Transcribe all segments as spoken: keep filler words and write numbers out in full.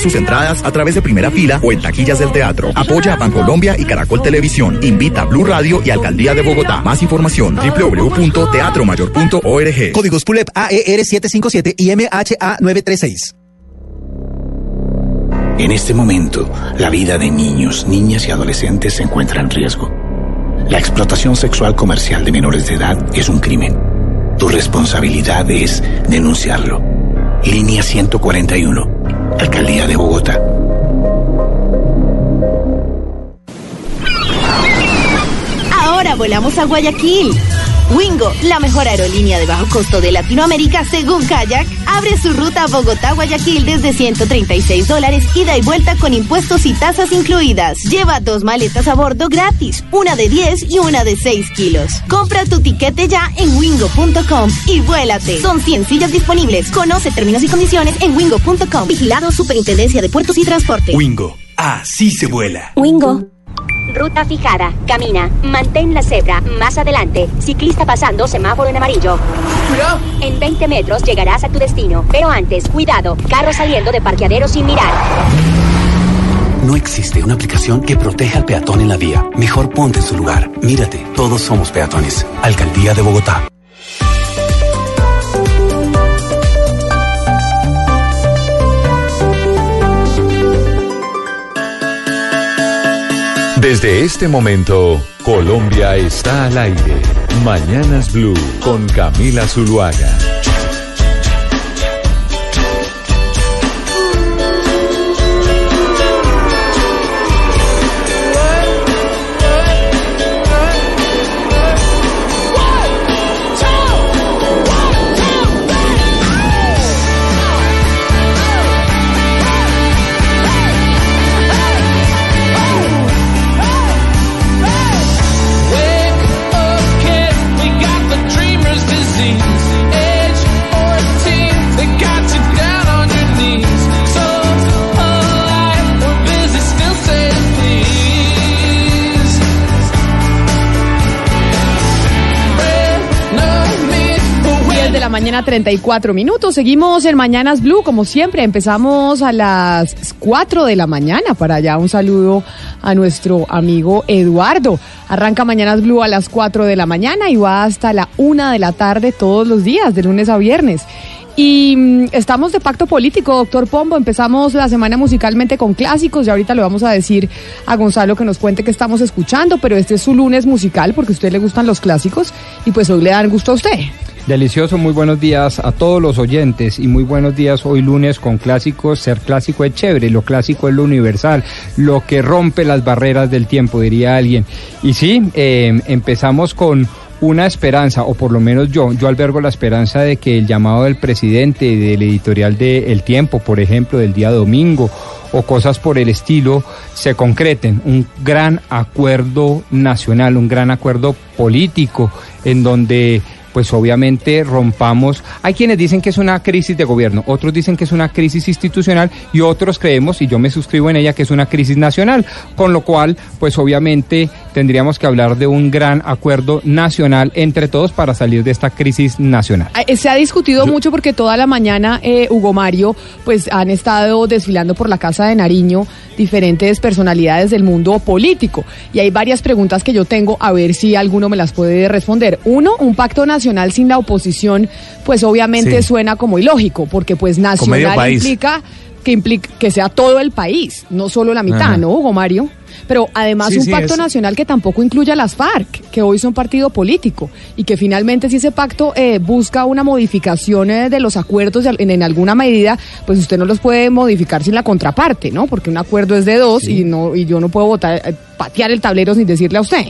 sus entradas a través de Primera Fila o en taquillas del teatro. Apoya a Bancolombia y Caracol Televisión. Invita a Blue Radio y Alcaldía de Bogotá. Más información doble u doble u doble u punto teatro mayor punto org. Códigos P U L E P A E R siete cinco siete y M H A nueve tres seis. En este momento, la vida de niños, niñas y adolescentes se encuentra en riesgo. La explotación sexual comercial de menores de edad es un crimen. Tu responsabilidad es denunciarlo. Línea ciento cuarenta y uno, Alcaldía de Bogotá. Ahora volamos a Guayaquil. Wingo, la mejor aerolínea de bajo costo de Latinoamérica según Kayak, abre su ruta a Bogotá-Guayaquil desde ciento treinta y seis dólares ida y vuelta con impuestos y tasas incluidas. Lleva dos maletas a bordo gratis, una de diez y una de seis kilos. Compra tu tiquete ya en wingo punto com y vuélate. Son cien sillas disponibles. Conoce términos y condiciones en wingo punto com. Vigilado Superintendencia de Puertos y Transporte. Wingo, así se vuela. Wingo. Ruta fijada, camina, mantén la cebra, más adelante, ciclista pasando, semáforo en amarillo. ¡Cuidado! En veinte metros llegarás a tu destino, pero antes, cuidado, carro saliendo de parqueadero sin mirar. No existe una aplicación que proteja al peatón en la vía. Mejor ponte en su lugar. Mírate, todos somos peatones. Alcaldía de Bogotá. Desde este momento, Colombia está al aire. Mañanas Blue con Camila Zuluaga. Mañana treinta y cuatro minutos, seguimos en Mañanas Blue, como siempre, empezamos a las cuatro de la mañana, para allá un saludo a nuestro amigo Eduardo. Arranca Mañanas Blue a las cuatro de la mañana y va hasta la una de la tarde todos los días, de lunes a viernes. Y mmm, estamos de pacto político, doctor Pombo. Empezamos la semana musicalmente con clásicos y ahorita le vamos a decir a Gonzalo que nos cuente qué estamos escuchando, pero este es su lunes musical porque a usted le gustan los clásicos y pues hoy le dan gusto a usted. Delicioso, muy buenos días a todos los oyentes y muy buenos días hoy lunes con clásicos. Ser clásico es chévere, lo clásico es lo universal, lo que rompe las barreras del tiempo, diría alguien. Y sí, eh, empezamos con una esperanza, o por lo menos yo, yo albergo la esperanza de que el llamado del presidente, del editorial de El Tiempo, por ejemplo, del día domingo, o cosas por el estilo, se concreten. Un gran acuerdo nacional, un gran acuerdo político, en donde pues obviamente rompamos. Hay quienes dicen que es una crisis de gobierno, otros dicen que es una crisis institucional y otros creemos, y yo me suscribo en ella, que es una crisis nacional, con lo cual pues obviamente tendríamos que hablar de un gran acuerdo nacional entre todos para salir de esta crisis nacional. Se ha discutido mucho porque toda la mañana, eh, Hugo Mario, pues han estado desfilando por la Casa de Nariño diferentes personalidades del mundo político y hay varias preguntas que yo tengo, a ver si alguno me las puede responder. Uno, un pacto nacional sin la oposición, pues obviamente sí suena como ilógico, porque pues nacional implica que implica que sea todo el país, no solo la mitad. Ajá. ¿No, Hugo Mario? Pero además sí, un sí, pacto es nacional que tampoco incluya a las FARC, que hoy son partido político, y que finalmente si ese pacto eh, busca una modificación eh, de los acuerdos en, en alguna medida, pues usted no los puede modificar sin la contraparte, ¿no? Porque un acuerdo es de dos sí. y no y yo no puedo votar, eh, patear el tablero sin decirle a usted.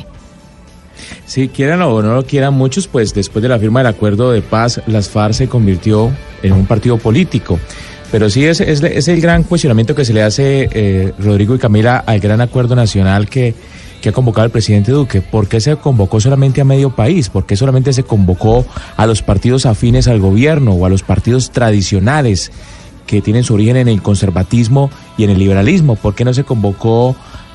Si quieran o no lo quieran muchos, pues después de la firma del acuerdo de paz, las FARC se convirtió en un partido político. Pero sí es, es, es el gran cuestionamiento que se le hace, eh, Rodrigo y Camila, al gran acuerdo nacional que, que ha convocado el presidente Duque. ¿Por qué se convocó solamente a medio país? ¿Por qué solamente se convocó a los partidos afines al gobierno o a los partidos tradicionales que tienen su origen en el conservatismo y en el liberalismo? ¿Por qué no se convocó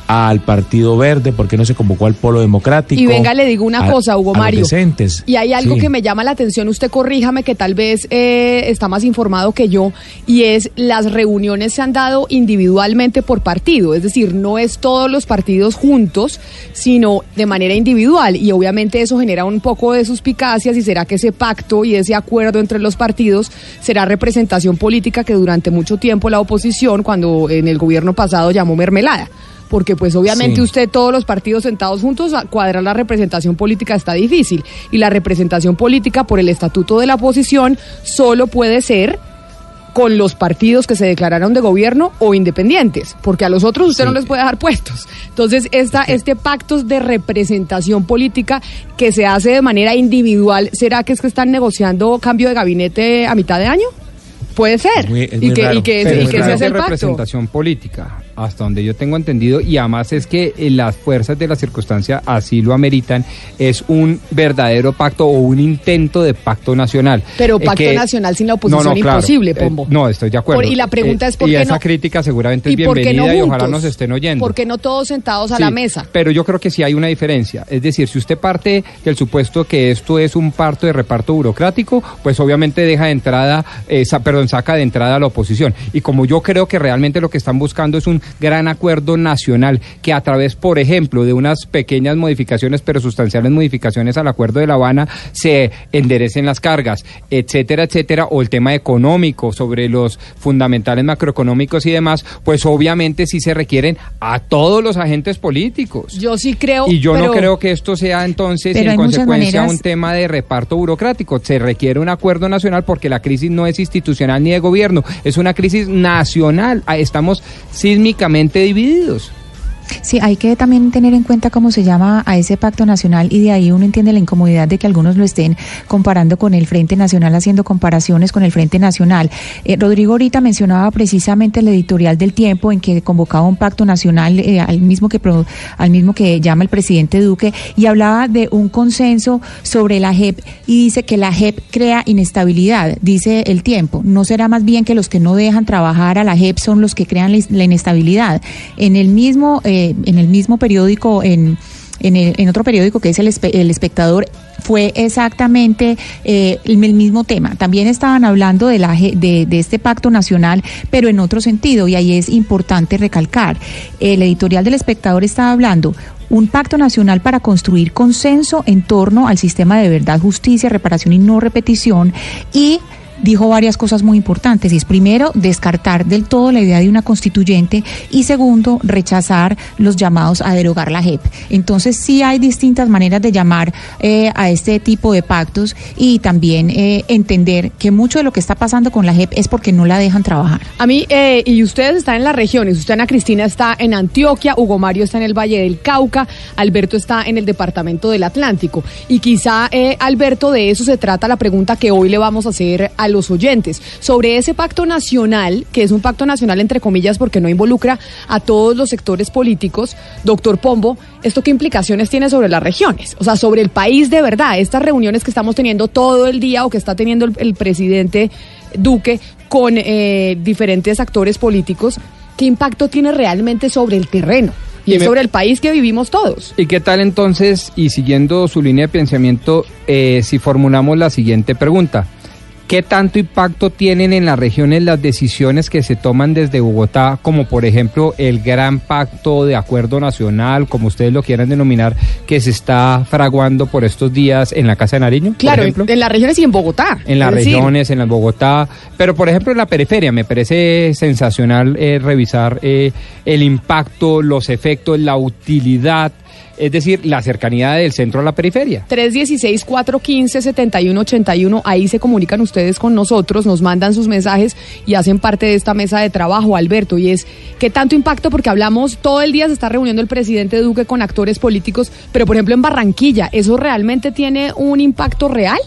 al Partido Verde? ¿Por qué no se convocó al Polo Democrático? Y venga, le digo una a, cosa, Hugo a Mario. Los decentes. Y hay algo sí. que me llama la atención, usted corríjame que tal vez eh, está más informado que yo, y es las reuniones se han dado individualmente por partido, es decir, no es todos los partidos juntos, sino de manera individual, y obviamente eso genera un poco de suspicacias, y será que ese pacto y ese acuerdo entre los partidos será representación política que durante mucho tiempo la oposición, cuando en el gobierno pasado llamó mermelada. Porque pues obviamente sí. usted, todos los partidos sentados juntos, cuadrar la representación política está difícil. Y la representación política por el estatuto de la oposición solo puede ser con los partidos que se declararon de gobierno o independientes, porque a los otros usted sí. no les puede dejar puestos. Entonces, esta, sí. este pacto de representación política que se hace de manera individual, ¿será que es que están negociando cambio de gabinete a mitad de año? Puede ser. Es muy, es y, que, y que, Pero y que se hace el pacto. Representación política, hasta donde yo tengo entendido, y además es que las fuerzas de la circunstancia así lo ameritan, es un verdadero pacto o un intento de pacto nacional. Pero pacto eh, que, nacional sin la oposición no, no, claro, imposible, Pombo. Eh, no, estoy de acuerdo. Por, y la pregunta eh, es por y qué esa no, crítica seguramente es y bienvenida no y juntos, ojalá nos estén oyendo. ¿Por qué no todos sentados a sí, la mesa? Pero yo creo que sí hay una diferencia. Es decir, si usted parte del supuesto que esto es un pacto de reparto burocrático, pues obviamente deja de entrada, eh, sa, perdón, saca de entrada a la oposición. Y como yo creo que realmente lo que están buscando es un gran acuerdo nacional que a través, por ejemplo, de unas pequeñas modificaciones, pero sustanciales modificaciones al Acuerdo de La Habana, se enderecen las cargas, etcétera, etcétera, o el tema económico, sobre los fundamentales macroeconómicos y demás, pues obviamente sí se requieren a todos los agentes políticos. Yo sí creo. Y yo pero, no creo que esto sea entonces, en consecuencia, maneras... un tema de reparto burocrático. Se requiere un acuerdo nacional porque la crisis no es institucional ni de gobierno, es una crisis nacional. Estamos sísmicamente divididos. Sí, hay que también tener en cuenta cómo se llama a ese pacto nacional, y de ahí uno entiende la incomodidad de que algunos lo estén comparando con el Frente Nacional, haciendo comparaciones con el Frente Nacional. Eh, Rodrigo ahorita mencionaba precisamente el editorial del Tiempo en que convocaba un pacto nacional eh, al mismo que pro, al mismo que llama el presidente Duque, y hablaba de un consenso sobre la J E P, y dice que la J E P crea inestabilidad. Dice el Tiempo, ¿no será más bien que los que no dejan trabajar a la J E P son los que crean la, la inestabilidad? En el mismo eh, en el mismo periódico, en, en, el, en otro periódico que es el, Espe- el Espectador, fue exactamente eh, el, el mismo tema. También estaban hablando de, la, de, de este pacto nacional, pero en otro sentido, y ahí es importante recalcar. El editorial del Espectador estaba hablando un pacto nacional para construir consenso en torno al sistema de verdad, justicia, reparación y no repetición, y dijo varias cosas muy importantes, y es primero, descartar del todo la idea de una constituyente, y segundo, rechazar los llamados a derogar la J E P. Entonces sí hay distintas maneras de llamar eh, a este tipo de pactos, y también eh, entender que mucho de lo que está pasando con la J E P es porque no la dejan trabajar. A mí, eh, y ustedes están en las regiones, usted, Ana Cristina, está en Antioquia, Hugo Mario está en el Valle del Cauca, Alberto está en el departamento del Atlántico, y quizá, eh, Alberto, de eso se trata la pregunta que hoy le vamos a hacer a los oyentes, sobre ese pacto nacional, que es un pacto nacional entre comillas porque no involucra a todos los sectores políticos. Doctor Pombo, ¿esto qué implicaciones tiene sobre las regiones? O sea, sobre el país de verdad, estas reuniones que estamos teniendo todo el día o que está teniendo el, el presidente Duque con eh, diferentes actores políticos, ¿qué impacto tiene realmente sobre el terreno? Y, y es me... sobre el país que vivimos todos. ¿Y qué tal entonces, y siguiendo su línea de pensamiento, eh, si formulamos la siguiente pregunta? ¿Qué tanto impacto tienen en las regiones las decisiones que se toman desde Bogotá, como por ejemplo el gran pacto de acuerdo nacional, como ustedes lo quieran denominar, que se está fraguando por estos días en la Casa de Nariño? Claro, en, en las regiones y en Bogotá. En las regiones, decir. en la Bogotá, pero por ejemplo en la periferia me parece sensacional eh, revisar eh, el impacto, los efectos, la utilidad, es decir, la cercanía del centro a la periferia. tres uno seis, cuatro uno cinco, siete uno ocho uno, ahí se comunican ustedes con nosotros, nos mandan sus mensajes y hacen parte de esta mesa de trabajo, Alberto, y es, ¿qué tanto impacto? Porque hablamos, todo el día se está reuniendo el presidente Duque con actores políticos, pero por ejemplo en Barranquilla, ¿eso realmente tiene un impacto real?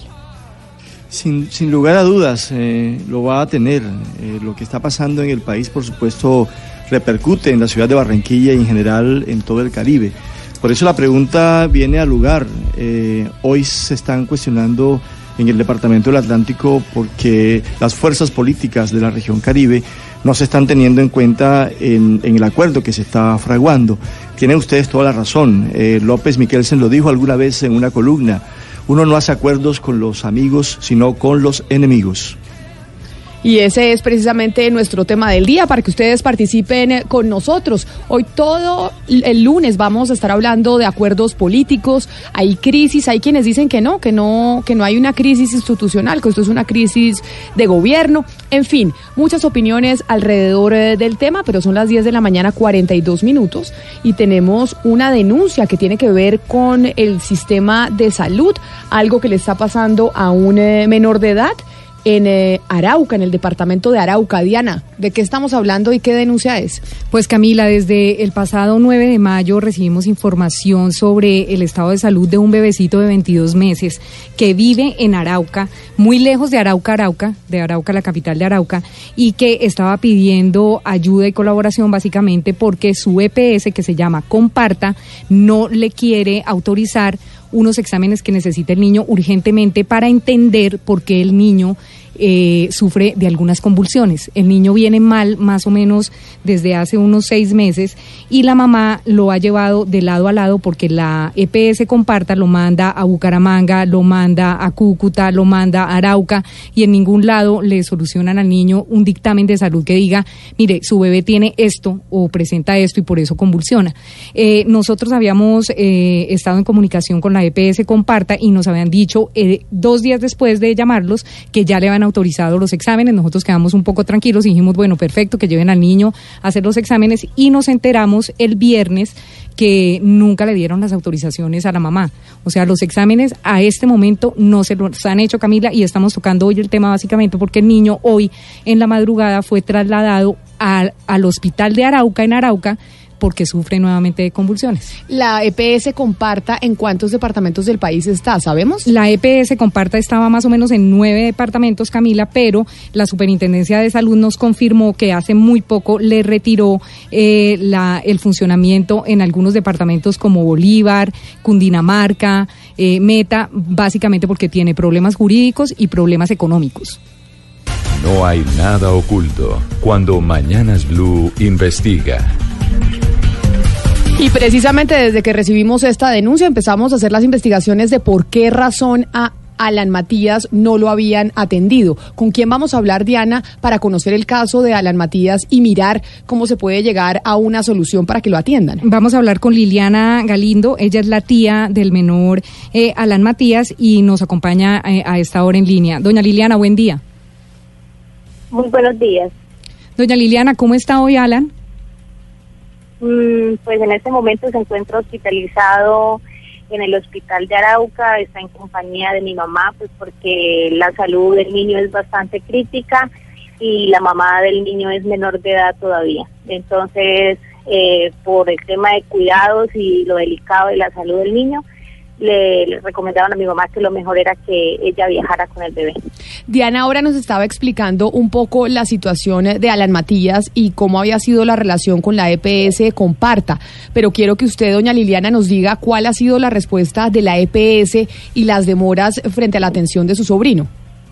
Sin, sin lugar a dudas, eh, lo va a tener. Eh, lo que está pasando en el país, por supuesto, repercute en la ciudad de Barranquilla y en general en todo el Caribe. Por eso la pregunta viene al lugar. Eh, hoy se están cuestionando en el departamento del Atlántico porque las fuerzas políticas de la región Caribe no se están teniendo en cuenta en, en el acuerdo que se está fraguando. Tienen ustedes toda la razón. Eh, López Miquelsen lo dijo alguna vez en una columna. Uno no hace acuerdos con los amigos, sino con los enemigos. Y ese es precisamente nuestro tema del día, para que ustedes participen con nosotros. Hoy todo el lunes vamos a estar hablando de acuerdos políticos. Hay crisis, hay quienes dicen que no, que no, que no hay una crisis institucional, que esto es una crisis de gobierno. En fin, muchas opiniones alrededor del tema, pero son las diez de la mañana, cuarenta y dos minutos, y tenemos una denuncia que tiene que ver con el sistema de salud, algo que le está pasando a un eh, menor de edad en eh, Arauca, en el departamento de Arauca. Diana, ¿de qué estamos hablando y qué denuncia es? Pues Camila, desde el pasado nueve de mayo recibimos información sobre el estado de salud de un bebecito de veintidós meses que vive en Arauca, muy lejos de Arauca, Arauca, de Arauca, la capital de Arauca, y que estaba pidiendo ayuda y colaboración básicamente porque su E P S, que se llama Comparta, no le quiere autorizar unos exámenes que necesita el niño urgentemente para entender por qué el niño eh, sufre de algunas convulsiones. El niño viene mal más o menos desde hace unos seis meses y la mamá lo ha llevado de lado a lado porque la E P S Comparta lo manda a Bucaramanga, lo manda a Cúcuta, lo manda a Arauca y en ningún lado le solucionan al niño un dictamen de salud que diga, mire, su bebé tiene esto o presenta esto y por eso convulsiona. Eh, nosotros habíamos eh, estado en comunicación con la E P S Comparta y nos habían dicho eh, dos días después de llamarlos que ya le habían autorizado los exámenes. Nosotros quedamos un poco tranquilos y dijimos, bueno, perfecto, que lleven al niño a hacer los exámenes, y nos enteramos el viernes que nunca le dieron las autorizaciones a la mamá. O sea, los exámenes a este momento no se los han hecho, Camila, y estamos tocando hoy el tema básicamente porque el niño hoy en la madrugada fue trasladado a, al hospital de Arauca, en Arauca, porque sufre nuevamente de convulsiones. ¿La E P S Comparta en cuántos departamentos del país está, sabemos? La E P S Comparta estaba más o menos en nueve departamentos, Camila, pero la Superintendencia de Salud nos confirmó que hace muy poco le retiró eh, la, el funcionamiento en algunos departamentos como Bolívar, Cundinamarca, eh, Meta, básicamente porque tiene problemas jurídicos y problemas económicos. No hay nada oculto cuando Mañanas Blue investiga. Y precisamente desde que recibimos esta denuncia empezamos a hacer las investigaciones de por qué razón a Alan Matías no lo habían atendido. ¿Con quién vamos a hablar, Diana, para conocer el caso de Alan Matías y mirar cómo se puede llegar a una solución para que lo atiendan? Vamos a hablar con Liliana Galindo, ella es la tía del menor eh, Alan Matías y nos acompaña eh, a esta hora en línea. Doña Liliana, buen día. Muy buenos días. Doña Liliana, ¿cómo está hoy Alan? Pues en este momento se encuentra hospitalizado en el hospital de Arauca, está en compañía de mi mamá, pues porque la salud del niño es bastante crítica y la mamá del niño es menor de edad todavía. Entonces, eh, por el tema de cuidados y lo delicado de la salud del niño, le, le recomendaron a mi mamá que lo mejor era que ella viajara con el bebé. Diana ahora nos estaba explicando un poco la situación de Alan Matías y cómo había sido la relación con la E P S Comparta, pero quiero que usted, doña Liliana, nos diga cuál ha sido la respuesta de la E P S y las demoras frente a la atención de su sobrino.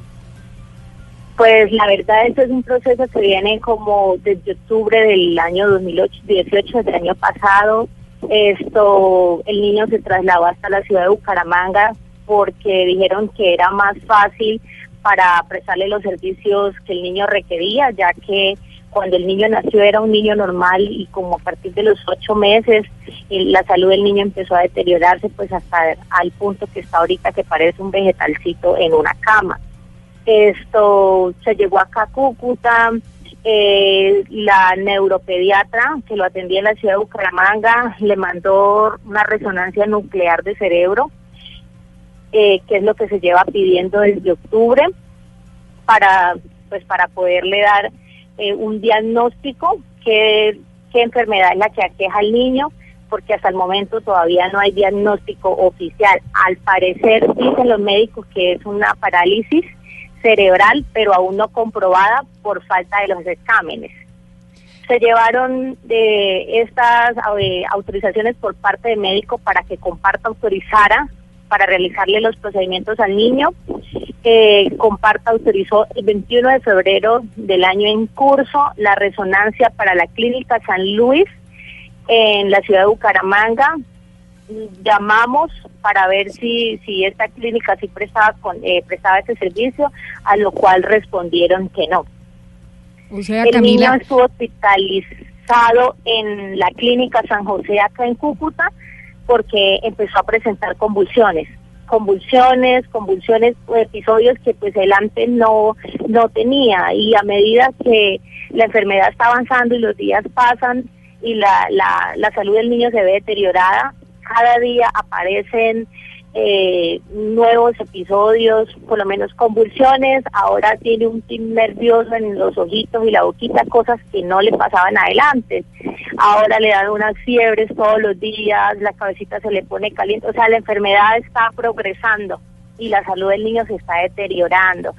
Pues la verdad, esto es un proceso que viene como desde octubre del año dos mil dieciocho, del año pasado. Esto, el niño se trasladó hasta la ciudad de Bucaramanga porque dijeron que era más fácil para prestarle los servicios que el niño requería, ya que cuando el niño nació era un niño normal y como a partir de los ocho meses la salud del niño empezó a deteriorarse, pues hasta al punto que está ahorita que parece un vegetalcito en una cama. Esto se llegó acá a Cúcuta. Eh, la neuropediatra que lo atendía en la ciudad de Bucaramanga le mandó una resonancia nuclear de cerebro, eh, que es lo que se lleva pidiendo desde octubre para pues para poderle dar eh, un diagnóstico, qué, qué enfermedad es la que aqueja al niño, porque hasta el momento todavía no hay diagnóstico oficial. Al parecer dicen los médicos que es una parálisis cerebral, pero aún no comprobada por falta de los exámenes. Se llevaron de estas eh, autorizaciones por parte del médico para que Comparta autorizara para realizarle los procedimientos al niño. Eh, Comparta autorizó el veintiuno de febrero del año en curso la resonancia para la Clínica San Luis en la ciudad de Bucaramanga. Llamamos para ver si si esta clínica sí prestaba con, eh, prestaba ese servicio, a lo cual respondieron que no. O sea, el Camila... niño estuvo hospitalizado en la Clínica San José acá en Cúcuta porque empezó a presentar convulsiones, convulsiones, convulsiones, episodios que pues él antes no no tenía, y a medida que la enfermedad está avanzando y los días pasan y la la, la salud del niño se ve deteriorada, cada día aparecen eh, nuevos episodios, por lo menos convulsiones. Ahora tiene un tic nervioso en los ojitos y la boquita, cosas que no le pasaban adelante. Ahora le dan unas fiebres todos los días, la cabecita se le pone caliente, o sea, la enfermedad está progresando y la salud del niño se está deteriorando.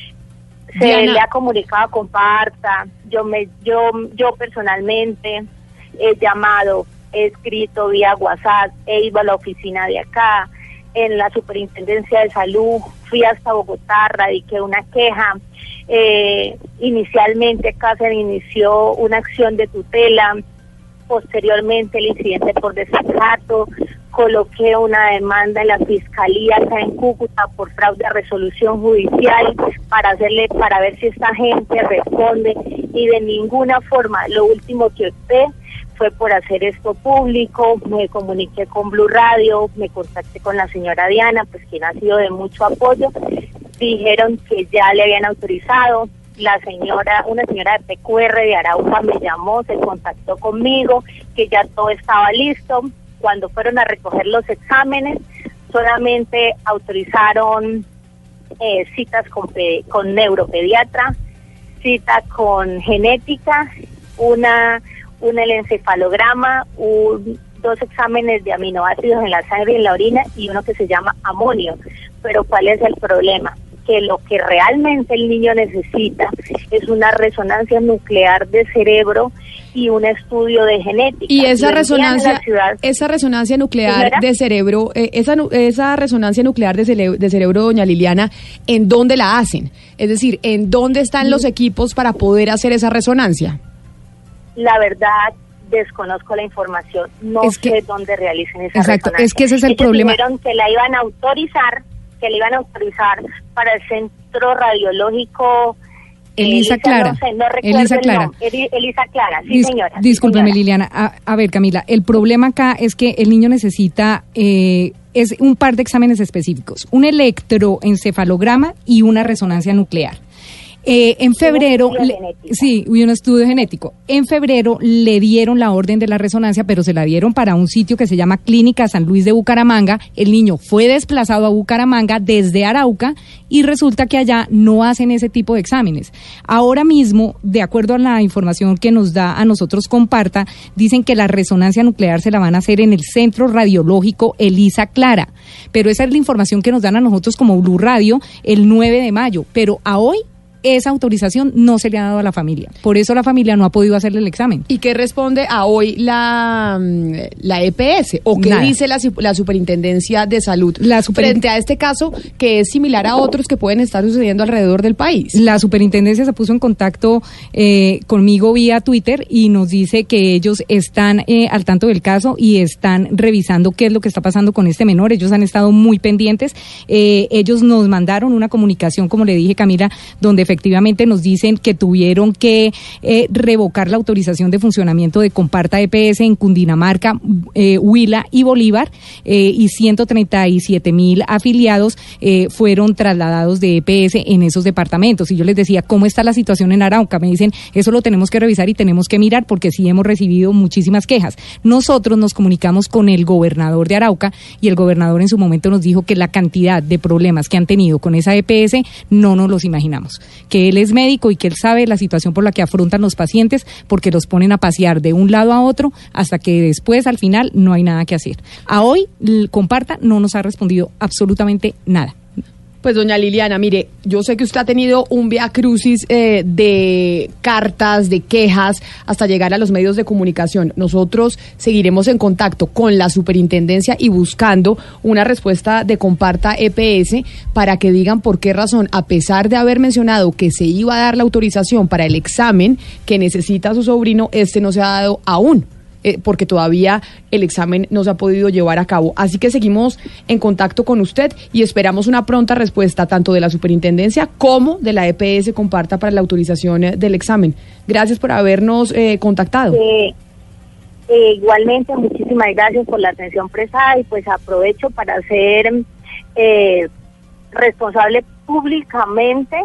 Se Diana. le ha comunicado con Comparta, yo me yo yo personalmente he llamado, he escrito vía WhatsApp, he ido a la oficina de acá, en la Superintendencia de Salud, fui hasta Bogotá, radiqué una queja. Eh, inicialmente acá se inició una acción de tutela, posteriormente el incidente por desacato, coloqué una demanda en la Fiscalía acá en Cúcuta por fraude a resolución judicial para hacerle, para ver si esta gente responde, y de ninguna forma. Lo último que opté fue por hacer esto público, me comuniqué con Blue Radio, me contacté con la señora Diana, pues quien ha sido de mucho apoyo. Dijeron que ya le habían autorizado. La señora, una señora de P Q R de Arauca me llamó, se contactó conmigo, que ya todo estaba listo. Cuando fueron a recoger los exámenes, solamente autorizaron eh, citas con, con neuropediatra, cita con genética, una un el encefalograma, un, dos exámenes de aminoácidos en la sangre y en la orina y uno que se llama amonio. Pero ¿cuál es el problema? Que lo que realmente el niño necesita es una resonancia nuclear de cerebro y un estudio de genética. Y esa Lo resonancia, ciudad, esa resonancia nuclear ¿señora? de cerebro, eh, esa nu- esa resonancia nuclear de, cere- de cerebro, doña Liliana, ¿en dónde la hacen? Es decir, ¿en dónde están los equipos para poder hacer esa resonancia? La verdad, desconozco la información, no Es que- sé dónde realicen esa Exacto, resonancia. es que ese es el Ellos problema. dijeron que la iban a autorizar, que la iban a autorizar para el centro radiológico. Elisa Clara, no sé, no recuerdo Elisa el Clara. nombre. Eli- Elisa Clara, sí Dis- señora. sí, Discúlpeme, señora. Liliana. A, a ver, Camila, el problema acá es que el niño necesita eh, es un par de exámenes específicos, un electroencefalograma y una resonancia nuclear. Eh, en febrero, estudio le- genético. sí, y un estudio genético. En febrero le dieron la orden de la resonancia, pero se la dieron para un sitio que se llama Clínica San Luis de Bucaramanga. El niño fue desplazado a Bucaramanga desde Arauca y resulta que allá no hacen ese tipo de exámenes. Ahora mismo, de acuerdo a la información que nos da a nosotros Comparta, dicen que la resonancia nuclear se la van a hacer en el Centro Radiológico Elisa Clara. Pero esa es la información que nos dan a nosotros como Blue Radio el nueve de mayo. Pero a hoy esa autorización no se le ha dado a la familia. Por eso la familia no ha podido hacerle el examen. ¿Y qué responde a hoy la, mm, la E P S? ¿O qué Nada. dice la, su- la Superintendencia de Salud La superin- frente a este caso que es similar a otros que pueden estar sucediendo alrededor del país? La superintendencia se puso en contacto eh, conmigo vía Twitter y nos dice que ellos están eh, al tanto del caso y están revisando qué es lo que está pasando con este menor. Ellos han estado muy pendientes. Eh, ellos nos mandaron una comunicación, como le dije, Camila, donde efectivamente nos dicen que tuvieron que eh, revocar la autorización de funcionamiento de Comparta E P S en Cundinamarca, eh, Huila y Bolívar, eh, y ciento treinta y siete mil afiliados eh, fueron trasladados de E P S en esos departamentos. Y yo les decía, ¿cómo está la situación en Arauca? Me dicen, eso lo tenemos que revisar y tenemos que mirar porque sí hemos recibido muchísimas quejas. Nosotros nos comunicamos con el gobernador de Arauca y el gobernador en su momento nos dijo que la cantidad de problemas que han tenido con esa E P S no nos los imaginamos. Que él es médico y que él sabe la situación por la que afrontan los pacientes porque los ponen a pasear de un lado a otro hasta que después al final no hay nada que hacer. A hoy, l- Comparta no nos ha respondido absolutamente nada. Pues doña Liliana, mire, yo sé que usted ha tenido un vía crucis eh, de cartas, de quejas, hasta llegar a los medios de comunicación. Nosotros seguiremos en contacto con la superintendencia y buscando una respuesta de Comparta E P S para que digan por qué razón, a pesar de haber mencionado que se iba a dar la autorización para el examen que necesita su sobrino, este no se ha dado aún. Eh, porque todavía el examen no se ha podido llevar a cabo. Así que seguimos en contacto con usted y esperamos una pronta respuesta tanto de la superintendencia como de la E P S Comparta para la autorización eh, del examen. Gracias por habernos eh, contactado. Eh, eh, igualmente, muchísimas gracias por la atención prestada y pues aprovecho para ser eh, responsable públicamente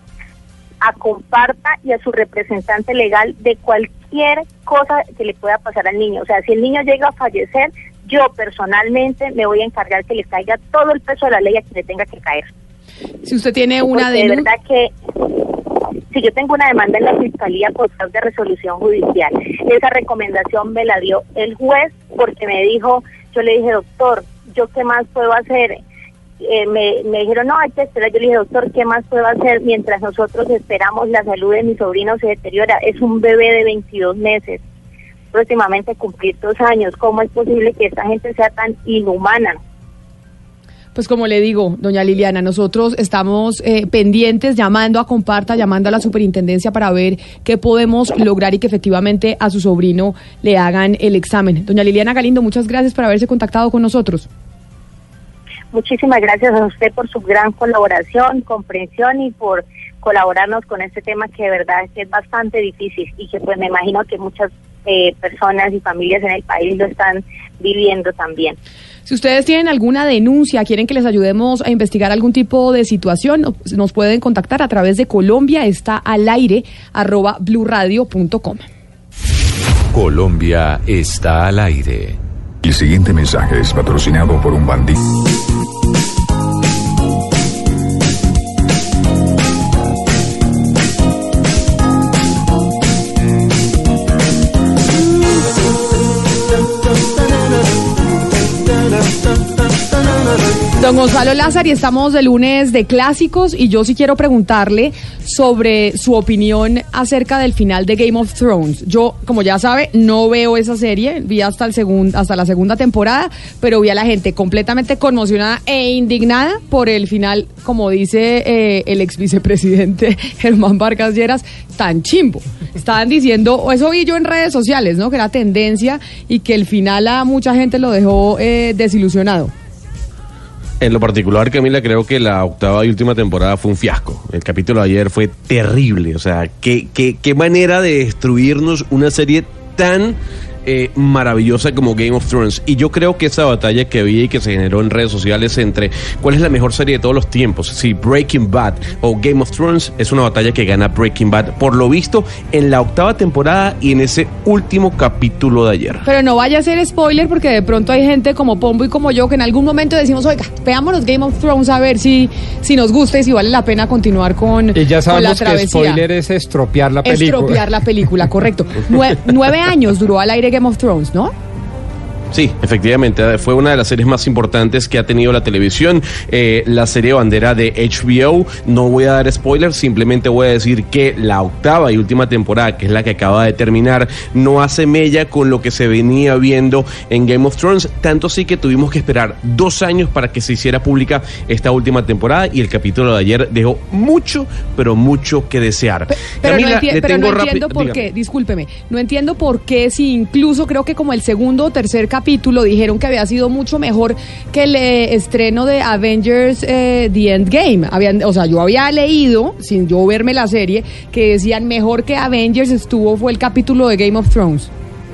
a Comparta y a su representante legal de cualquier cosa que le pueda pasar al niño. O sea, si el niño llega a fallecer, yo personalmente me voy a encargar que le caiga todo el peso de la ley a quien le tenga que caer. Si usted tiene una Porque de denuncia... verdad que si yo tengo una demanda en la Fiscalía por falta de resolución judicial, esa recomendación me la dio el juez porque me dijo, yo le dije, doctor, ¿yo qué más puedo hacer? Eh, me, me dijeron, no, hay que esperar. Yo le dije, doctor, ¿qué más puedo hacer mientras nosotros esperamos la salud de mi sobrino se deteriora? Es un bebé de veintidós meses, próximamente cumplir dos años. ¿Cómo es posible que esta gente sea tan inhumana? Pues como le digo, doña Liliana, nosotros estamos eh, pendientes, llamando a Comparta, llamando a la superintendencia para ver qué podemos lograr y que efectivamente a su sobrino le hagan el examen. Doña Liliana Galindo, muchas gracias por haberse contactado con nosotros. Muchísimas gracias a usted por su gran colaboración, comprensión y por colaborarnos con este tema que de verdad es, que es bastante difícil y que pues me imagino que muchas eh, personas y familias en el país lo están viviendo también. Si ustedes tienen alguna denuncia, quieren que les ayudemos a investigar algún tipo de situación, nos pueden contactar a través de Colombia está al aire arroba blue radio punto com. Colombia está al aire. El siguiente mensaje es patrocinado por un bandido. Don Gonzalo Lázaro, y estamos de lunes de clásicos y yo sí quiero preguntarle sobre su opinión acerca del final de Game of Thrones. Yo, como ya sabe, no veo esa serie, vi hasta el segun, hasta la segunda temporada, pero vi a la gente completamente conmocionada e indignada por el final, como dice eh, el ex vicepresidente Germán Vargas Lleras, tan chimbo. Estaban diciendo, o eso vi yo en redes sociales, ¿no? Que era tendencia y que el final a mucha gente lo dejó eh, desilusionado. En lo particular, Camila, creo que la octava y última temporada fue un fiasco. El capítulo de ayer fue terrible. O sea, qué, qué, qué manera de destruirnos una serie tan eh, maravillosa como Game of Thrones. Y yo creo que esa batalla que vi y que se generó en redes sociales entre cuál es la mejor serie de todos los tiempos, si Breaking Bad o Game of Thrones, es una batalla que gana Breaking Bad, por lo visto, en la octava temporada y en ese último capítulo de ayer. Pero no vaya a ser spoiler porque de pronto hay gente como Pombo y como yo que en algún momento decimos, oiga, veámonos Game of Thrones a ver si, si nos gusta y si vale la pena continuar con, y ya con la sabemos travesía. Que spoiler es estropear la película. Estropear la película, correcto. Nue- nueve años duró al aire Game of Thrones, ¿no? Sí, efectivamente, fue una de las series más importantes que ha tenido la televisión, eh, la serie bandera de H B O. No voy a dar spoilers, simplemente voy a decir que la octava y última temporada, que es la que acaba de terminar, no hace mella con lo que se venía viendo en Game of Thrones, tanto así que tuvimos que esperar dos años para que se hiciera pública esta última temporada y el capítulo de ayer dejó mucho, pero mucho que desear. Pe- Pero Camila, no, enti- le pero tengo no entiendo rápido- por dígame. qué, discúlpeme, no entiendo por qué si incluso creo que como el segundo o tercer capítulo dijeron que había sido mucho mejor que el eh, estreno de Avengers eh, The Endgame. Habían, o sea, yo había leído, sin yo verme la serie, que decían mejor que Avengers estuvo fue el capítulo de Game of Thrones.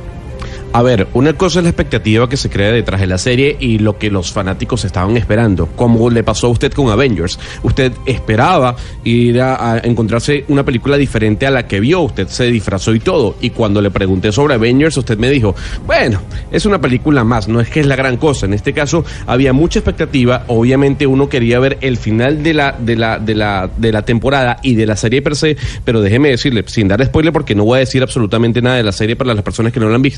A ver, una cosa es la expectativa que se crea detrás de la serie y lo que los fanáticos estaban esperando, como le pasó a usted con Avengers. Usted esperaba ir a, a encontrarse una película diferente a la que vio, usted se disfrazó y todo, y cuando le pregunté sobre Avengers, usted me dijo, bueno, es una película más, no es que es la gran cosa. En este caso había mucha expectativa, obviamente uno quería ver el final de la, de la, de la, de la temporada y de la serie per se, pero déjeme decirle, sin dar spoiler porque no voy a decir absolutamente nada de la serie para las personas que no la han visto.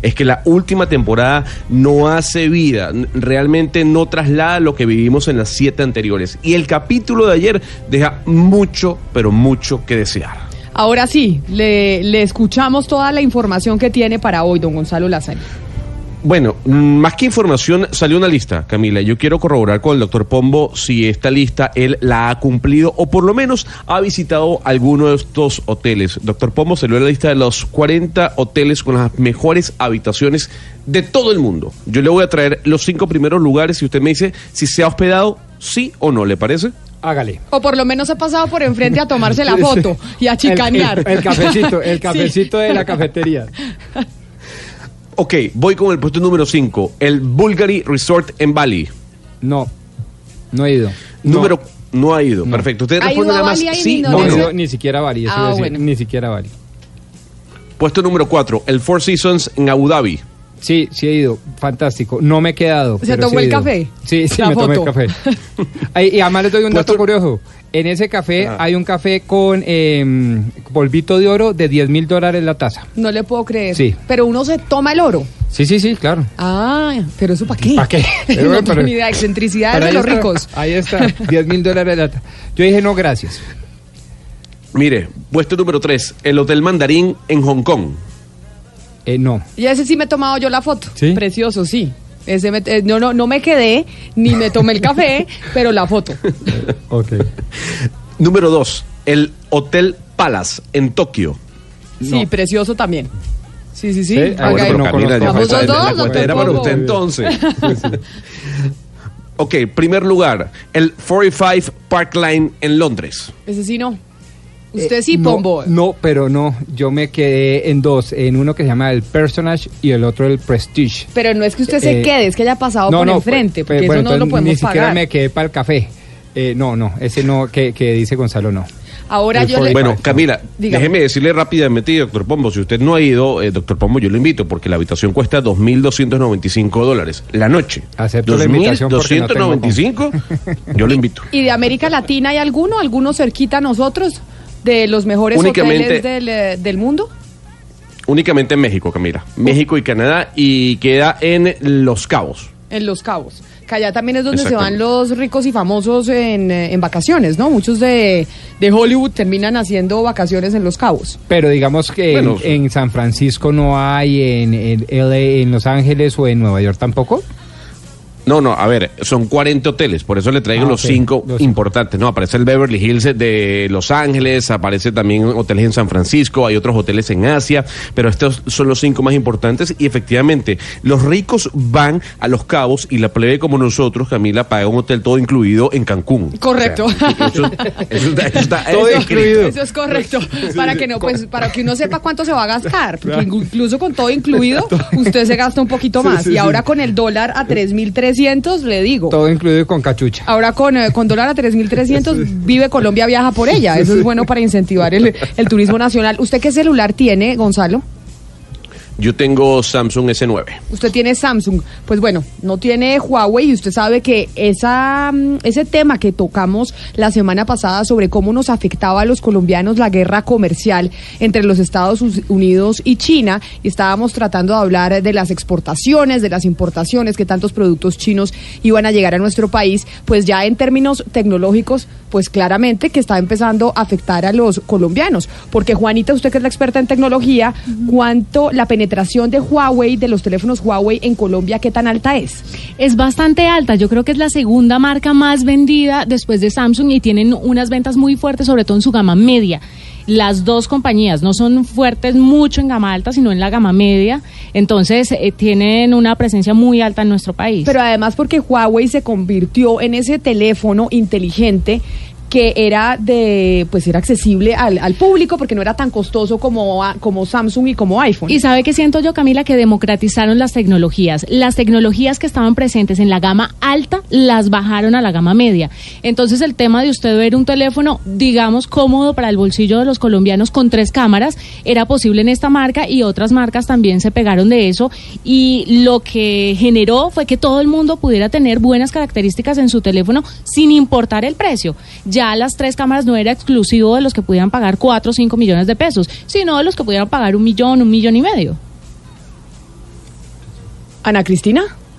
es que la última temporada no hace vida, realmente no traslada lo que vivimos en las siete anteriores. Y el capítulo de ayer deja mucho, pero mucho que desear. Ahora sí, le, le escuchamos toda la información que tiene para hoy, don Gonzalo Lázaro. Bueno, más que información, salió una lista, Camila. Yo quiero corroborar con el doctor Pombo si esta lista él la ha cumplido o por lo menos ha visitado alguno de estos hoteles. Doctor Pombo salió la lista de los cuarenta hoteles con las mejores habitaciones de todo el mundo. Yo le voy a traer los cinco primeros lugares y usted me dice si se ha hospedado, sí o no, ¿le parece? Hágale. O por lo menos ha pasado por enfrente a tomarse la foto y a chicanear. El, el, el cafecito, el cafecito sí. De la cafetería. Ok, voy con el puesto número cinco, el Bulgari Resort en Bali. No, no he ido. Número, no, no ha ido, no. Perfecto. Ustedes responden nada más sí o no. no. Ni siquiera Bali, eso ah, decir, bueno. ni siquiera Bali. Puesto número cuatro, el Four Seasons en Abu Dhabi. Sí, sí he ido, fantástico. No me he quedado. ¿Se tomó sí el café? Sí, sí, la me foto. tomé el café. Y además les doy un dato curioso. En ese café ah. hay un café con eh, polvito de oro de diez mil dólares la taza. No le puedo creer. Sí. Pero uno se toma el oro. Sí, sí, sí, claro. Ah, pero ¿eso para qué? ¿Para qué? Pero, no tengo ni idea, excentricidades de los está, ricos. Ahí está, diez mil dólares la taza. Yo dije no, gracias. Mire, puesto número tres, el Hotel Mandarín en Hong Kong. Eh, no. Y ese sí me he tomado yo la foto. ¿Sí? Precioso, sí. Ese me, eh, no, no, no me quedé, ni me tomé el café, pero la foto. Ok. Número dos, el Hotel Palace en Tokio. Sí, no. Precioso también. Sí, sí, sí. ¿Sí? Ah, bueno, pero Camila, ya vamos falta, dos, la, la cuenta era para usted entonces. Ok, primer lugar, el cuarenta y cinco Park Line en Londres. Ese sí no. Usted sí, eh, Pombo. No, no, pero no. Yo me quedé en dos. En uno que se llama el Personage y el otro el Prestige. Pero no es que usted se eh, quede, es que haya pasado no, por no, enfrente, pues, porque bueno, eso no lo podemos ni pagar. Ni siquiera me quedé para el café. Eh, no, no, ese no que, que dice Gonzalo, no. Ahora el yo le... Bueno, Camila, Dígame. Déjeme decirle rápidamente, doctor Pombo, si usted no ha ido, eh, doctor Pombo, yo lo invito, porque la habitación cuesta dos mil doscientos noventa y cinco dólares la noche. Acepto la invitación porque no tengo dos mil doscientos noventa y cinco, yo lo invito. ¿Y de América Latina hay alguno? ¿Alguno cerquita a nosotros? ¿De los mejores Únicamente, hoteles del, eh, del mundo? Únicamente en México, Camila. México y Canadá, y queda en Los Cabos. En Los Cabos. Que allá también es donde se van los ricos y famosos en, en vacaciones, ¿no? Muchos de, de Hollywood terminan haciendo vacaciones en Los Cabos. Pero digamos que bueno, en, en San Francisco no hay, en, en L A, en Los Ángeles o en Nueva York tampoco. No, no, a ver, son cuarenta hoteles, por eso le traigo ah, los okay. cinco los... importantes, ¿no? Aparece el Beverly Hills de Los Ángeles, aparece también hoteles en San Francisco, hay otros hoteles en Asia, pero estos son los cinco más importantes y efectivamente, los ricos van a Los Cabos y la plebe como nosotros, Camila, paga un hotel todo incluido en Cancún. Correcto. O sea, eso, eso está, eso está todo incluido. Eso es correcto, para que no, pues, para que uno sepa cuánto se va a gastar, porque incluso con todo incluido, usted se gasta un poquito más, sí, sí, y ahora sí. Con el dólar a tres mil trescientos le digo. Todo incluido y con cachucha. Ahora con, eh, con dólar a tres mil trescientos, Vive Colombia viaja por ella. Eso es bueno para incentivar el, el turismo nacional. ¿Usted qué celular tiene, Gonzalo? Yo tengo Samsung ese nueve. Usted tiene Samsung. Pues bueno, no tiene Huawei y usted sabe que esa, ese tema que tocamos la semana pasada sobre cómo nos afectaba a los colombianos la guerra comercial entre los Estados Unidos y China, y estábamos tratando de hablar de las exportaciones, de las importaciones, que tantos productos chinos iban a llegar a nuestro país, pues ya en términos tecnológicos, pues claramente que está empezando a afectar a los colombianos. Porque Juanita, usted que es la experta en tecnología, ¿cuánto la penetración penetración de Huawei, de los teléfonos Huawei en Colombia, qué tan alta es? Es bastante alta, yo creo que es la segunda marca más vendida después de Samsung y tienen unas ventas muy fuertes, sobre todo en su gama media. Las dos compañías no son fuertes mucho en gama alta, sino en la gama media, entonces eh, tienen una presencia muy alta en nuestro país. Pero además porque Huawei se convirtió en ese teléfono inteligente que era de, pues era accesible al, al público porque no era tan costoso como, como Samsung y como iPhone. Y sabe que siento yo, Camila, que democratizaron las tecnologías. Las tecnologías que estaban presentes en la gama alta las bajaron a la gama media. Entonces el tema de usted ver un teléfono, digamos, cómodo para el bolsillo de los colombianos con tres cámaras, era posible en esta marca y otras marcas también se pegaron de eso, y lo que generó fue que todo el mundo pudiera tener buenas características en su teléfono sin importar el precio. Ya las tres cámaras no era exclusivo de los que pudieran pagar cuatro o cinco millones de pesos, sino de los que pudieran pagar un millón, un millón y medio. Ana Cristina.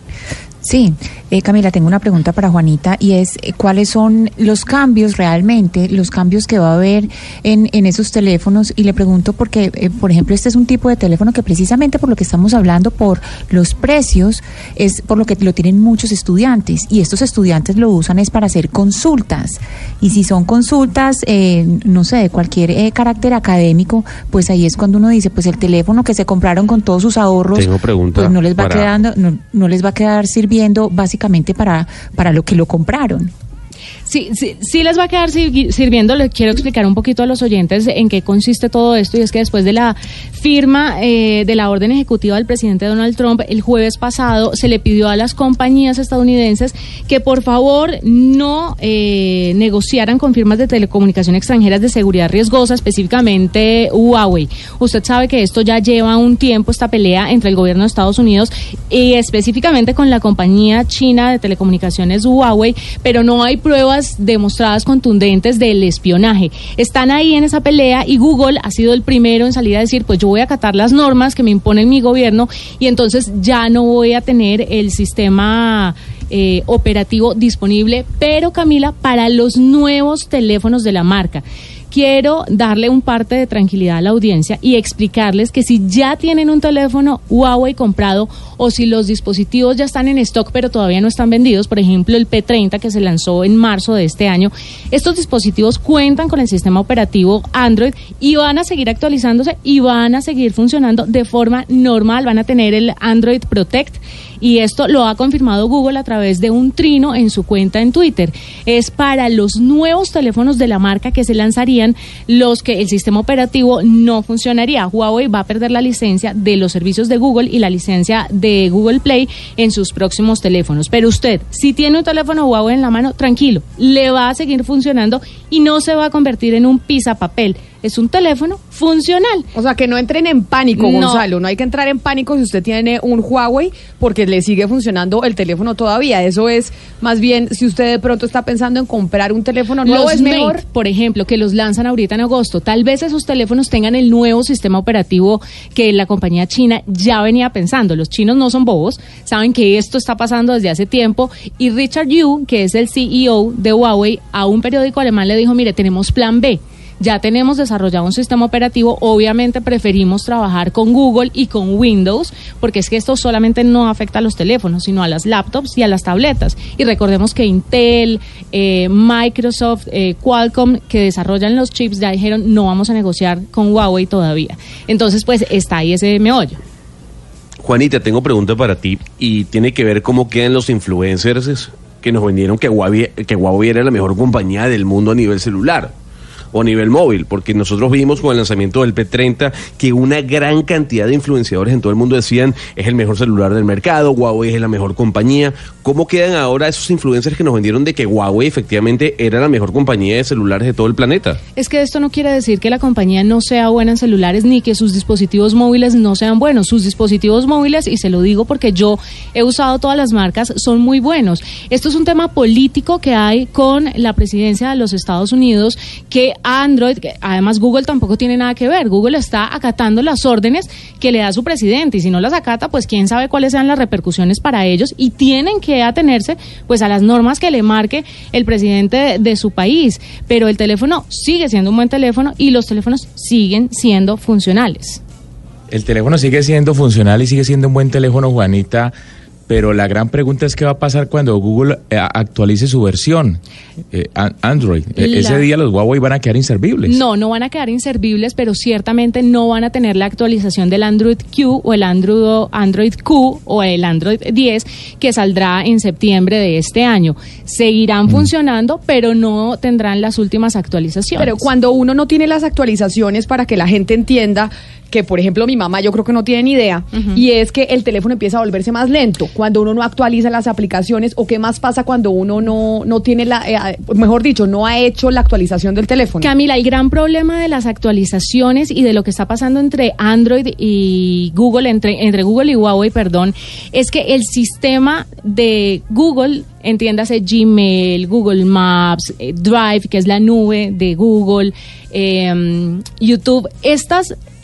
Sí, eh, Camila, tengo una pregunta para Juanita y es eh, ¿cuáles son los cambios realmente, los cambios que va a haber en, en esos teléfonos? Y le pregunto porque, eh, por ejemplo, este es un tipo de teléfono que precisamente por lo que estamos hablando, por los precios, es por lo que lo tienen muchos estudiantes y estos estudiantes lo usan es para hacer consultas. Y si son consultas, eh, no sé, de cualquier eh, carácter académico, pues ahí es cuando uno dice, pues el teléfono que se compraron con todos sus ahorros, Tengo pregunta pues no les va para... quedando, no, no les va a quedar sirviendo básicamente para, para lo que lo compraron. Sí, sí, sí les va a quedar sirviendo. Les quiero explicar un poquito a los oyentes en qué consiste todo esto, y es que después de la firma eh, de la orden ejecutiva del presidente Donald Trump el jueves pasado, se le pidió a las compañías estadounidenses que por favor no eh, negociaran con firmas de telecomunicación extranjeras de seguridad riesgosa, específicamente Huawei. Usted sabe que esto ya lleva un tiempo, esta pelea entre el gobierno de Estados Unidos y específicamente con la compañía china de telecomunicaciones Huawei, pero no hay pruebas demostradas contundentes del espionaje. Están ahí en esa pelea y Google ha sido el primero en salir a decir, pues yo voy a acatar las normas que me impone mi gobierno y entonces ya no voy a tener el sistema eh, operativo disponible, pero Camila, para los nuevos teléfonos de la marca. Quiero darle un parte de tranquilidad a la audiencia y explicarles que si ya tienen un teléfono Huawei comprado o si los dispositivos ya están en stock pero todavía no están vendidos, por ejemplo el P treinta que se lanzó en marzo de este año, estos dispositivos cuentan con el sistema operativo Android y van a seguir actualizándose y van a seguir funcionando de forma normal, van a tener el Android Protect. Y esto lo ha confirmado Google a través de un trino en su cuenta en Twitter. Es para los nuevos teléfonos de la marca que se lanzarían los que el sistema operativo no funcionaría. Huawei va a perder la licencia de los servicios de Google y la licencia de Google Play en sus próximos teléfonos. Pero usted, si tiene un teléfono Huawei en la mano, tranquilo, le va a seguir funcionando y no se va a convertir en un pisapapel. Es un teléfono funcional. O sea, que no entren en pánico, No. Gonzalo. No hay que entrar en pánico si usted tiene un Huawei porque le sigue funcionando el teléfono todavía. Eso es, más bien, si usted de pronto está pensando en comprar un teléfono nuevo, Los es Mate, mejor. por ejemplo, que los lanzan ahorita en agosto, tal vez esos teléfonos tengan el nuevo sistema operativo que la compañía china ya venía pensando. Los chinos no son bobos, saben que esto está pasando desde hace tiempo, y Richard Yu, que es el C E O de Huawei, a un periódico alemán le dijo, mire, tenemos plan B. Ya tenemos desarrollado un sistema operativo, obviamente preferimos trabajar con Google y con Windows, porque es que esto solamente no afecta a los teléfonos, sino a las laptops y a las tabletas. Y recordemos que Intel, eh, Microsoft, eh, Qualcomm, que desarrollan los chips, ya dijeron no vamos a negociar con Huawei todavía. Entonces, pues está ahí ese meollo. Juanita, tengo pregunta para ti y tiene que ver cómo quedan los influencers que nos vendieron que Huawei, que Huawei era la mejor compañía del mundo a nivel celular o a nivel móvil, porque nosotros vimos con el lanzamiento del P treinta que una gran cantidad de influenciadores en todo el mundo decían es el mejor celular del mercado, Huawei es la mejor compañía. ¿Cómo quedan ahora esos influencers que nos vendieron de que Huawei efectivamente era la mejor compañía de celulares de todo el planeta? Es que esto no quiere decir que la compañía no sea buena en celulares ni que sus dispositivos móviles no sean buenos. Sus dispositivos móviles, y se lo digo porque yo he usado todas las marcas, son muy buenos. Esto es un tema político que hay con la presidencia de los Estados Unidos, que Android, que además Google tampoco tiene nada que ver. Google está acatando las órdenes que le da su presidente y si no las acata, pues quién sabe cuáles sean las repercusiones para ellos, y tienen que atenerse pues a las normas que le marque el presidente de, de su país. Pero el teléfono sigue siendo un buen teléfono y los teléfonos siguen siendo funcionales. El teléfono sigue siendo funcional y sigue siendo un buen teléfono, Juanita, pero la gran pregunta es qué va a pasar cuando Google eh, actualice su versión, eh, Android. Eh, La... Ese día los Huawei van a quedar inservibles. No, no van a quedar inservibles, pero ciertamente no van a tener la actualización del Android Q o el Android, Android Q o el Android diez que saldrá en septiembre de este año. Seguirán mm. funcionando, pero no tendrán las últimas actualizaciones. Pero cuando uno no tiene las actualizaciones, para que la gente entienda que, por ejemplo, mi mamá yo creo que no tiene ni idea, uh-huh. y es que el teléfono empieza a volverse más lento cuando uno no actualiza las aplicaciones, o qué más pasa cuando uno no, no tiene la, eh, mejor dicho, no ha hecho la actualización del teléfono. Camila, el gran problema de las actualizaciones y de lo que está pasando entre Android y Google, entre, entre Google y Huawei, perdón, es que el sistema de Google, entiéndase Gmail, Google Maps, eh, Drive, que es la nube de Google, eh, YouTube, estas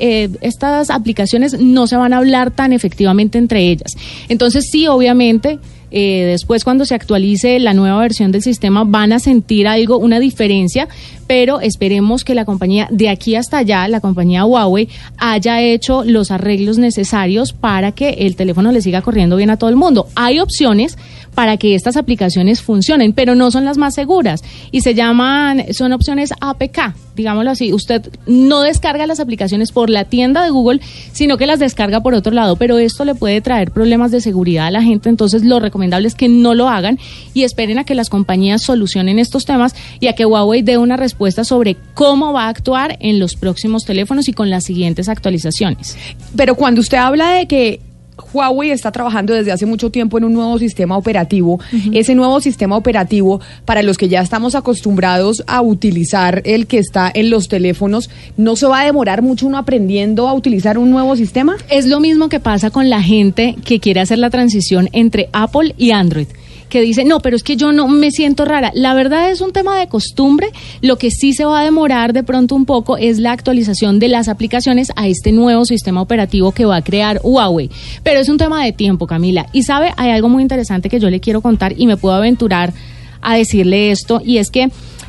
eh, estas aplicaciones no se van a hablar tan efectivamente entre ellas. Entonces sí, obviamente, eh, después cuando se actualice la nueva versión del sistema van a sentir algo, una diferencia, pero esperemos que la compañía de aquí hasta allá, la compañía Huawei, haya hecho los arreglos necesarios para que el teléfono le siga corriendo bien a todo el mundo. Hay opciones para que estas aplicaciones funcionen, pero no son las más seguras y se llaman, son opciones A P K, digámoslo así. Usted no descarga las aplicaciones por la tienda de Google, sino que las descarga por otro lado, pero esto le puede traer problemas de seguridad a la gente, entonces lo recomendable es que no lo hagan y esperen a que las compañías solucionen estos temas y a que Huawei dé una respuesta sobre cómo va a actuar en los próximos teléfonos y con las siguientes actualizaciones. Pero cuando usted habla de que Huawei está trabajando desde hace mucho tiempo en un nuevo sistema operativo. Uh-huh. Ese nuevo sistema operativo, para los que ya estamos acostumbrados a utilizar el que está en los teléfonos, ¿no se va a demorar mucho uno aprendiendo a utilizar un nuevo sistema? Es lo mismo que pasa con la gente que quiere hacer la transición entre Apple y Android, que dice, no, pero es que yo no me siento rara. La verdad es un tema de costumbre. Lo que sí se va a demorar de pronto un poco es la actualización de las aplicaciones a este nuevo sistema operativo que va a crear Huawei. Pero es un tema de tiempo, Camila. Y sabe, hay algo muy interesante que yo le quiero contar y me puedo aventurar a decirle esto, y es que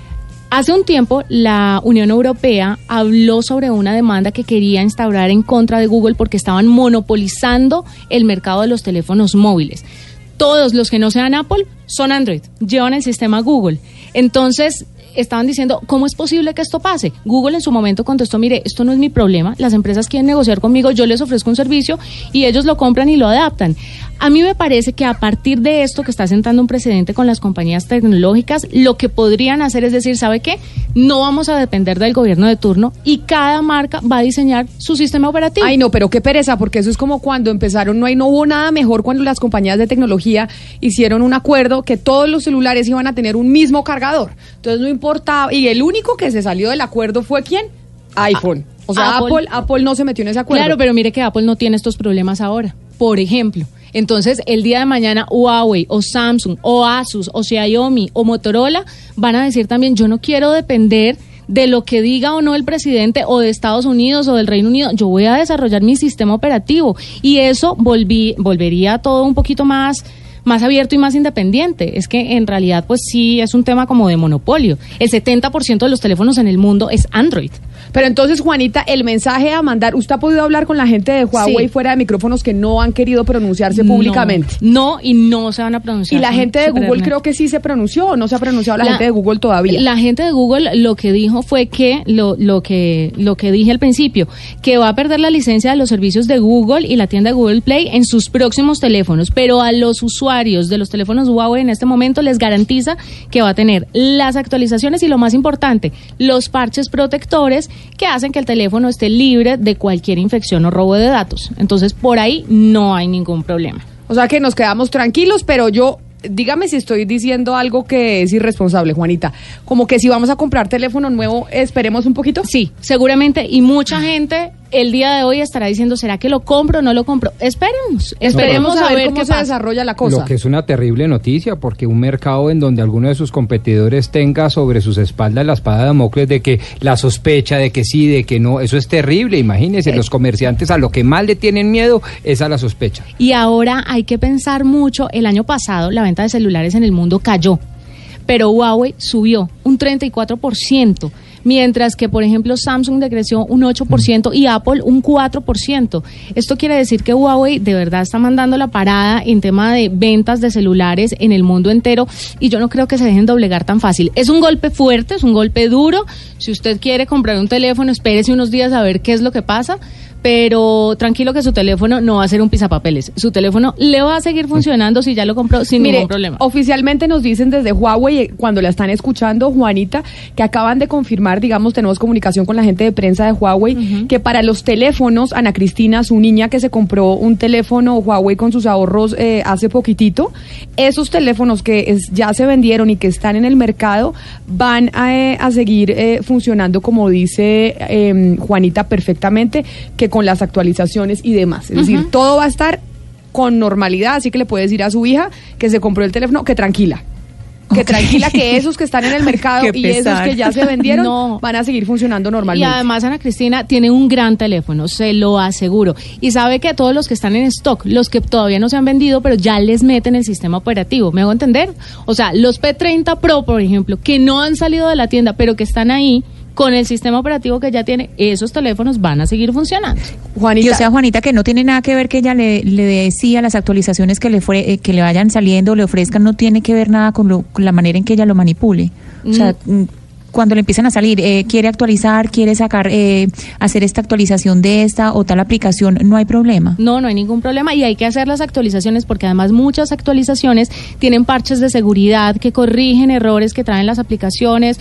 hace un tiempo la Unión Europea habló sobre una demanda que quería instaurar en contra de Google porque estaban monopolizando el mercado de los teléfonos móviles. Todos los que no sean Apple son Android, llevan el sistema Google. Entonces, estaban diciendo, ¿cómo es posible que esto pase? Google en su momento contestó, mire, esto no es mi problema, las empresas quieren negociar conmigo, yo les ofrezco un servicio y ellos lo compran y lo adaptan. A mí me parece que a partir de esto que está sentando un precedente con las compañías tecnológicas, lo que podrían hacer es decir, ¿sabe qué? No vamos a depender del gobierno de turno y cada marca va a diseñar su sistema operativo. Ay, no, pero qué pereza, porque eso es como cuando empezaron, no hay, no hubo nada mejor cuando las compañías de tecnología hicieron un acuerdo que todos los celulares iban a tener un mismo cargador. Entonces no importaba, y el único que se salió del acuerdo fue ¿quién? iPhone. O sea, Apple, Apple, Apple no se metió en ese acuerdo. Claro, pero mire que Apple no tiene estos problemas ahora. Por ejemplo, entonces el día de mañana Huawei o Samsung o Asus o Xiaomi o Motorola van a decir también, yo no quiero depender de lo que diga o no el presidente o de Estados Unidos o del Reino Unido, yo voy a desarrollar mi sistema operativo y eso volví, volvería todo un poquito más más abierto y más independiente. Es que en realidad pues sí es un tema como de monopolio. El setenta por ciento de los teléfonos en el mundo es Android. Pero entonces, Juanita, el mensaje a mandar, ¿usted ha podido hablar con la gente de Huawei sí. fuera de micrófonos que no han querido pronunciarse no, públicamente? No, y no se van a pronunciar. ¿Y la gente de Google creo que sí se pronunció o no se ha pronunciado la, la gente de Google todavía? La gente de Google lo que dijo fue que, lo, lo que lo que dije al principio, que va a perder la licencia de los servicios de Google y la tienda de Google Play en sus próximos teléfonos, pero a los usuarios de los teléfonos Huawei en este momento les garantiza que va a tener las actualizaciones y lo más importante, los parches protectores que hacen que el teléfono esté libre de cualquier infección o robo de datos. Entonces, por ahí no hay ningún problema. O sea que nos quedamos tranquilos, pero yo, dígame si estoy diciendo algo que es irresponsable, Juanita. Como que si vamos a comprar teléfono nuevo, esperemos un poquito. Sí, seguramente, y mucha gente el día de hoy estará diciendo, ¿será que lo compro o no lo compro? Esperemos, esperemos no, a ver cómo qué se pasa. desarrolla la cosa. Lo que es una terrible noticia, porque un mercado en donde alguno de sus competidores tenga sobre sus espaldas la espada de Damocles de que la sospecha, de que sí, de que no, eso es terrible. Imagínense, eh. los comerciantes a lo que más le tienen miedo es a la sospecha. Y ahora hay que pensar mucho, el año pasado la venta de celulares en el mundo cayó, pero Huawei subió un treinta y cuatro por ciento. Mientras que, por ejemplo, Samsung decreció un ocho por ciento y Apple un cuatro por ciento. Esto quiere decir que Huawei de verdad está mandando la parada en tema de ventas de celulares en el mundo entero y yo no creo que se dejen doblegar tan fácil. Es un golpe fuerte, es un golpe duro. Si usted quiere comprar un teléfono, espérese unos días a ver qué es lo que pasa, pero tranquilo que su teléfono no va a ser un pisapapeles. Su teléfono le va a seguir funcionando si ya lo compró sin Mire, ningún problema. Oficialmente nos dicen desde Huawei, cuando la están escuchando, Juanita, que acaban de confirmar, digamos, tenemos comunicación con la gente de prensa de Huawei, uh-huh. que para los teléfonos, Ana Cristina, su niña que se compró un teléfono Huawei con sus ahorros eh, hace poquitito, esos teléfonos que es, ya se vendieron y que están en el mercado van a, eh, a seguir eh, funcionando, como dice eh, Juanita perfectamente, que con las actualizaciones y demás. Es uh-huh. decir, todo va a estar con normalidad, así que le puede decir a su hija que se compró el teléfono que tranquila. que tranquila que esos que están en el mercado y esos que ya se vendieron no. van a seguir funcionando normalmente. Y además Ana Cristina tiene un gran teléfono, se lo aseguro. Y sabe que todos los que están en stock, los que todavía no se han vendido, pero ya les meten el sistema operativo, ¿me hago entender? O sea, los P treinta Pro, por ejemplo, que no han salido de la tienda, pero que están ahí, con el sistema operativo que ya tiene, esos teléfonos van a seguir funcionando. Juanita. Y o sea, Juanita, que no tiene nada que ver que ella le, le decía las actualizaciones que le fue, eh, que le vayan saliendo, le ofrezcan, no tiene que ver nada con, lo, con la manera en que ella lo manipule. O mm. sea, cuando le empiezan a salir, eh, quiere actualizar, quiere sacar, eh, hacer esta actualización de esta o tal aplicación, no hay problema. No, no hay ningún problema y hay que hacer las actualizaciones porque además muchas actualizaciones tienen parches de seguridad que corrigen errores que traen las aplicaciones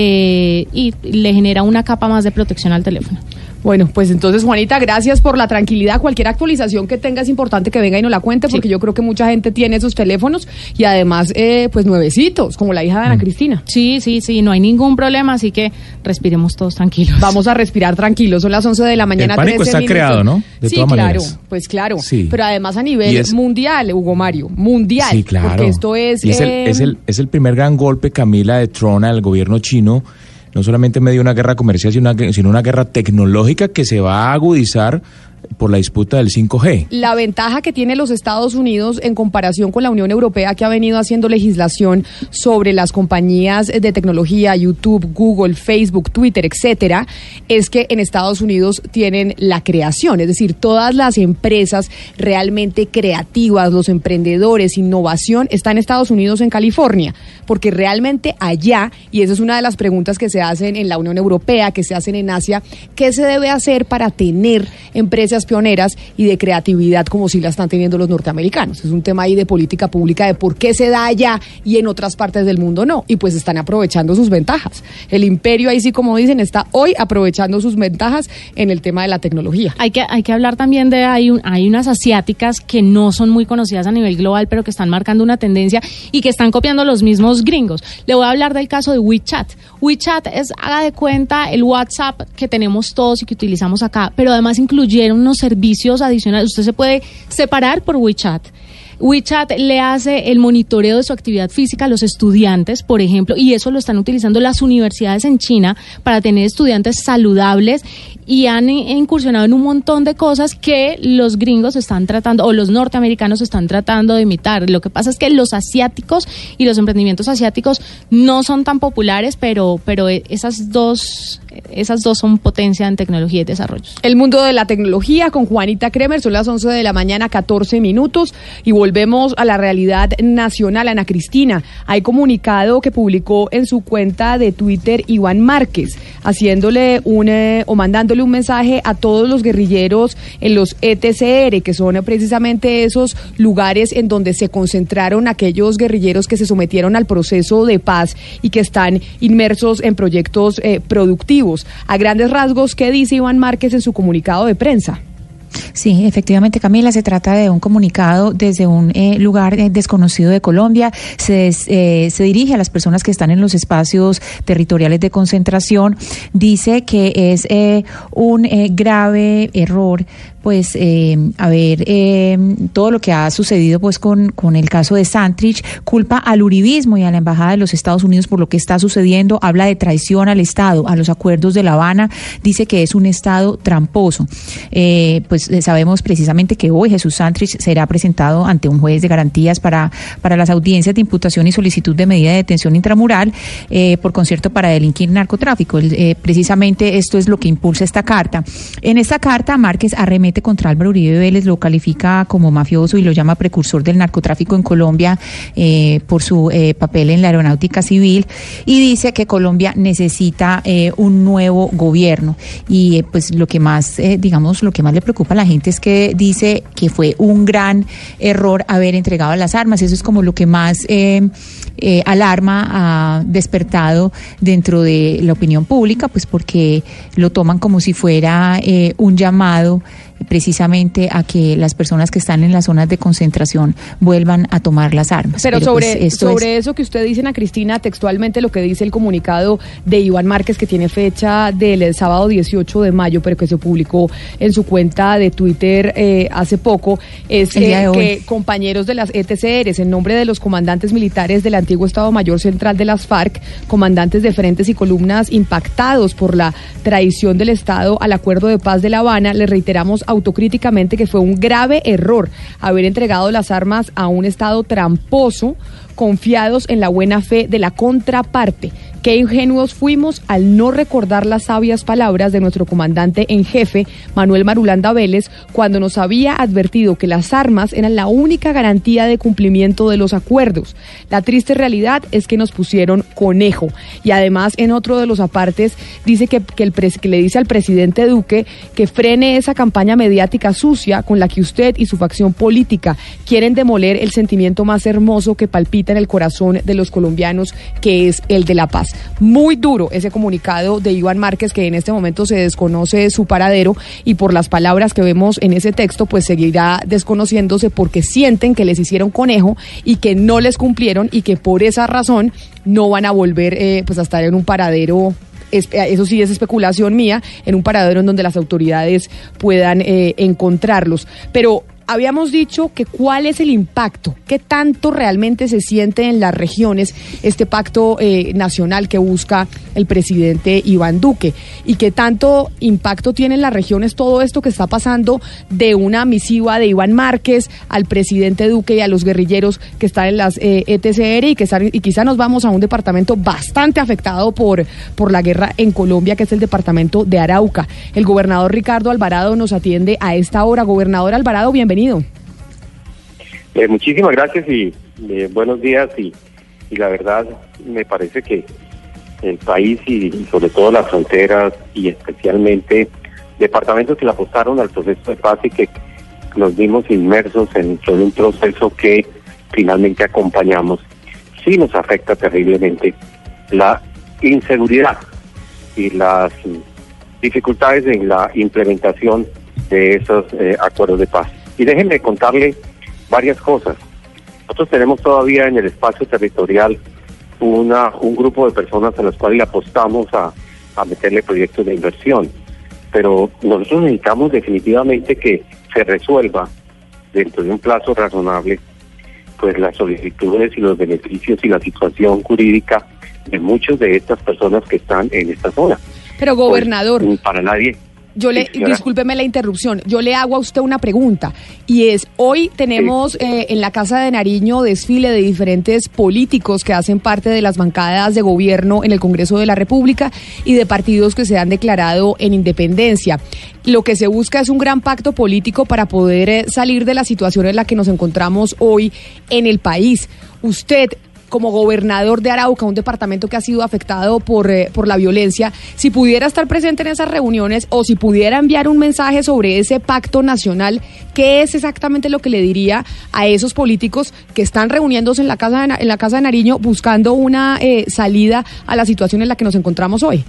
eh, y le genera una capa más de protección al teléfono. Bueno, pues entonces, Juanita, gracias por la tranquilidad. Cualquier actualización que tenga es importante que venga y nos la cuente, porque sí. Yo creo que mucha gente tiene esos teléfonos y además, eh, pues nuevecitos, como la hija de Ana mm. Cristina. Sí, sí, sí, no hay ningún problema, así que respiremos todos tranquilos. Vamos a respirar tranquilos, son las once de la mañana. El pánico está minutos. creado, ¿no? De sí, todas claro, maneras. pues claro, sí. Pero además a nivel es... mundial, Hugo Mario, mundial. Sí, claro. Porque esto es... Y es, eh... el, es, el, es el primer gran golpe, Camila, de Trump al gobierno chino. No solamente en medio de una guerra comercial, sino una, sino una guerra tecnológica que se va a agudizar por la disputa del cinco G. La ventaja que tiene los Estados Unidos en comparación con la Unión Europea, que ha venido haciendo legislación sobre las compañías de tecnología, YouTube, Google, Facebook, Twitter, etcétera, es que en Estados Unidos tienen la creación, es decir, todas las empresas realmente creativas, los emprendedores, innovación, está en Estados Unidos, en California, porque realmente allá, y esa es una de las preguntas que se hacen en la Unión Europea, que se hacen en Asia, ¿qué se debe hacer para tener empresas pioneras y de creatividad como si la están teniendo los norteamericanos? Es un tema ahí de política pública de por qué se da allá y en otras partes del mundo no, y pues están aprovechando sus ventajas. El imperio ahí sí, como dicen, está hoy aprovechando sus ventajas en el tema de la tecnología. Hay que, hay que hablar también de, hay, un, hay unas asiáticas que no son muy conocidas a nivel global, pero que están marcando una tendencia y que están copiando los mismos gringos. Le voy a hablar del caso de WeChat. WeChat es, haga de cuenta, el WhatsApp que tenemos todos y que utilizamos acá, pero además incluyeron unos servicios adicionales. Usted se puede separar por WeChat. WeChat le hace el monitoreo de su actividad física a los estudiantes, por ejemplo, y eso lo están utilizando las universidades en China para tener estudiantes saludables y han incursionado en un montón de cosas que los gringos están tratando, o los norteamericanos están tratando de imitar. Lo que pasa es que los asiáticos y los emprendimientos asiáticos no son tan populares, pero, pero esas dos, esas dos son potencia en tecnología y desarrollo. El mundo de la tecnología con Juanita Kremer, son las once de la mañana, catorce minutos, y volvemos a la realidad nacional. Ana Cristina, hay comunicado que publicó en su cuenta de Twitter Iván Márquez, haciéndole un, eh, o mandándole un mensaje a todos los guerrilleros en los E T C R, que son precisamente esos lugares en donde se concentraron aquellos guerrilleros que se sometieron al proceso de paz y que están inmersos en proyectos eh, productivos. A grandes rasgos, ¿qué dice Iván Márquez en su comunicado de prensa? Sí, efectivamente, Camila, se trata de un comunicado desde un eh, lugar eh, desconocido de Colombia. Se, eh, se dirige a las personas que están en los espacios territoriales de concentración. Dice que es eh, un eh, grave error, pues, eh, a ver, eh, todo lo que ha sucedido, pues, con, con el caso de Santrich, culpa al uribismo y a la Embajada de los Estados Unidos por lo que está sucediendo, habla de traición al Estado, a los acuerdos de La Habana, dice que es un Estado tramposo. Eh, pues sabemos precisamente que hoy Jesús Santrich será presentado ante un juez de garantías para, para las audiencias de imputación y solicitud de medida de detención intramural eh, por concierto para delinquir narcotráfico. Eh, precisamente esto es lo que impulsa esta carta. En esta carta, Márquez arremete contra Álvaro Uribe Vélez, lo califica como mafioso y lo llama precursor del narcotráfico en Colombia eh, por su eh, papel en la aeronáutica civil, y dice que Colombia necesita eh, un nuevo gobierno. Y eh, pues lo que más, eh, digamos, lo que más le preocupa a la gente es que dice que fue un gran error haber entregado las armas. Eso es como lo que más eh, eh, alarma ha despertado dentro de la opinión pública, pues porque lo toman como si fuera eh, un llamado precisamente a que las personas que están en las zonas de concentración vuelvan a tomar las armas. Pero, Pero sobre, pues sobre es... eso que usted dice, Ana Cristina, textualmente lo que dice el comunicado de Iván Márquez, que tiene fecha del sábado dieciocho de mayo, pero que se publicó en su cuenta de Twitter eh, hace poco, es eh, que compañeros de las E T C Rs, en nombre de los comandantes militares del antiguo Estado Mayor Central de las FARC, comandantes de frentes y columnas impactados por la traición del Estado al Acuerdo de Paz de La Habana, les reiteramos autocríticamente que fue un grave error haber entregado las armas a un Estado tramposo, confiados en la buena fe de la contraparte. Qué ingenuos fuimos al no recordar las sabias palabras de nuestro comandante en jefe, Manuel Marulanda Vélez, cuando nos había advertido que las armas eran la única garantía de cumplimiento de los acuerdos. La triste realidad es que nos pusieron conejo. Y además, en otro de los apartes, dice que, que, el pres, que le dice al presidente Duque que frene esa campaña mediática sucia con la que usted y su facción política quieren demoler el sentimiento más hermoso que palpita en el corazón de los colombianos, que es el de la paz. Muy duro ese comunicado de Iván Márquez, que en este momento se desconoce su paradero, y por las palabras que vemos en ese texto pues seguirá desconociéndose, porque sienten que les hicieron conejo y que no les cumplieron, y que por esa razón no van a volver eh, pues a estar en un paradero. Eso sí es especulación mía, en un paradero en donde las autoridades puedan eh, encontrarlos. Pero habíamos dicho que cuál es el impacto, qué tanto realmente se siente en las regiones este pacto eh, nacional que busca el presidente Iván Duque, y qué tanto impacto tiene en las regiones todo esto que está pasando de una misiva de Iván Márquez al presidente Duque y a los guerrilleros que están en las eh, E T C R, y que están, y quizá nos vamos a un departamento bastante afectado por, por la guerra en Colombia, que es el departamento de Arauca. El gobernador Ricardo Alvarado nos atiende a esta hora. Gobernador Alvarado, bienvenido. Eh, muchísimas gracias y eh, buenos días, y, y la verdad me parece que el país y, y sobre todo las fronteras, y especialmente departamentos que le apostaron al proceso de paz y que nos vimos inmersos en todo un proceso que finalmente acompañamos, sí nos afecta terriblemente la inseguridad y las dificultades en la implementación de esos eh, acuerdos de paz. Y déjenme contarle varias cosas. Nosotros tenemos todavía en el espacio territorial una un grupo de personas a las cuales le apostamos a, a meterle proyectos de inversión, pero nosotros necesitamos definitivamente que se resuelva dentro de un plazo razonable pues las solicitudes y los beneficios y la situación jurídica de muchas de estas personas que están en esta zona. Pero gobernador, pues, para nadie. Yo le, sí, discúlpeme la interrupción, yo le hago a usted una pregunta, y es, hoy tenemos sí. eh, en la Casa de Nariño desfile de diferentes políticos que hacen parte de las bancadas de gobierno en el Congreso de la República y de partidos que se han declarado en independencia. Lo que se busca es un gran pacto político para poder eh, salir de la situación en la que nos encontramos hoy en el país. Usted, como gobernador de Arauca, un departamento que ha sido afectado por, eh, por la violencia, si pudiera estar presente en esas reuniones o si pudiera enviar un mensaje sobre ese pacto nacional, ¿qué es exactamente lo que le diría a esos políticos que están reuniéndose en la Casa de, en la Casa de Nariño buscando una eh, salida a la situación en la que nos encontramos hoy?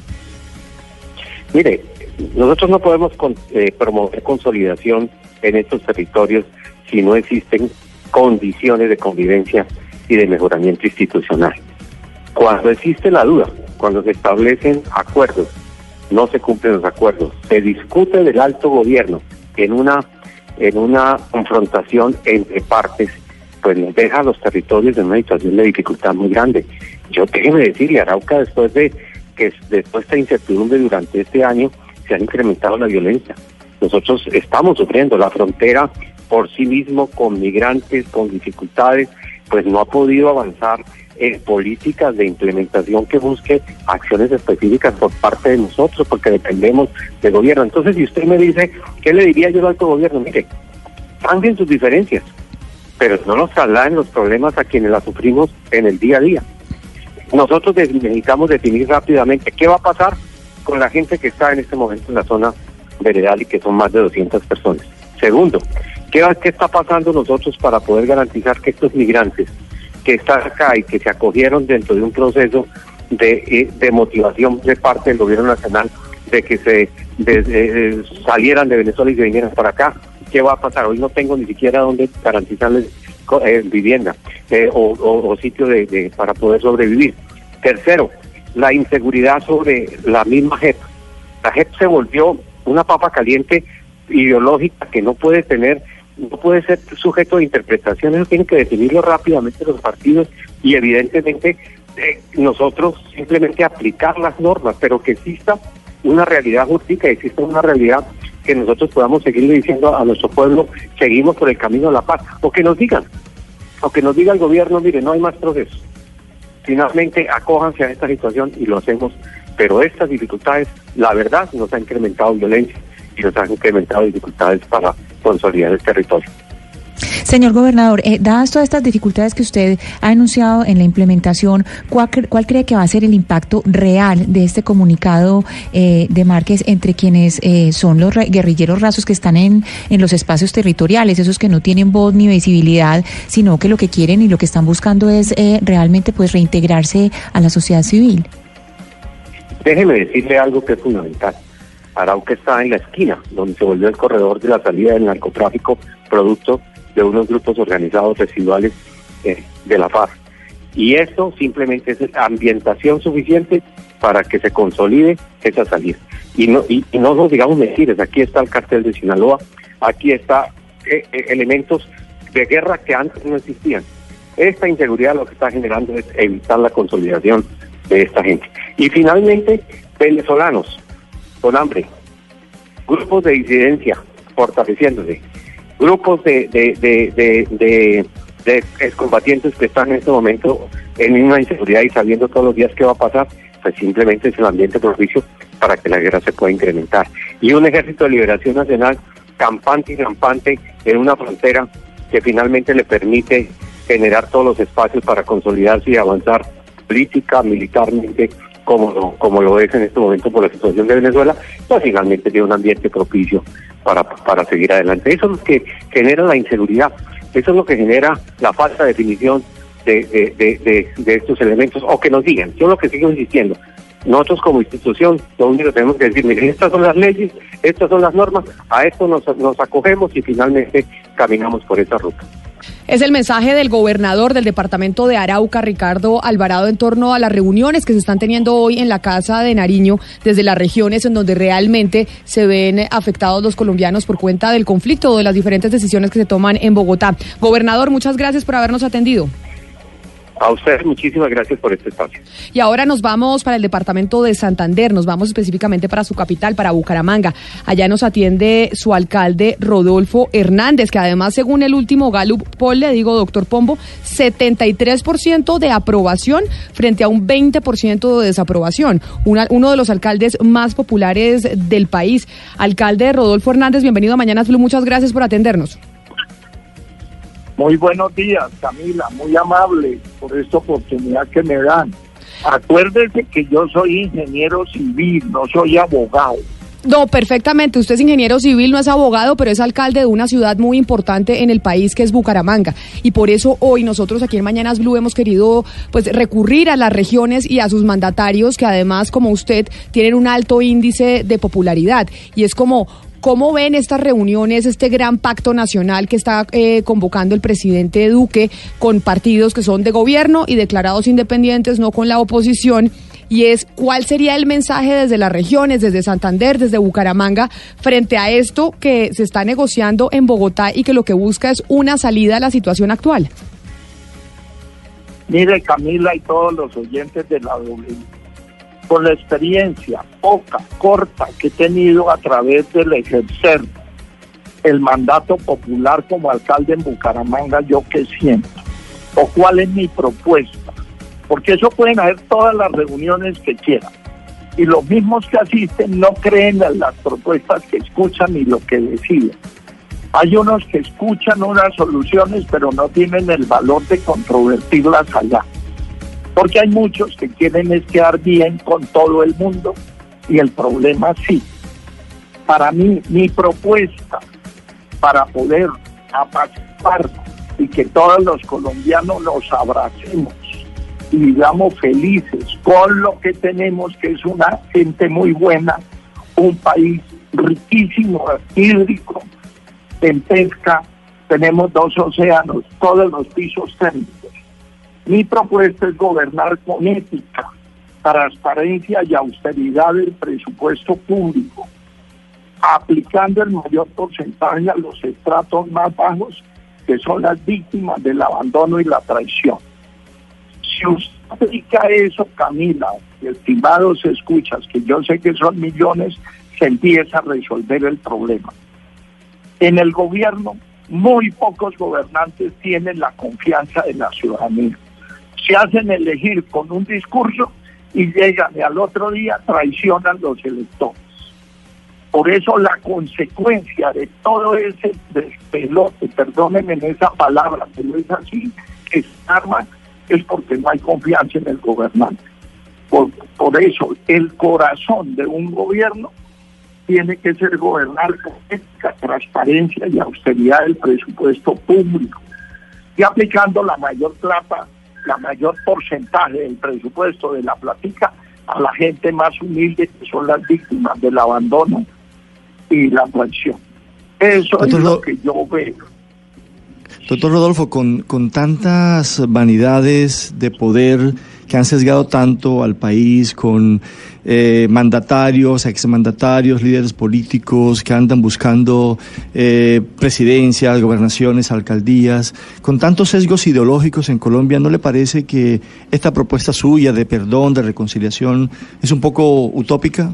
Mire, nosotros no podemos con, eh, promover consolidación en estos territorios si no existen condiciones de convivencia y de mejoramiento institucional. Cuando existe la duda, cuando se establecen acuerdos, no se cumplen los acuerdos, se discute del alto gobierno en una en una confrontación entre partes, pues nos deja a los territorios en una situación de dificultad muy grande. Yo déjeme decirle, Arauca, después de que después de esta incertidumbre durante este año, se ha incrementado la violencia. Nosotros estamos sufriendo la frontera por sí mismo, con migrantes, con dificultades, pues no ha podido avanzar en políticas de implementación que busque acciones específicas por parte de nosotros, porque dependemos del gobierno. Entonces, si usted me dice, ¿qué le diría yo al alto gobierno? Mire, cambien sus diferencias, pero no nos trasladen los problemas a quienes las sufrimos en el día a día. Nosotros necesitamos definir rápidamente qué va a pasar con la gente que está en este momento en la zona veredal y que son más de doscientas personas. Segundo, ¿qué, qué está pasando nosotros para poder garantizar que estos migrantes que están acá y que se acogieron dentro de un proceso de, de motivación de parte del gobierno nacional de que se de, de, salieran de Venezuela y se vinieran para acá. ¿Qué va a pasar? Hoy no tengo ni siquiera dónde garantizarles eh, vivienda eh, o, o, o sitio de, de, para poder sobrevivir. Tercero, la inseguridad sobre la misma J E P. La J E P se volvió una papa caliente ideológica que no puede tener, no puede ser sujeto de interpretación. Eso tienen que definirlo rápidamente los partidos y evidentemente eh, nosotros simplemente aplicar las normas, pero que exista una realidad jurídica, exista una realidad que nosotros podamos seguirle diciendo a nuestro pueblo, seguimos por el camino de la paz, o que nos digan, o que nos diga el gobierno, mire, no hay más proceso. Finalmente, acójanse a esta situación y lo hacemos, pero estas dificultades, la verdad, nos han incrementado violencia y nos han incrementado dificultades para consolidar el territorio. Señor gobernador, eh, dadas todas estas dificultades que usted ha anunciado en la implementación, ¿cuál, cuál cree que va a ser el impacto real de este comunicado eh, de Márquez entre quienes eh, son los guerrilleros rasos que están en, en los espacios territoriales, esos que no tienen voz ni visibilidad, sino que lo que quieren y lo que están buscando es eh, realmente pues reintegrarse a la sociedad civil? Déjeme decirle algo que es fundamental. Arauca está en la esquina, donde se volvió el corredor de la salida del narcotráfico, producto de unos grupos organizados residuales eh, de la FARC. Y esto simplemente es ambientación suficiente para que se consolide esa salida. Y no y, y no nos digamos mentiras, aquí está el cartel de Sinaloa, aquí está eh, eh, elementos de guerra que antes no existían. Esta inseguridad lo que está generando es evitar la consolidación de esta gente. Y finalmente, venezolanos con hambre, grupos de disidencia fortaleciéndose, grupos de de, de, de, de, de excombatientes que están en este momento en una inseguridad y sabiendo todos los días qué va a pasar, pues simplemente es el ambiente propicio para que la guerra se pueda incrementar. Y un ejército de liberación nacional campante y rampante en una frontera que finalmente le permite generar todos los espacios para consolidarse y avanzar política, militarmente, como lo, como lo es en este momento por la situación de Venezuela, pues finalmente tiene un ambiente propicio para, para seguir adelante. Eso es lo que genera la inseguridad, eso es lo que genera la falta de definición de, de, de, de, de estos elementos, o que nos digan. Yo lo que sigo insistiendo, nosotros como institución, lo único que tenemos que decir, miren, estas son las leyes, estas son las normas, a esto nos, nos acogemos y finalmente caminamos por esa ruta. Es el mensaje del gobernador del departamento de Arauca, Ricardo Alvarado, en torno a las reuniones que se están teniendo hoy en la Casa de Nariño desde las regiones en donde realmente se ven afectados los colombianos por cuenta del conflicto o de las diferentes decisiones que se toman en Bogotá. Gobernador, muchas gracias por habernos atendido. A ustedes muchísimas gracias por este espacio. Y ahora nos vamos para el departamento de Santander, nos vamos específicamente para su capital, para Bucaramanga. Allá nos atiende su alcalde Rodolfo Hernández, que además, según el último Gallup Poll, le digo, doctor Pombo, setenta y tres por ciento de aprobación frente a un veinte por ciento de desaprobación. Una, uno de los alcaldes más populares del país. Alcalde Rodolfo Hernández, bienvenido a Mañanas Blue, muchas gracias por atendernos. Muy buenos días, Camila, muy amable por esta oportunidad que me dan. Acuérdese que yo soy ingeniero civil, no soy abogado. No, perfectamente, usted es ingeniero civil, no es abogado, pero es alcalde de una ciudad muy importante en el país que es Bucaramanga. Y por eso hoy nosotros aquí en Mañanas Blue hemos querido pues recurrir a las regiones y a sus mandatarios, que además, como usted, tienen un alto índice de popularidad. Y es como... ¿Cómo ven estas reuniones, este gran pacto nacional que está eh, convocando el presidente Duque con partidos que son de gobierno y declarados independientes, no con la oposición? Y es, ¿cuál sería el mensaje desde las regiones, desde Santander, desde Bucaramanga, frente a esto que se está negociando en Bogotá y que lo que busca es una salida a la situación actual? Mire, Camila y todos los oyentes de la W, con la experiencia poca, corta que he tenido a través del ejercer el mandato popular como alcalde en Bucaramanga, ¿yo qué siento? ¿O cuál es mi propuesta? Porque eso pueden haber todas las reuniones que quieran. Y los mismos que asisten no creen en las propuestas que escuchan ni lo que deciden. Hay unos que escuchan unas soluciones, pero no tienen el valor de controvertirlas allá. Porque hay muchos que quieren es quedar bien con todo el mundo y el problema sí. Para mí, mi propuesta para poder apaciguar y que todos los colombianos nos abracemos y vivamos felices con lo que tenemos, que es una gente muy buena, un país riquísimo, hídrico, en pesca, tenemos dos océanos, todos los pisos térmicos. Mi propuesta es gobernar con ética, transparencia y austeridad del presupuesto público, aplicando el mayor porcentaje a los estratos más bajos, que son las víctimas del abandono y la traición. Si usted aplica eso, Camila, estimados escuchas, que yo sé que son millones, se empieza a resolver el problema. En el gobierno, muy pocos gobernantes tienen la confianza de la ciudadanía. Se hacen elegir con un discurso y llegan y al otro día traicionan los electores. Por eso la consecuencia de todo ese despelote, perdónenme en esa palabra, pero es así, que se arma, es porque no hay confianza en el gobernante. Por, por eso el corazón de un gobierno tiene que ser gobernar con ética, transparencia y austeridad del presupuesto público, y aplicando la mayor plata, la mayor porcentaje del presupuesto de la platica a la gente más humilde, que son las víctimas del abandono y la traición. Eso Doctor es lo que yo veo. Doctor Rodolfo, con, con tantas vanidades de poder que han sesgado tanto al país, con eh, mandatarios, exmandatarios, líderes políticos que andan buscando eh, presidencias, gobernaciones, alcaldías, con tantos sesgos ideológicos en Colombia, ¿no le parece que esta propuesta suya de perdón, de reconciliación, es un poco utópica?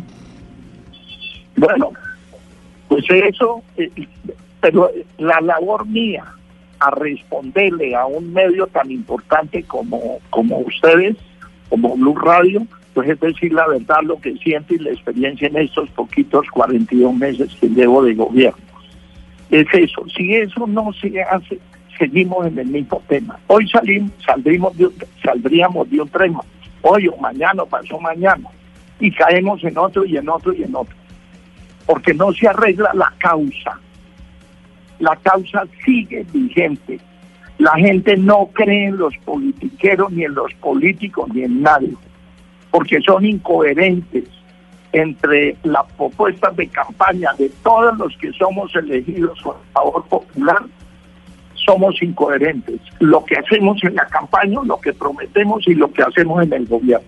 Bueno, pues eso, eh, pero la labor mía a responderle a un medio tan importante como, como ustedes, como Blue Radio, pues es decir la verdad, lo que siento y la experiencia en estos poquitos cuarenta y dos meses que llevo de gobierno. Es eso, si eso no se hace, seguimos en el mismo tema. Hoy salimos, saldríamos de, saldríamos de un tema, hoy o mañana o pasó mañana, y caemos en otro y en otro y en otro, porque no se arregla la causa. La causa sigue vigente. La gente no cree en los politiqueros, ni en los políticos, ni en nadie, porque son incoherentes entre las propuestas de campaña de todos los que somos elegidos por favor popular. Somos incoherentes. Lo que hacemos en la campaña, lo que prometemos y lo que hacemos en el gobierno.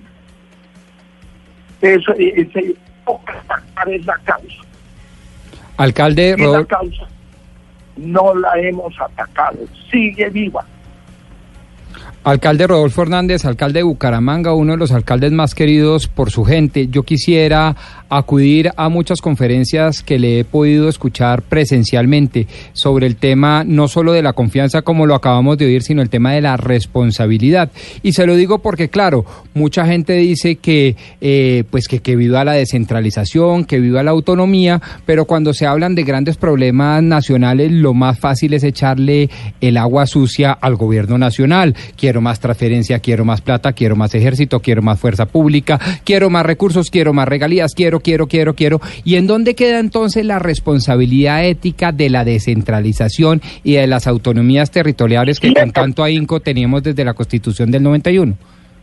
Eso es, es la causa. Alcalde y la causa no la hemos atacado, sigue viva. Alcalde Rodolfo Hernández, alcalde de Bucaramanga, uno de los alcaldes más queridos por su gente. Yo quisiera acudir a muchas conferencias que le he podido escuchar presencialmente sobre el tema no solo de la confianza como lo acabamos de oír, sino el tema de la responsabilidad. Y se lo digo porque, claro, mucha gente dice que eh, pues que, que viva la descentralización, que viva la autonomía, pero cuando se hablan de grandes problemas nacionales, lo más fácil es echarle el agua sucia al gobierno nacional. Quiero más transferencia, quiero más plata, quiero más ejército, quiero más fuerza pública, quiero más recursos, quiero más regalías, quiero, quiero, quiero, quiero. ¿Y en dónde queda entonces la responsabilidad ética de la descentralización y de las autonomías territoriales que con tanto ahínco teníamos desde la Constitución del noventa y uno?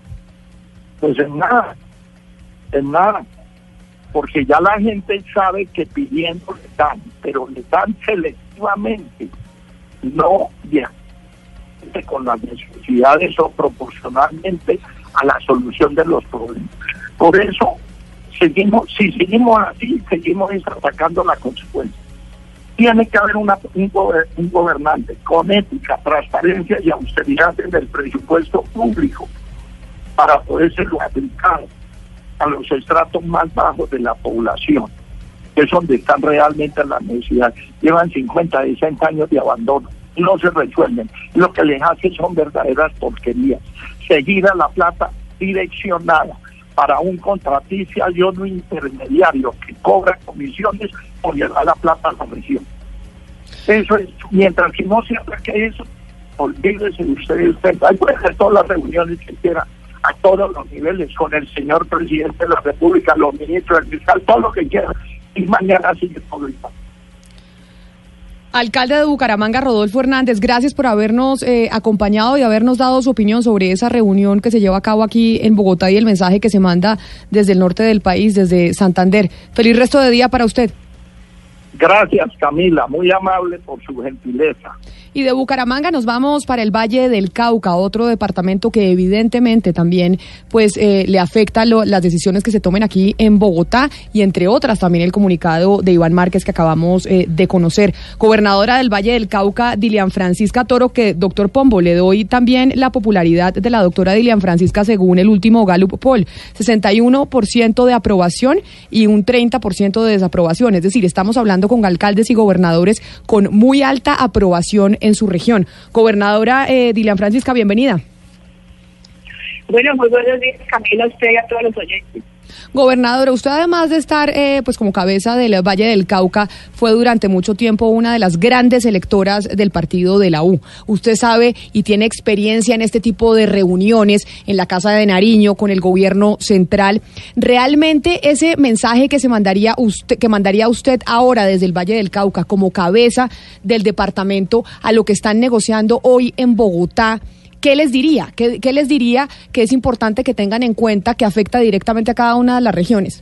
Pues en nada, en nada, porque ya la gente sabe que pidiendo le dan, pero le dan selectivamente, no ya con las necesidades o proporcionalmente a la solución de los problemas. Por eso seguimos, si seguimos así, seguimos atacando la consecuencia. Tiene que haber una, un, gober, un gobernante con ética, transparencia y austeridad en el presupuesto público para podérselo aplicar a los estratos más bajos de la población, que es donde están realmente las necesidades. Llevan cincuenta, sesenta años de abandono, no se resuelven. Lo que les hace son verdaderas porquerías. Seguir a la plata direccionada para un contratista y un intermediario que cobra comisiones por llevar la plata a la región. Eso es, mientras que no se ataque eso, olvídese de ustedes. Hay que hacer todas las reuniones que quieran, a todos los niveles, con el señor presidente de la República, los ministros, el fiscal, todo lo que quieran, y mañana sigue todo igual. Alcalde de Bucaramanga, Rodolfo Hernández, gracias por habernos eh, acompañado y habernos dado su opinión sobre esa reunión que se lleva a cabo aquí en Bogotá y el mensaje que se manda desde el norte del país, desde Santander. Feliz resto de día para usted. Gracias, Camila, muy amable por su gentileza. Y de Bucaramanga nos vamos para el Valle del Cauca, otro departamento que evidentemente también pues eh, le afecta lo, las decisiones que se tomen aquí en Bogotá y entre otras también el comunicado de Iván Márquez que acabamos eh, de conocer. Gobernadora del Valle del Cauca, Dilian Francisca Toro, que doctor Pombo, le doy también la popularidad de la doctora Dilian Francisca según el último Gallup Poll, sesenta y uno por ciento de aprobación y un treinta por ciento de desaprobación, es decir, estamos hablando con alcaldes y gobernadores con muy alta aprobación en su región. Gobernadora eh, Dilian Francisca, bienvenida. Bueno, muy buenos días, Camila, a usted y a todos los oyentes. Gobernadora, usted además de estar eh, pues como cabeza del Valle del Cauca, fue durante mucho tiempo una de las grandes electoras del partido de la U. Usted sabe y tiene experiencia en este tipo de reuniones en la Casa de Nariño con el gobierno central. ¿Realmente ese mensaje que se mandaría usted, que mandaría usted ahora desde el Valle del Cauca como cabeza del departamento a lo que están negociando hoy en Bogotá, ¿qué les diría? ¿Qué, qué les diría que es importante que tengan en cuenta que afecta directamente a cada una de las regiones?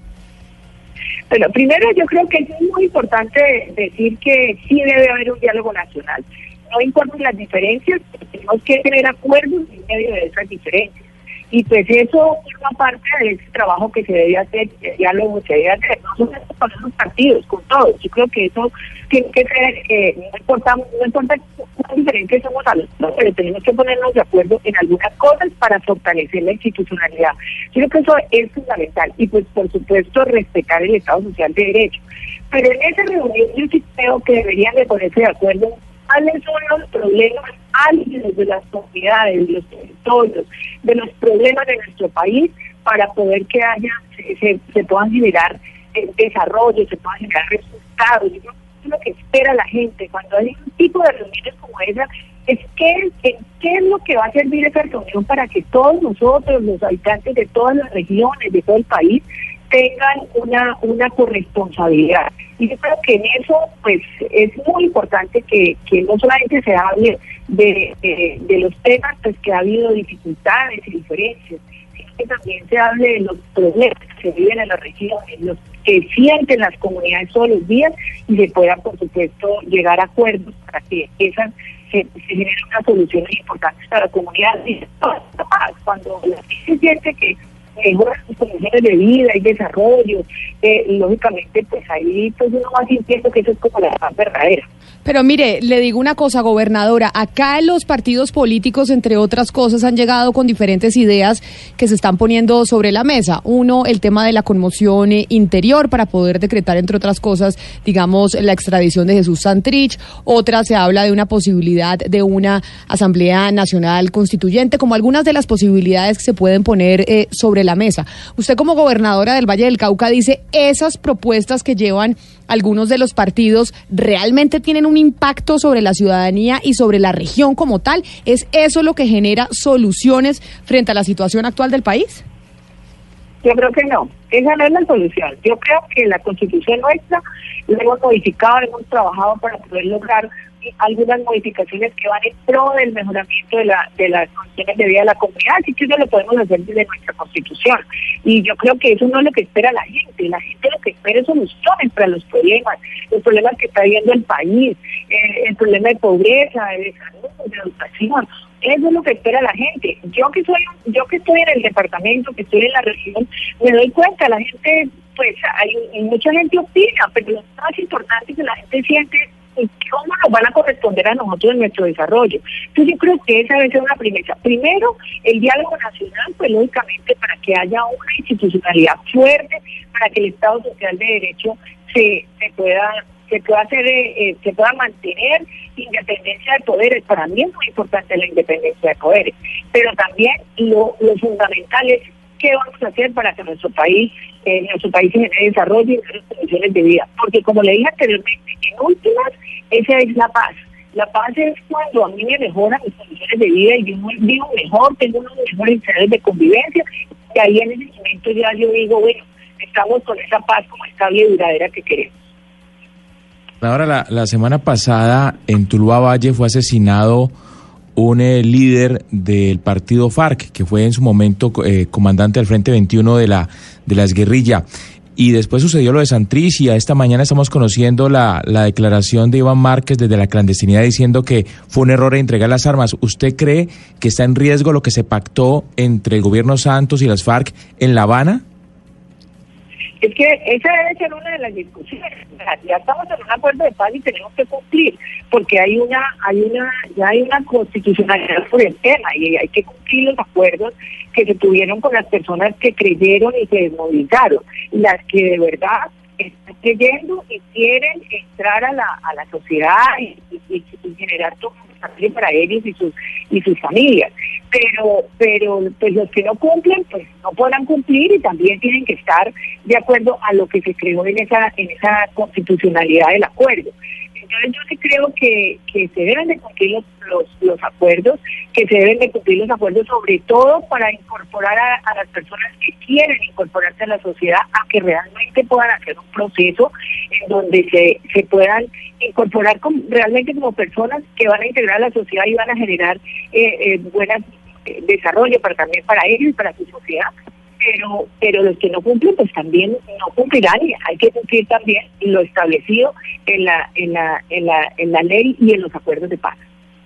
Bueno, primero yo creo que es muy importante decir que sí debe haber un diálogo nacional. No importan las diferencias, tenemos que tener acuerdos en medio de esas diferencias. Y pues eso forma parte de ese trabajo que se debe hacer, el diálogo que se debe hacer, no solamente con los partidos, con todos. Yo creo que eso tiene que ser, eh, no importa, no importa cuán diferentes somos a los otros, pero tenemos que ponernos de acuerdo en algunas cosas para fortalecer la institucionalidad. Yo creo que eso es fundamental. Y pues por supuesto respetar el Estado Social de Derecho. Pero en esa reunión yo sí creo que deberían de ponerse de acuerdo cuáles son los problemas álgidos de las comunidades, de los territorios, de los problemas de nuestro país, para poder que haya, se, se, se puedan generar eh, desarrollo, se puedan generar resultados. Yo creo que es lo que espera la gente cuando hay un tipo de reuniones como esa, es que, que, qué es lo que va a servir esa reunión para que todos nosotros, los habitantes de todas las regiones, de todo el país, tengan una una corresponsabilidad. Y yo creo que en eso pues es muy importante que, que no solamente se hable de, de, de los temas pues que ha habido dificultades y diferencias, sino que también se hable de los problemas que se viven en las regiones, los que sienten las comunidades todos los días, y se puedan por supuesto llegar a acuerdos para que esas se, se generen unas soluciones importantes para la comunidad. Y cuando la gente siente que mejoran sus condiciones de vida y desarrollo, eh, lógicamente pues ahí pues uno va sintiendo que eso es como la paz verdadera. Pero mire, le digo una cosa, gobernadora, acá los partidos políticos, entre otras cosas, han llegado con diferentes ideas que se están poniendo sobre la mesa. Uno, el tema de la conmoción eh, interior para poder decretar, entre otras cosas, digamos, la extradición de Jesús Santrich. Otra, se habla de una posibilidad de una Asamblea Nacional Constituyente, como algunas de las posibilidades que se pueden poner eh, sobre la mesa. Usted, como gobernadora del Valle del Cauca, dice, esas propuestas que llevan algunos de los partidos realmente tienen un impacto sobre la ciudadanía y sobre la región como tal. ¿Es eso lo que genera soluciones frente a la situación actual del país? Yo creo que no, esa no es la solución. Yo creo que la Constitución nuestra la hemos modificado, la hemos trabajado para poder lograr algunas modificaciones que van en pro del mejoramiento de la de las condiciones de vida de la comunidad, así que eso lo podemos hacer desde nuestra Constitución. Y yo creo que eso no es lo que espera la gente. La gente lo que espera es soluciones para los problemas, los problemas que está viviendo el país, eh, el problema de pobreza, de salud, de educación. Eso es lo que espera la gente. Yo que soy, yo que estoy en el departamento, que estoy en la región, me doy cuenta, la gente, pues hay mucha gente opina, pero lo más importante es que la gente siente cómo nos van a corresponder a nosotros en nuestro desarrollo. Entonces yo creo que esa debe ser una premisa. Primero, el diálogo nacional, pues lógicamente para que haya una institucionalidad fuerte, para que el Estado Social de Derecho se, se pueda se pueda hacer, eh, se pueda mantener independencia de poderes. Para mí es muy importante la independencia de poderes, pero también lo, lo fundamental es qué vamos a hacer para que nuestro país, eh, nuestro país se genere desarrollo y mejores condiciones de vida. Porque como le dije anteriormente, en últimas, esa es la paz. La paz es cuando a mí me mejoran mis condiciones de vida y yo vivo mejor, tengo unos mejores escenarios de convivencia, y ahí en ese momento ya yo digo, bueno, estamos con esa paz como estable y duradera que queremos. Ahora, la, la semana pasada en Tuluá Valle fue asesinado un eh, líder del partido FARC, que fue en su momento eh, comandante del Frente veintiuno de la de las guerrillas. Y después sucedió lo de Santrich, y a esta mañana estamos conociendo la, la declaración de Iván Márquez desde la clandestinidad diciendo que fue un error entregar las armas. ¿Usted cree que está en riesgo lo que se pactó entre el gobierno Santos y las FARC en La Habana? Es que esa debe ser una de las discusiones. Ya estamos en un acuerdo de paz y tenemos que cumplir, porque hay una, hay una, ya hay una constitucionalidad por el tema y hay que cumplir los acuerdos que se tuvieron con las personas que creyeron y se desmovilizaron, las que de verdad están creyendo y quieren entrar a la, a la sociedad y, y, y generar todo un desarrollo para ellos y sus y sus familias. Pero, pero pues los que no cumplen, pues no podrán cumplir y también tienen que estar de acuerdo a lo que se creó en esa, en esa constitucionalidad del acuerdo. Entonces yo sí creo que, que se deben de cumplir los, los, los acuerdos, que se deben de cumplir los acuerdos sobre todo para incorporar a, a las personas que quieren incorporarse a la sociedad, a que realmente puedan hacer un proceso en donde se, se puedan incorporar como, realmente como personas que van a integrar a la sociedad y van a generar eh, eh, buenas eh, desarrollo para también para ellos y para su sociedad. Pero pero los que no cumplen pues también no cumplirán y hay que cumplir también lo establecido en la en la en la en la ley y en los acuerdos de paz.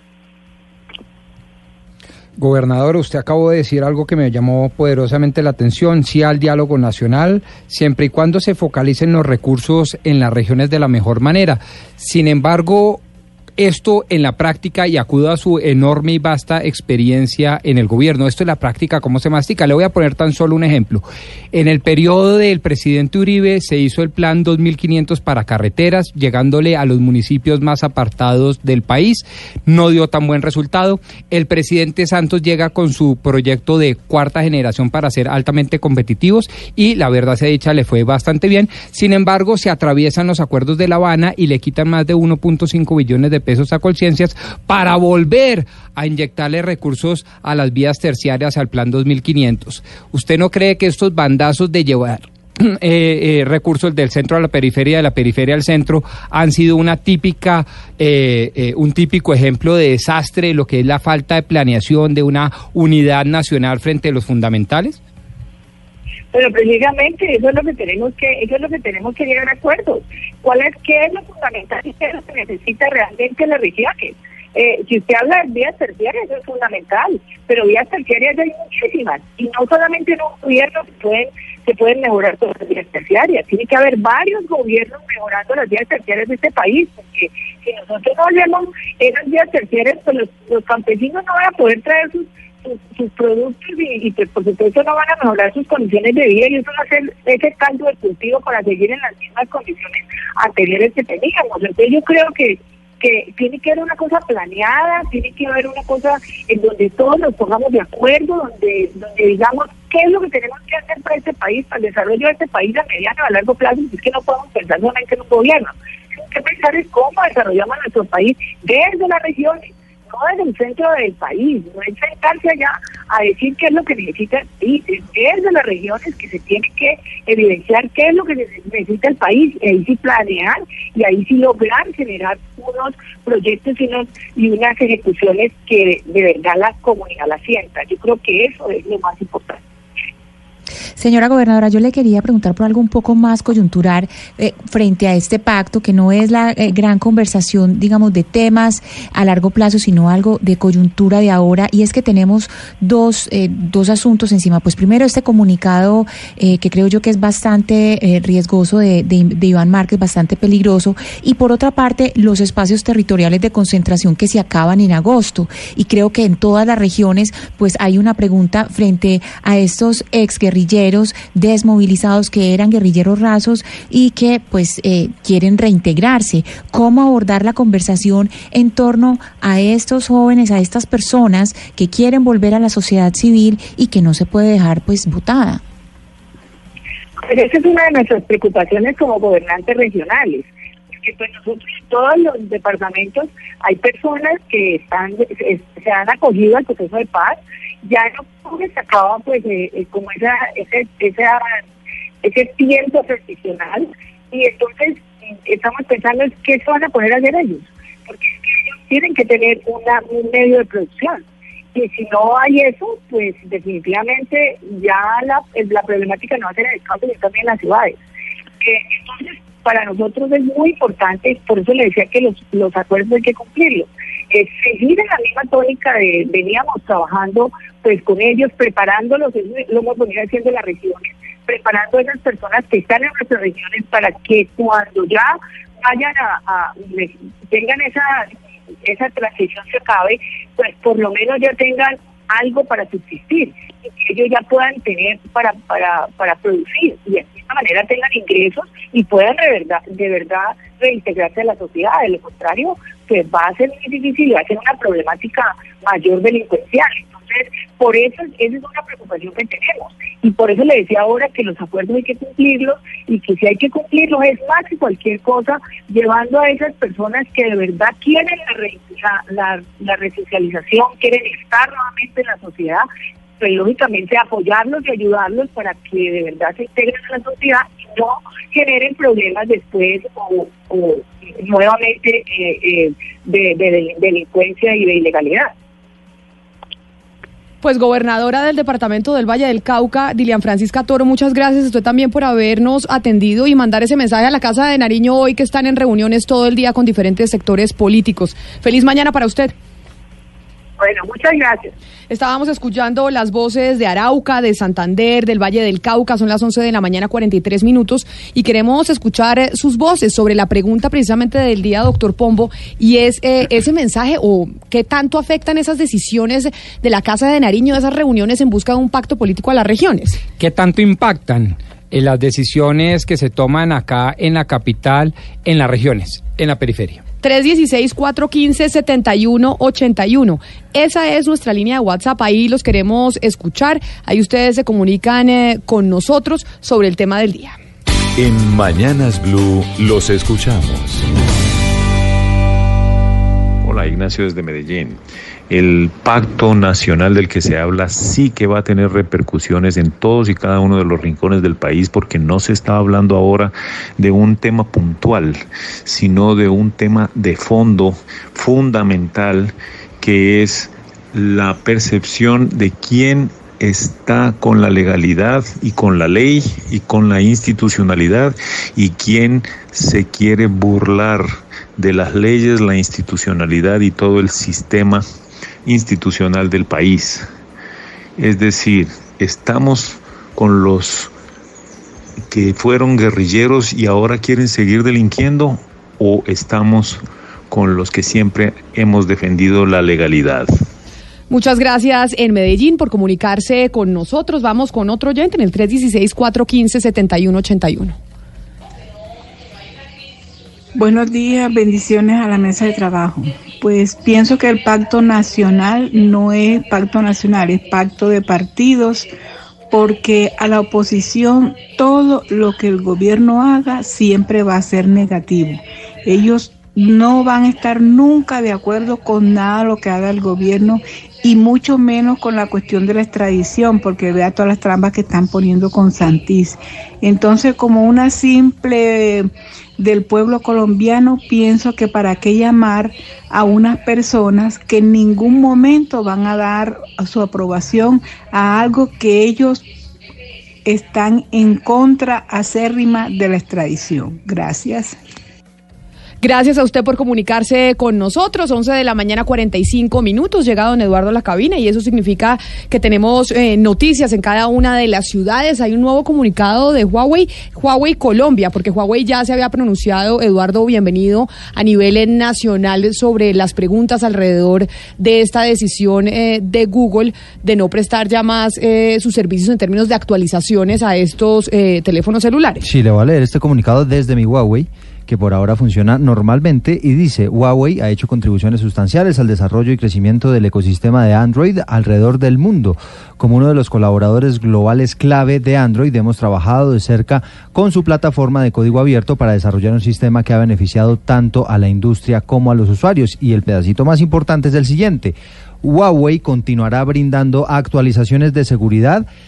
Gobernador, usted acabó de decir algo que me llamó poderosamente la atención, sí al diálogo nacional, siempre y cuando se focalicen los recursos en las regiones de la mejor manera. Sin embargo, esto en la práctica, y acudo a su enorme y vasta experiencia en el gobierno, esto en la práctica, ¿cómo se mastica? Le voy a poner tan solo un ejemplo. En el periodo del presidente Uribe se hizo el plan dos mil quinientos para carreteras, llegándole a los municipios más apartados del país, no dio tan buen resultado. El presidente Santos llega con su proyecto de cuarta generación para ser altamente competitivos y la verdad sea dicha le fue bastante bien. Sin embargo, se atraviesan los acuerdos de La Habana y le quitan más de uno punto cinco billones de pesos a Colciencias para volver a inyectarle recursos a las vías terciarias al plan dos mil quinientos. ¿Usted no cree que estos bandazos de llevar eh, eh, recursos del centro a la periferia, de la periferia al centro, han sido una típica, eh, eh, un típico ejemplo de desastre de lo que es la falta de planeación de una unidad nacional frente a los fundamentales? Pero precisamente eso es lo que tenemos que, eso es lo que tenemos que llegar a acuerdos. ¿Cuál es, qué es lo fundamental y qué es lo que necesita realmente las regiones? Eh, si usted habla de vías terciarias, eso es fundamental, pero vías terciarias hay muchísimas, y no solamente en un gobierno se pueden, se pueden mejorar todas las vías terciarias, tiene que haber varios gobiernos mejorando las vías terciarias de este país, porque si nosotros no hacemos esas vías terciarias, pues los, los campesinos no van a poder traer sus Sus, sus productos y, y pues por supuesto no van a mejorar sus condiciones de vida y eso va a ser ese caldo de cultivo para seguir en las mismas condiciones anteriores que teníamos. Entonces yo creo que que tiene que haber una cosa planeada, tiene que haber una cosa en donde todos nos pongamos de acuerdo, donde donde digamos qué es lo que tenemos que hacer para este país, para el desarrollo de este país a mediano y a largo plazo. Es que no podemos pensar solamente en un gobierno, tenemos que pensar en cómo desarrollamos nuestro país desde las regiones, no desde el centro del país, no es sentarse allá a decir qué es lo que necesita el país, es desde las regiones que se tiene que evidenciar qué es lo que necesita el país, y ahí sí planear, y ahí sí lograr generar unos proyectos y, unos, y unas ejecuciones que de verdad la comunidad la sienta. Yo creo que eso es lo más importante. Señora gobernadora, yo le quería preguntar por algo un poco más coyuntural eh, frente a este pacto, que no es la eh, gran conversación, digamos, de temas a largo plazo, sino algo de coyuntura de ahora, y es que tenemos dos eh, dos asuntos encima. Pues primero este comunicado eh, que creo yo que es bastante eh, riesgoso de, de, de Iván Márquez, bastante peligroso, y por otra parte los espacios territoriales de concentración que se acaban en agosto, y creo que en todas las regiones pues hay una pregunta frente a estos exguerrilleros desmovilizados que eran guerrilleros rasos y que pues eh, quieren reintegrarse. ¿Cómo abordar la conversación en torno a estos jóvenes, a estas personas que quieren volver a la sociedad civil y que no se puede dejar pues botada? Pues esa es una de nuestras preocupaciones como gobernantes regionales, porque pues nosotros en todos los departamentos hay personas que están se han acogido al proceso de paz. Ya no se acaba pues eh, eh, como esa ese esa ese tiempo transicional, y entonces estamos pensando es qué se van a poner a hacer ellos, porque es que ellos tienen que tener una, un medio de producción. Y si no hay eso, pues definitivamente ya la, la problemática no va a ser en el campo, sino también en las ciudades. Eh, entonces, para nosotros es muy importante, por eso le decía que los, los acuerdos hay que cumplirlos. Eh, seguir en la misma tónica de veníamos trabajando pues con ellos, preparándolos, eso lo hemos venido haciendo en las regiones, preparando a esas personas que están en nuestras regiones para que cuando ya vayan a, a tengan esa esa transición se acabe, pues por lo menos ya tengan algo para subsistir y que ellos ya puedan tener para para para producir y de esta manera tengan ingresos y puedan de verdad de verdad reintegrarse a la sociedad. De lo contrario, pues va a ser muy difícil y va a ser una problemática mayor delincuencial. Entonces, por eso esa es una preocupación que tenemos y por eso le decía ahora que los acuerdos hay que cumplirlos y que si hay que cumplirlos es más que cualquier cosa, llevando a esas personas que de verdad quieren la, re, la, la, la resocialización, quieren estar nuevamente en la sociedad, pues lógicamente apoyarlos y ayudarlos para que de verdad se integren a la sociedad y no generen problemas después o, o nuevamente eh, eh, de, de, de delincuencia y de ilegalidad. Pues gobernadora del departamento del Valle del Cauca, Dilian Francisca Toro, muchas gracias a usted también por habernos atendido y mandar ese mensaje a la Casa de Nariño hoy que están en reuniones todo el día con diferentes sectores políticos. Feliz mañana para usted. Bueno, muchas gracias. Estábamos escuchando las voces de Arauca, de Santander, del Valle del Cauca, son las once de la mañana, cuarenta y tres minutos, y queremos escuchar eh, sus voces sobre la pregunta precisamente del día, doctor Pombo, y es eh, ese mensaje o qué tanto afectan esas decisiones de la Casa de Nariño, esas reuniones en busca de un pacto político a las regiones. ¿Qué tanto impactan en las decisiones que se toman acá en la capital, en las regiones, en la periferia? tres uno seis, cuatro uno cinco, siete uno ocho uno. Esa es nuestra línea de WhatsApp, ahí los queremos escuchar, ahí ustedes se comunican eh, con nosotros sobre el tema del día. En Mañanas Blue los escuchamos. Hola, Ignacio desde Medellín. El pacto nacional del que se habla sí que va a tener repercusiones en todos y cada uno de los rincones del país, porque no se está hablando ahora de un tema puntual, sino de un tema de fondo fundamental, que es la percepción de quién está con la legalidad y con la ley y con la institucionalidad y quién se quiere burlar de las leyes, la institucionalidad y todo el sistema institucional del país. Es decir, estamos con los que fueron guerrilleros y ahora quieren seguir delinquiendo, o estamos con los que siempre hemos defendido la legalidad. Muchas gracias en Medellín por comunicarse con nosotros. Vamos con otro oyente en el tres uno seis, cuatro uno cinco, siete uno ocho uno. Buenos días, bendiciones a la mesa de trabajo. Pues pienso que el pacto nacional no es pacto nacional, es pacto de partidos, porque a la oposición todo lo que el gobierno haga siempre va a ser negativo. Ellos no van a estar nunca de acuerdo con nada de lo que haga el gobierno y mucho menos con la cuestión de la extradición, porque vea todas las trampas que están poniendo con Santis. Entonces, como una simple del pueblo colombiano, pienso que para qué llamar a unas personas que en ningún momento van a dar su aprobación a algo que ellos están en contra acérrima de la extradición. Gracias. Gracias a usted por comunicarse con nosotros. once de la mañana, cuarenta y cinco minutos. Llega don Eduardo a la cabina y eso significa que tenemos eh, noticias en cada una de las ciudades. Hay un nuevo comunicado de Huawei, Huawei Colombia, porque Huawei ya se había pronunciado, Eduardo, bienvenido, a nivel nacional sobre las preguntas alrededor de esta decisión eh, de Google de no prestar ya más eh, sus servicios en términos de actualizaciones a estos eh, teléfonos celulares. Sí, le voy a leer este comunicado desde mi Huawei, que por ahora funciona normalmente, y dice: Huawei ha hecho contribuciones sustanciales al desarrollo y crecimiento del ecosistema de Android alrededor del mundo. Como uno de los colaboradores globales clave de Android, hemos trabajado de cerca con su plataforma de código abierto para desarrollar un sistema que ha beneficiado tanto a la industria como a los usuarios. Y el pedacito más importante es el siguiente: Huawei continuará brindando actualizaciones de seguridad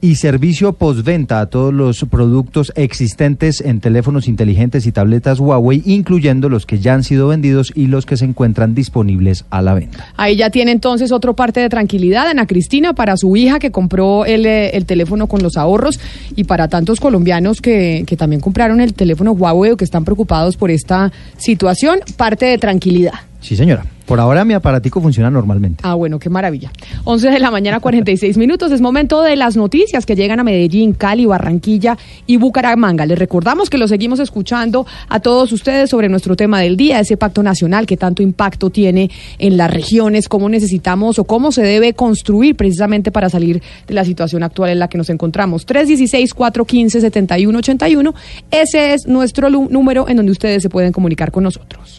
y servicio postventa a todos los productos existentes en teléfonos inteligentes y tabletas Huawei, incluyendo los que ya han sido vendidos y los que se encuentran disponibles a la venta. Ahí ya tiene entonces otro parte de tranquilidad, Ana Cristina, para su hija que compró el, el teléfono con los ahorros y para tantos colombianos que, que también compraron el teléfono Huawei o que están preocupados por esta situación, parte de tranquilidad. Sí, señora. Por ahora mi aparatico funciona normalmente. Ah, bueno, qué maravilla. once de la mañana, cuarenta y seis minutos. Es momento de las noticias que llegan a Medellín, Cali, Barranquilla y Bucaramanga. Les recordamos que lo seguimos escuchando a todos ustedes sobre nuestro tema del día, ese pacto nacional que tanto impacto tiene en las regiones, cómo necesitamos o cómo se debe construir precisamente para salir de la situación actual en la que nos encontramos. tres uno seis, cuatro uno cinco, siete uno ocho uno. Ese es nuestro número en donde ustedes se pueden comunicar con nosotros.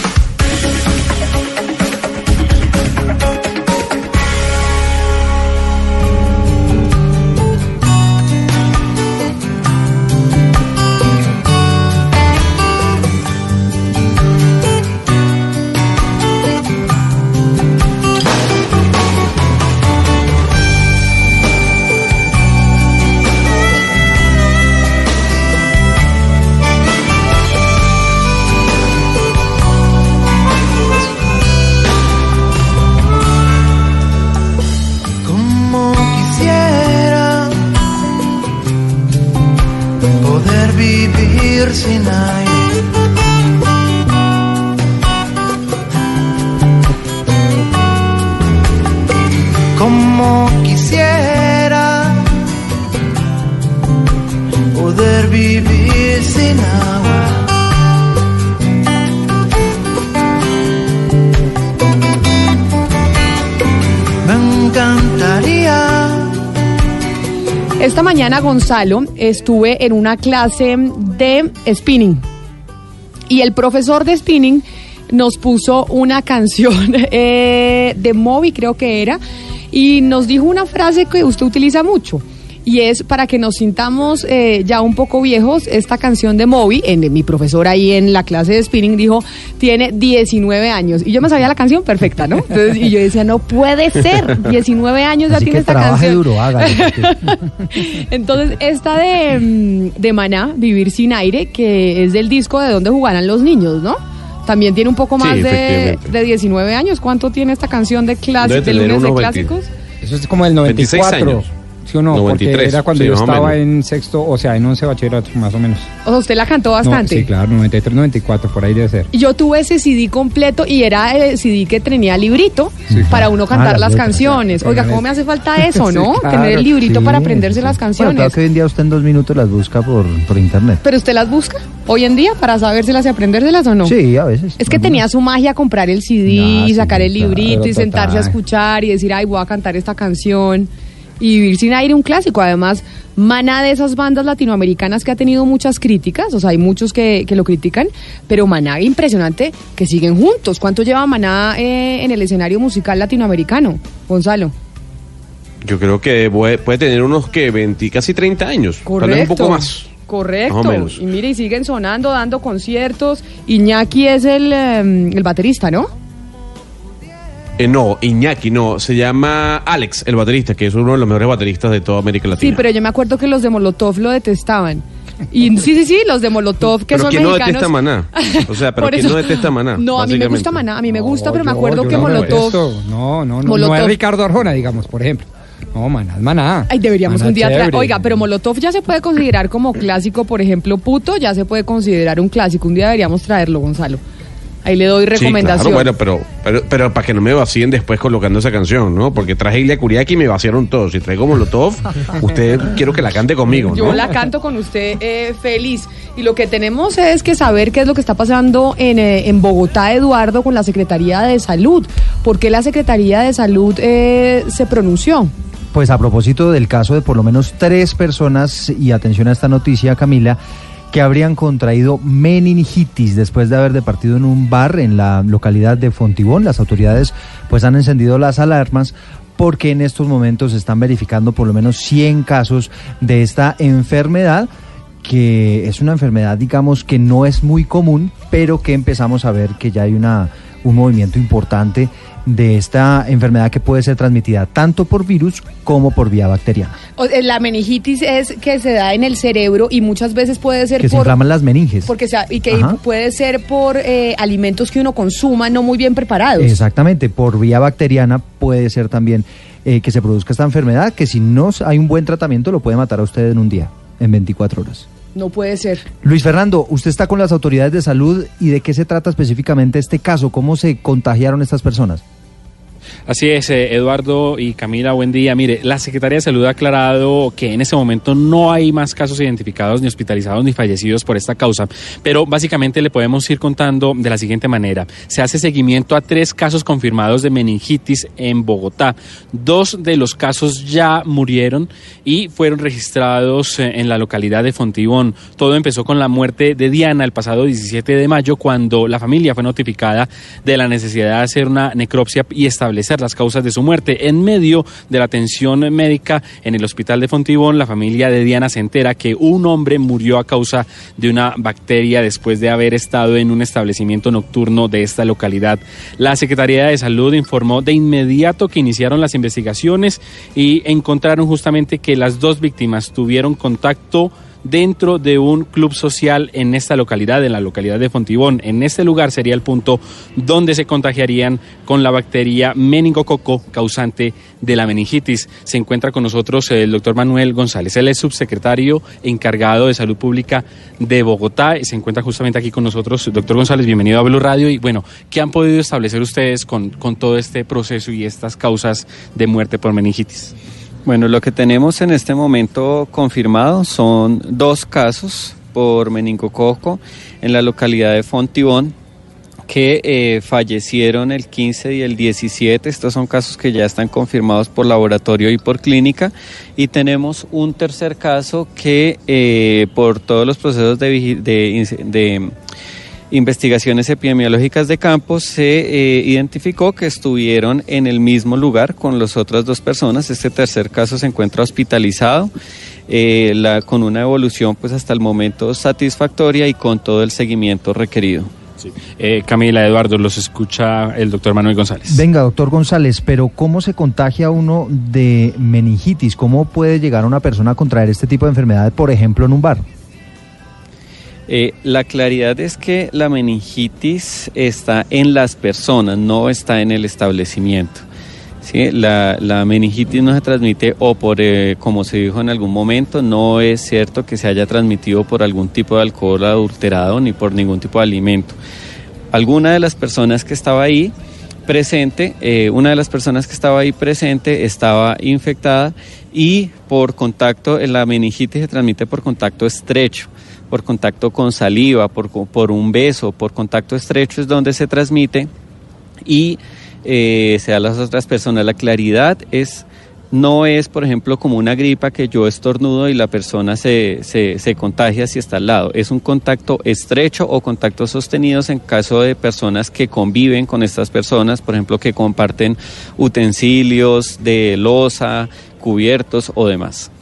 Sin aire, como quisiera poder vivir sin agua. Me encantaría. Esta mañana, Gonzalo, estuve en una clase de spinning y el profesor de spinning nos puso una canción eh, de Moby, creo que era, y nos dijo una frase que usted utiliza mucho. Y es para que nos sintamos eh, ya un poco viejos, esta canción de Moby, en, en mi profesor ahí en la clase de spinning dijo, tiene diecinueve años. Y yo me sabía la canción perfecta, ¿no? Entonces, y yo decía, no puede ser, diecinueve años ya Así tiene que esta trabaje canción. duro, hágalo. Entonces, esta de, de Maná, Vivir sin aire, que es del disco de Donde jugarán los niños, ¿no? También tiene un poco más Sí, de, de diecinueve años. ¿Cuánto tiene esta canción de, clásic, de lunes de clásicos? Eso es como el noventa y cuatro. veintiséis años. ¿Sí o no? noventa y tres, porque era cuando sí, yo más o estaba menos. en sexto, o sea, en once bachillerato, más o menos. O sea, usted la cantó bastante. No, sí, claro, noventa y tres, noventa y cuatro, por ahí debe ser. Yo tuve ese C D completo y era el C D que tenía librito Sí, para claro. uno Ah, cantar las las letras, canciones. claro. Oiga, ¿cómo me hace falta eso, no? Sí, claro, Tener el librito sí, para aprenderse sí. las Bueno, canciones. claro que hoy en día usted en dos minutos las busca por, por internet. ¿Pero usted las busca hoy en día para sabérselas y aprendérselas o no? Sí, a veces. Es que tenía su magia comprar el C D, Ah, sí, sacar el claro, librito y sentarse a total. escuchar y decir, ay, voy a cantar esta canción. Y Vivir sin aire, un clásico. Además, Maná, de esas bandas latinoamericanas que ha tenido muchas críticas, o sea, hay muchos que, que lo critican, pero Maná, impresionante que siguen juntos. ¿Cuánto lleva Maná eh, en el escenario musical latinoamericano, Gonzalo? Yo creo que puede, puede tener unos que veinte, casi treinta años. Tal vez un poco más. Correcto. Más o menos. Y mire, y siguen sonando, dando conciertos. Iñaki es el, eh, el baterista, ¿no? Eh, no, Iñaki, no. Se llama Alex, el baterista, que es uno de los mejores bateristas de toda América Latina. Sí, pero yo me acuerdo que los de Molotov lo detestaban. Y sí, sí, sí, los de Molotov, que pero son ¿quién mexicanos. no detesta Maná? O sea, pero Por ¿quién eso- no detesta Maná? No, a mí me gusta básicamente? Maná, a mí me gusta, pero me Yo- acuerdo yo que no me Molotov... detesto. No, no, no. Molotov- No es Ricardo Arjona, digamos, por ejemplo. No, Maná, es Maná. Ay, deberíamos Maná un día traer... chévere. Oiga, pero Molotov ya se puede considerar como clásico, por ejemplo, Puto, ya se puede considerar un clásico. Un día deberíamos traerlo, Gonzalo. Ahí le doy recomendación. Sí, claro, bueno, pero, pero, pero para que no me vacíen después colocando esa canción, ¿no? Porque traje Ilia Kuriaki y me vaciaron todos. Si traigo Molotov, usted quiero que la cante conmigo, ¿no? Yo la canto con usted eh, feliz. Y lo que tenemos es que saber qué es lo que está pasando en, eh, en Bogotá, Eduardo, con la Secretaría de Salud. ¿Por qué la Secretaría de Salud eh, se pronunció? Pues a propósito del caso de por lo menos tres personas, y atención a esta noticia, Camila, que habrían contraído meningitis después de haber departido en un bar en la localidad de Fontibón. Las autoridades pues han encendido las alarmas porque en estos momentos se están verificando por lo menos cien casos de esta enfermedad, que es una enfermedad, digamos, que no es muy común, pero que empezamos a ver que ya hay una un movimiento importante de esta enfermedad que puede ser transmitida tanto por virus como por vía bacteriana. O- eh, La meningitis es que se da en el cerebro y muchas veces puede ser Que se por... inflaman las meninges. Porque se- y que Ajá. puede ser por eh, alimentos que uno consuma no muy bien preparados. Exactamente, por vía bacteriana puede ser también eh, que se produzca esta enfermedad, que si no hay un buen tratamiento lo puede matar a usted en un día, en veinticuatro horas. No puede ser. Luis Fernando, usted está con las autoridades de salud y ¿de qué se trata específicamente este caso? ¿Cómo se contagiaron estas personas? Así es, eh, Eduardo y Camila, buen día. Mire, la Secretaría de Salud ha aclarado que en este momento no hay más casos identificados, ni hospitalizados, ni fallecidos por esta causa, pero básicamente le podemos ir contando de la siguiente manera. Se hace seguimiento a tres casos confirmados de meningitis en Bogotá. Dos de los casos ya murieron y fueron registrados eh, en la localidad de Fontibón. Todo empezó con la muerte de Diana el pasado diecisiete de mayo, cuando la familia fue notificada de la necesidad de hacer una necropsia y establecer las causas de su muerte. En medio de la atención médica en el hospital de Fontibón, la familia de Diana se entera que un hombre murió a causa de una bacteria después de haber estado en un establecimiento nocturno de esta localidad. La Secretaría de Salud informó de inmediato que iniciaron las investigaciones y encontraron justamente que las dos víctimas tuvieron contacto dentro de un club social en esta localidad, en la localidad de Fontibón. En este lugar sería el punto donde se contagiarían con la bacteria meningococo causante de la meningitis. Se encuentra con nosotros el doctor Manuel González. Él es subsecretario encargado de Salud Pública de Bogotá y se encuentra justamente aquí con nosotros. Doctor González, bienvenido a Blue Radio. Y bueno, ¿qué han podido establecer ustedes con, con todo este proceso y estas causas de muerte por meningitis? Bueno, lo que tenemos en este momento confirmado son dos casos por meningococo en la localidad de Fontibón que eh, fallecieron el quince y el diecisiete. Estos son casos que ya están confirmados por laboratorio y por clínica. Y tenemos un tercer caso que eh, por todos los procesos de, vigi- de, de investigaciones epidemiológicas de campo se eh, identificó que estuvieron en el mismo lugar con las otras dos personas. Este tercer caso se encuentra hospitalizado eh, la, con una evolución pues hasta el momento satisfactoria y con todo el seguimiento requerido. Sí. Eh, Camila, Eduardo, los escucha el doctor Manuel González. Venga, doctor González, pero ¿cómo se contagia uno de meningitis? ¿Cómo puede llegar una persona a contraer este tipo de enfermedad, por ejemplo, en un bar? Eh, la claridad es que la meningitis está en las personas, no está en el establecimiento. ¿Sí? La, la meningitis no se transmite o por, eh, como se dijo en algún momento, no es cierto que se haya transmitido por algún tipo de alcohol adulterado ni por ningún tipo de alimento. Alguna de las personas que estaba ahí presente, eh, una de las personas que estaba ahí presente estaba infectada y por contacto, la meningitis se transmite por contacto estrecho, por contacto con saliva, por, por un beso, por contacto estrecho es donde se transmite y eh, se da a las otras personas. La claridad es, no es, por ejemplo, como una gripa que yo estornudo y la persona se, se, se contagia si está al lado. Es un contacto estrecho o contactos sostenidos en caso de personas que conviven con estas personas, por ejemplo, que comparten utensilios de loza, cubiertos o demás.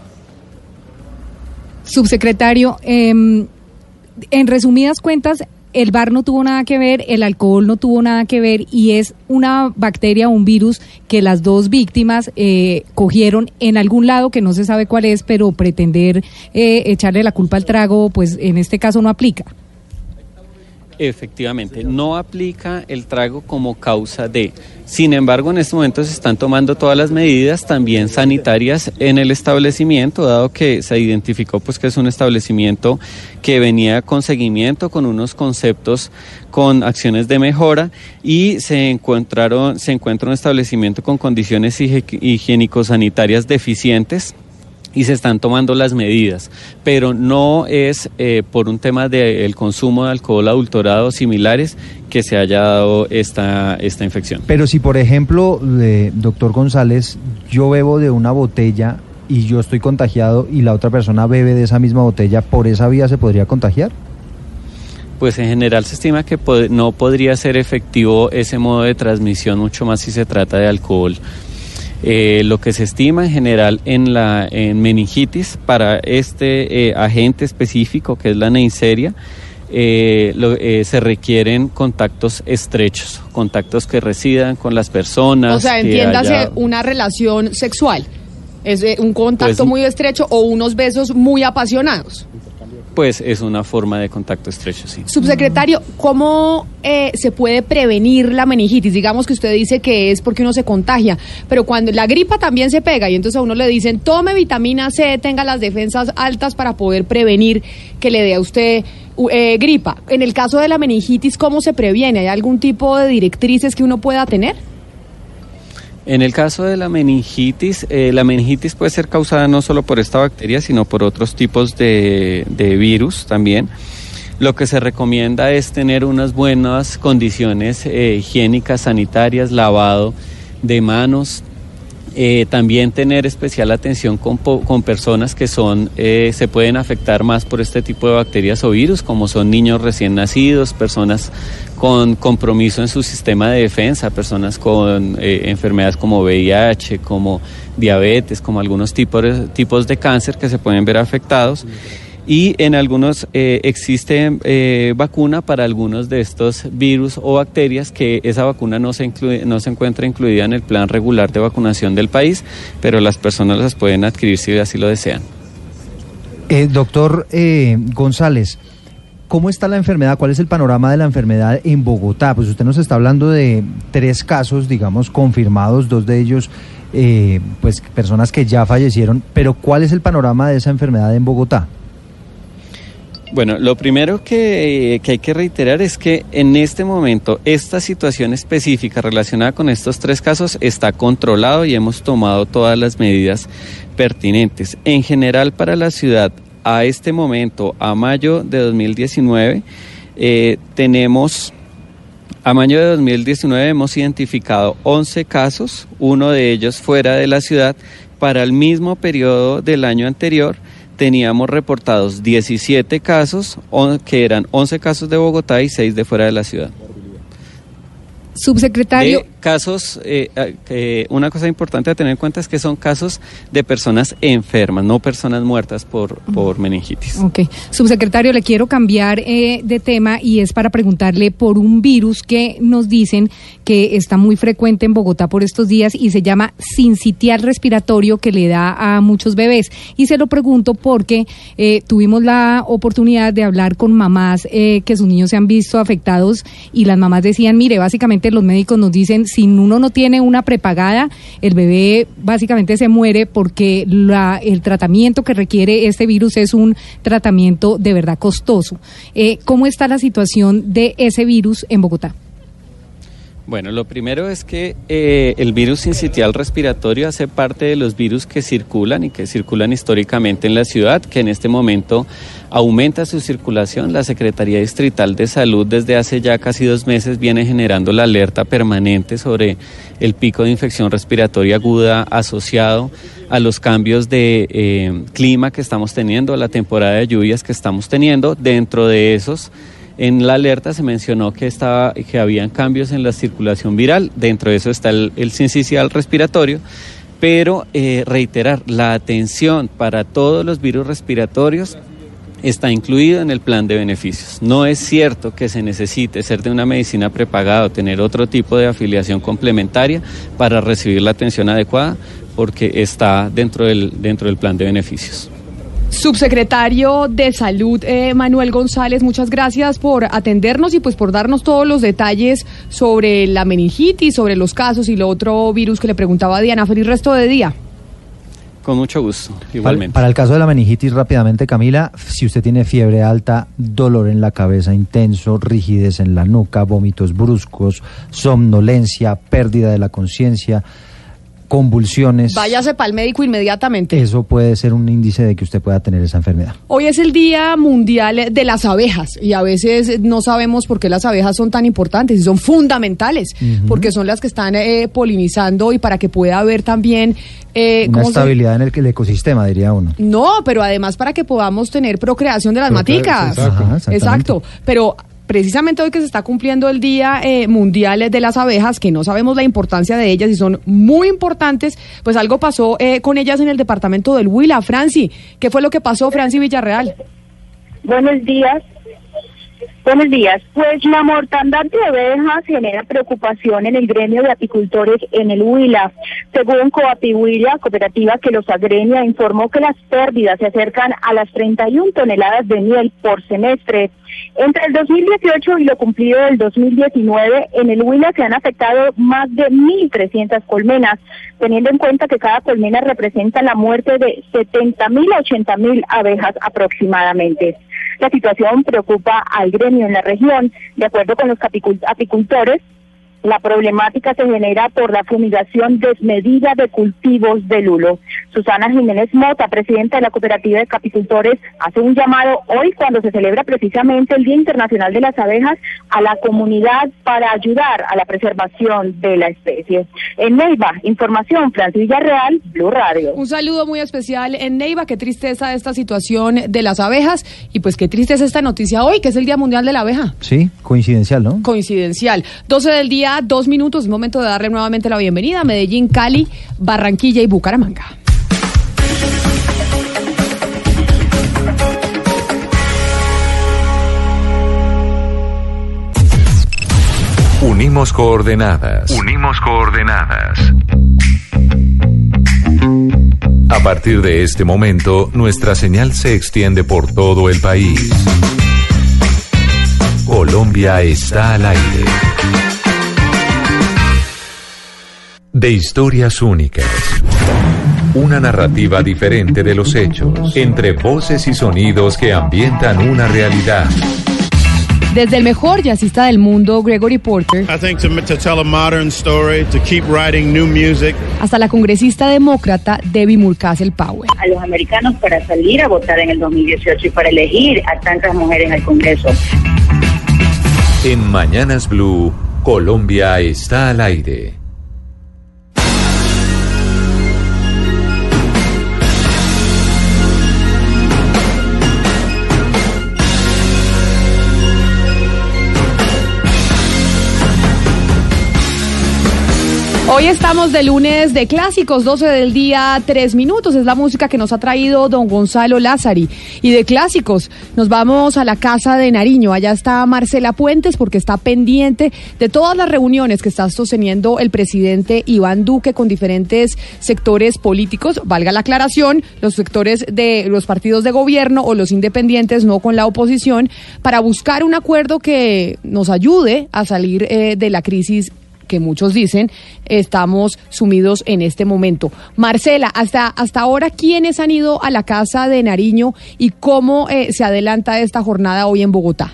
Subsecretario, eh, en resumidas cuentas, el bar no tuvo nada que ver, el alcohol no tuvo nada que ver y es una bacteria o un virus que las dos víctimas eh, cogieron en algún lado que no se sabe cuál es, pero pretender eh, echarle la culpa al trago, pues en este caso no aplica. Efectivamente, no aplica el trago como causa de. Sin embargo, en este momento se están tomando todas las medidas también sanitarias en el establecimiento, dado que se identificó pues que es un establecimiento que venía con seguimiento, con unos conceptos, con acciones de mejora y se encontraron, se encuentra un establecimiento con condiciones higiénico-sanitarias deficientes. Y se están tomando las medidas, pero no es eh, por un tema del consumo de alcohol adulterado similares que se haya dado esta, esta infección. Pero si, por ejemplo, eh, doctor González, yo bebo de una botella y yo estoy contagiado y la otra persona bebe de esa misma botella, ¿por esa vía se podría contagiar? Pues en general se estima que pod- no podría ser efectivo ese modo de transmisión, mucho más si se trata de alcohol. Eh, lo que se estima en general en la en meningitis para este eh, agente específico que es la Neisseria eh, lo, eh, se requieren contactos estrechos, contactos que residan con las personas. O sea, que entiéndase haya- una relación sexual. Es eh, un contacto Pues- muy estrecho o unos besos muy apasionados. Pues es una forma de contacto estrecho, sí. Subsecretario, ¿cómo eh, se puede prevenir la meningitis? Digamos que usted dice que es porque uno se contagia, pero cuando la gripa también se pega y entonces a uno le dicen tome vitamina C, tenga las defensas altas para poder prevenir que le dé a usted eh, gripa. En el caso de la meningitis, ¿cómo se previene? ¿Hay algún tipo de directrices que uno pueda tener? En el caso de la meningitis, eh, la meningitis puede ser causada no solo por esta bacteria, sino por otros tipos de, de virus también. Lo que se recomienda es tener unas buenas condiciones eh, higiénicas, sanitarias, lavado de manos. Eh, también tener especial atención con, po- con personas que son eh, se pueden afectar más por este tipo de bacterias o virus, como son niños recién nacidos, personas con compromiso en su sistema de defensa, personas con eh, enfermedades como V I H, como diabetes, como algunos tipos de, tipos de cáncer que se pueden ver afectados. Y en algunos eh, existe eh, vacuna para algunos de estos virus o bacterias, que esa vacuna no se incluye, no se encuentra incluida en el plan regular de vacunación del país, pero las personas las pueden adquirir si así lo desean. Eh, doctor eh, González, ¿cómo está la enfermedad? ¿Cuál es el panorama de la enfermedad en Bogotá? Pues usted nos está hablando de tres casos, digamos, confirmados, dos de ellos, eh, pues personas que ya fallecieron, pero ¿cuál es el panorama de esa enfermedad en Bogotá? Bueno, lo primero que, que hay que reiterar es que en este momento esta situación específica relacionada con estos tres casos está controlado y hemos tomado todas las medidas pertinentes. En general, para la ciudad, a este momento, a mayo de dos mil diecinueve, eh, tenemos... A mayo de dos mil diecinueve hemos identificado once casos, uno de ellos fuera de la ciudad. Para el mismo periodo del año anterior teníamos reportados diecisiete casos, on- que eran once casos de Bogotá y seis de fuera de la ciudad. Subsecretario. De casos, eh, eh, una cosa importante a tener en cuenta es que son casos de personas enfermas, no personas muertas por, por meningitis. Ok. Subsecretario, le quiero cambiar eh, de tema y es para preguntarle por un virus que nos dicen que está muy frecuente en Bogotá por estos días y se llama sincitial respiratorio, que le da a muchos bebés. Y se lo pregunto porque eh, tuvimos la oportunidad de hablar con mamás eh, que sus niños se han visto afectados y las mamás decían, mire, básicamente los médicos nos dicen, si uno no tiene una prepagada, el bebé básicamente se muere porque la, el tratamiento que requiere este virus es un tratamiento de verdad costoso. Eh, ¿Cómo está la situación de ese virus en Bogotá? Bueno, lo primero es que eh, el virus sincitial respiratorio hace parte de los virus que circulan y que circulan históricamente en la ciudad, que en este momento aumenta su circulación. La Secretaría Distrital de Salud desde hace ya casi dos meses viene generando la alerta permanente sobre el pico de infección respiratoria aguda asociado a los cambios de eh, clima que estamos teniendo, a la temporada de lluvias que estamos teniendo. Dentro de esos, en la alerta se mencionó que estaba, que habían cambios en la circulación viral. Dentro de eso está el, el sincicial respiratorio, pero eh, reiterar, la atención para todos los virus respiratorios está incluido en el plan de beneficios. No es cierto que se necesite ser de una medicina prepagada o tener otro tipo de afiliación complementaria para recibir la atención adecuada, porque está dentro del, dentro del plan de beneficios. Subsecretario de Salud, eh, Manuel González, muchas gracias por atendernos y pues por darnos todos los detalles sobre la meningitis, sobre los casos y lo otro virus que le preguntaba a Diana. Feliz resto de día. Con mucho gusto, igualmente. Para, para el caso de la meningitis, rápidamente, Camila, si usted tiene fiebre alta, dolor en la cabeza intenso, rigidez en la nuca, vómitos bruscos, somnolencia, pérdida de la conciencia, convulsiones, Váyase para el médico inmediatamente. eso puede ser un índice de que usted pueda tener esa enfermedad. Hoy es el Día Mundial de las Abejas y a veces no sabemos por qué las abejas son tan importantes y son fundamentales, Ujú. porque son las que están eh, polinizando y para que pueda haber también... Eh, Una ¿cómo se- estabilidad en el, el ecosistema, diría uno. No, pero además para que podamos tener procreación de las Procre- maticas. exacto. Ajá, exactamente. Exacto. Pero precisamente hoy que se está cumpliendo el Día eh, Mundial de las Abejas, que no sabemos la importancia de ellas y son muy importantes, pues algo pasó eh, con ellas en el departamento del Huila. Franci, ¿qué fue lo que pasó, Franci Villarreal? Buenos días. Buenos días. Pues la mortandad de abejas genera preocupación en el gremio de apicultores en el Huila. Según Coapi Huila, cooperativa que los agremia, informó que las pérdidas se acercan a las treinta y una toneladas de miel por semestre. Entre el dos mil dieciocho y lo cumplido del dos mil diecinueve, en el Huila se han afectado más de mil trescientas colmenas, teniendo en cuenta que cada colmena representa la muerte de setenta mil a ochenta mil abejas aproximadamente. La situación preocupa al gremio en la región. De acuerdo con los apicultores, la problemática se genera por la fumigación desmedida de cultivos de lulo. Susana Jiménez Mota, presidenta de la cooperativa de capicultores, hace un llamado hoy cuando se celebra precisamente el Día Internacional de las Abejas a la comunidad para ayudar a la preservación de la especie. En Neiva, información, Francis Villarreal, Blue Radio. Un saludo muy especial en Neiva, qué tristeza esta situación de las abejas y pues qué tristeza esta noticia hoy, que es el Día Mundial de la Abeja. Sí, coincidencial, ¿no? Coincidencial. doce del día, dos minutos, es momento de darle nuevamente la bienvenida a Medellín, Cali, Barranquilla y Bucaramanga. Unimos coordenadas. Unimos coordenadas. A partir de este momento, nuestra señal se extiende por todo el país. Colombia está al aire. De historias únicas. Una narrativa diferente de los hechos, entre voces y sonidos que ambientan una realidad. Desde el mejor jazzista del mundo, Gregory Porter, I think to, to tell a modern story, to keep writing new music, hasta la congresista demócrata Debbie Murcazel Powell. A los americanos para salir a votar en el dos mil dieciocho y para elegir a tantas mujeres al Congreso. En Mañanas Blue, Colombia está al aire. Hoy estamos de lunes de clásicos, doce del día, tres minutos. Es la música que nos ha traído don Gonzalo Lázari. Y de clásicos nos vamos a la Casa de Nariño. Allá está Marcela Puentes porque está pendiente de todas las reuniones que está sosteniendo el presidente Iván Duque con diferentes sectores políticos. Valga la aclaración, los sectores de los partidos de gobierno o los independientes, no con la oposición, para buscar un acuerdo que nos ayude a salir eh, de la crisis que muchos dicen estamos sumidos en este momento. Marcela, hasta hasta ahora, ¿quiénes han ido a la Casa de Nariño y cómo eh, se adelanta esta jornada hoy en Bogotá?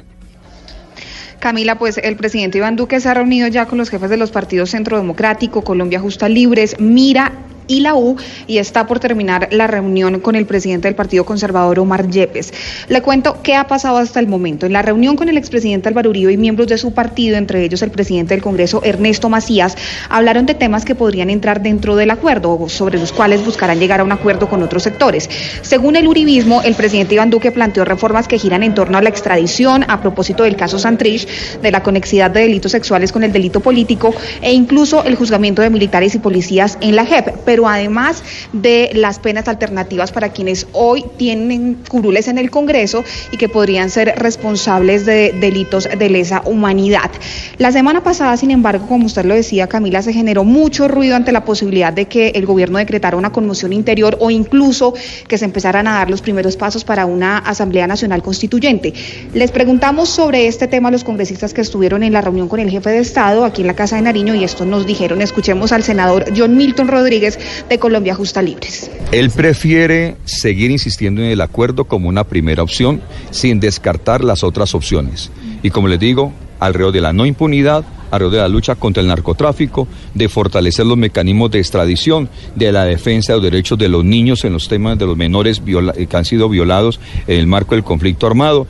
Camila, pues el presidente Iván Duque se ha reunido ya con los jefes de los partidos Centro Democrático, Colombia Justa Libres, Mira y la U, y está por terminar la reunión con el presidente del Partido Conservador, Omar Yepes. Le cuento qué ha pasado hasta el momento. En la reunión con el expresidente Álvaro Uribe y miembros de su partido, entre ellos el presidente del Congreso, Ernesto Macías, hablaron de temas que podrían entrar dentro del acuerdo, sobre los cuales buscarán llegar a un acuerdo con otros sectores. Según el uribismo, el presidente Iván Duque planteó reformas que giran en torno a la extradición, a propósito del caso Santrich, de la conexidad de delitos sexuales con el delito político, e incluso el juzgamiento de militares y policías en la J E P, pero además de las penas alternativas para quienes hoy tienen curules en el Congreso y que podrían ser responsables de delitos de lesa humanidad. La semana pasada, sin embargo, como usted lo decía, Camila, se generó mucho ruido ante la posibilidad de que el gobierno decretara una conmoción interior o incluso que se empezaran a dar los primeros pasos para una Asamblea Nacional Constituyente. Les preguntamos sobre este tema a los congresistas que estuvieron en la reunión con el jefe de Estado aquí en la Casa de Nariño y esto nos dijeron. Escuchemos al senador John Milton Rodríguez de Colombia Justa Libres. Él prefiere seguir insistiendo en el acuerdo como una primera opción sin descartar las otras opciones. Y como les digo, alrededor de la no impunidad, alrededor de la lucha contra el narcotráfico, de fortalecer los mecanismos de extradición, de la defensa de los derechos de los niños en los temas de los menores viola- que han sido violados en el marco del conflicto armado.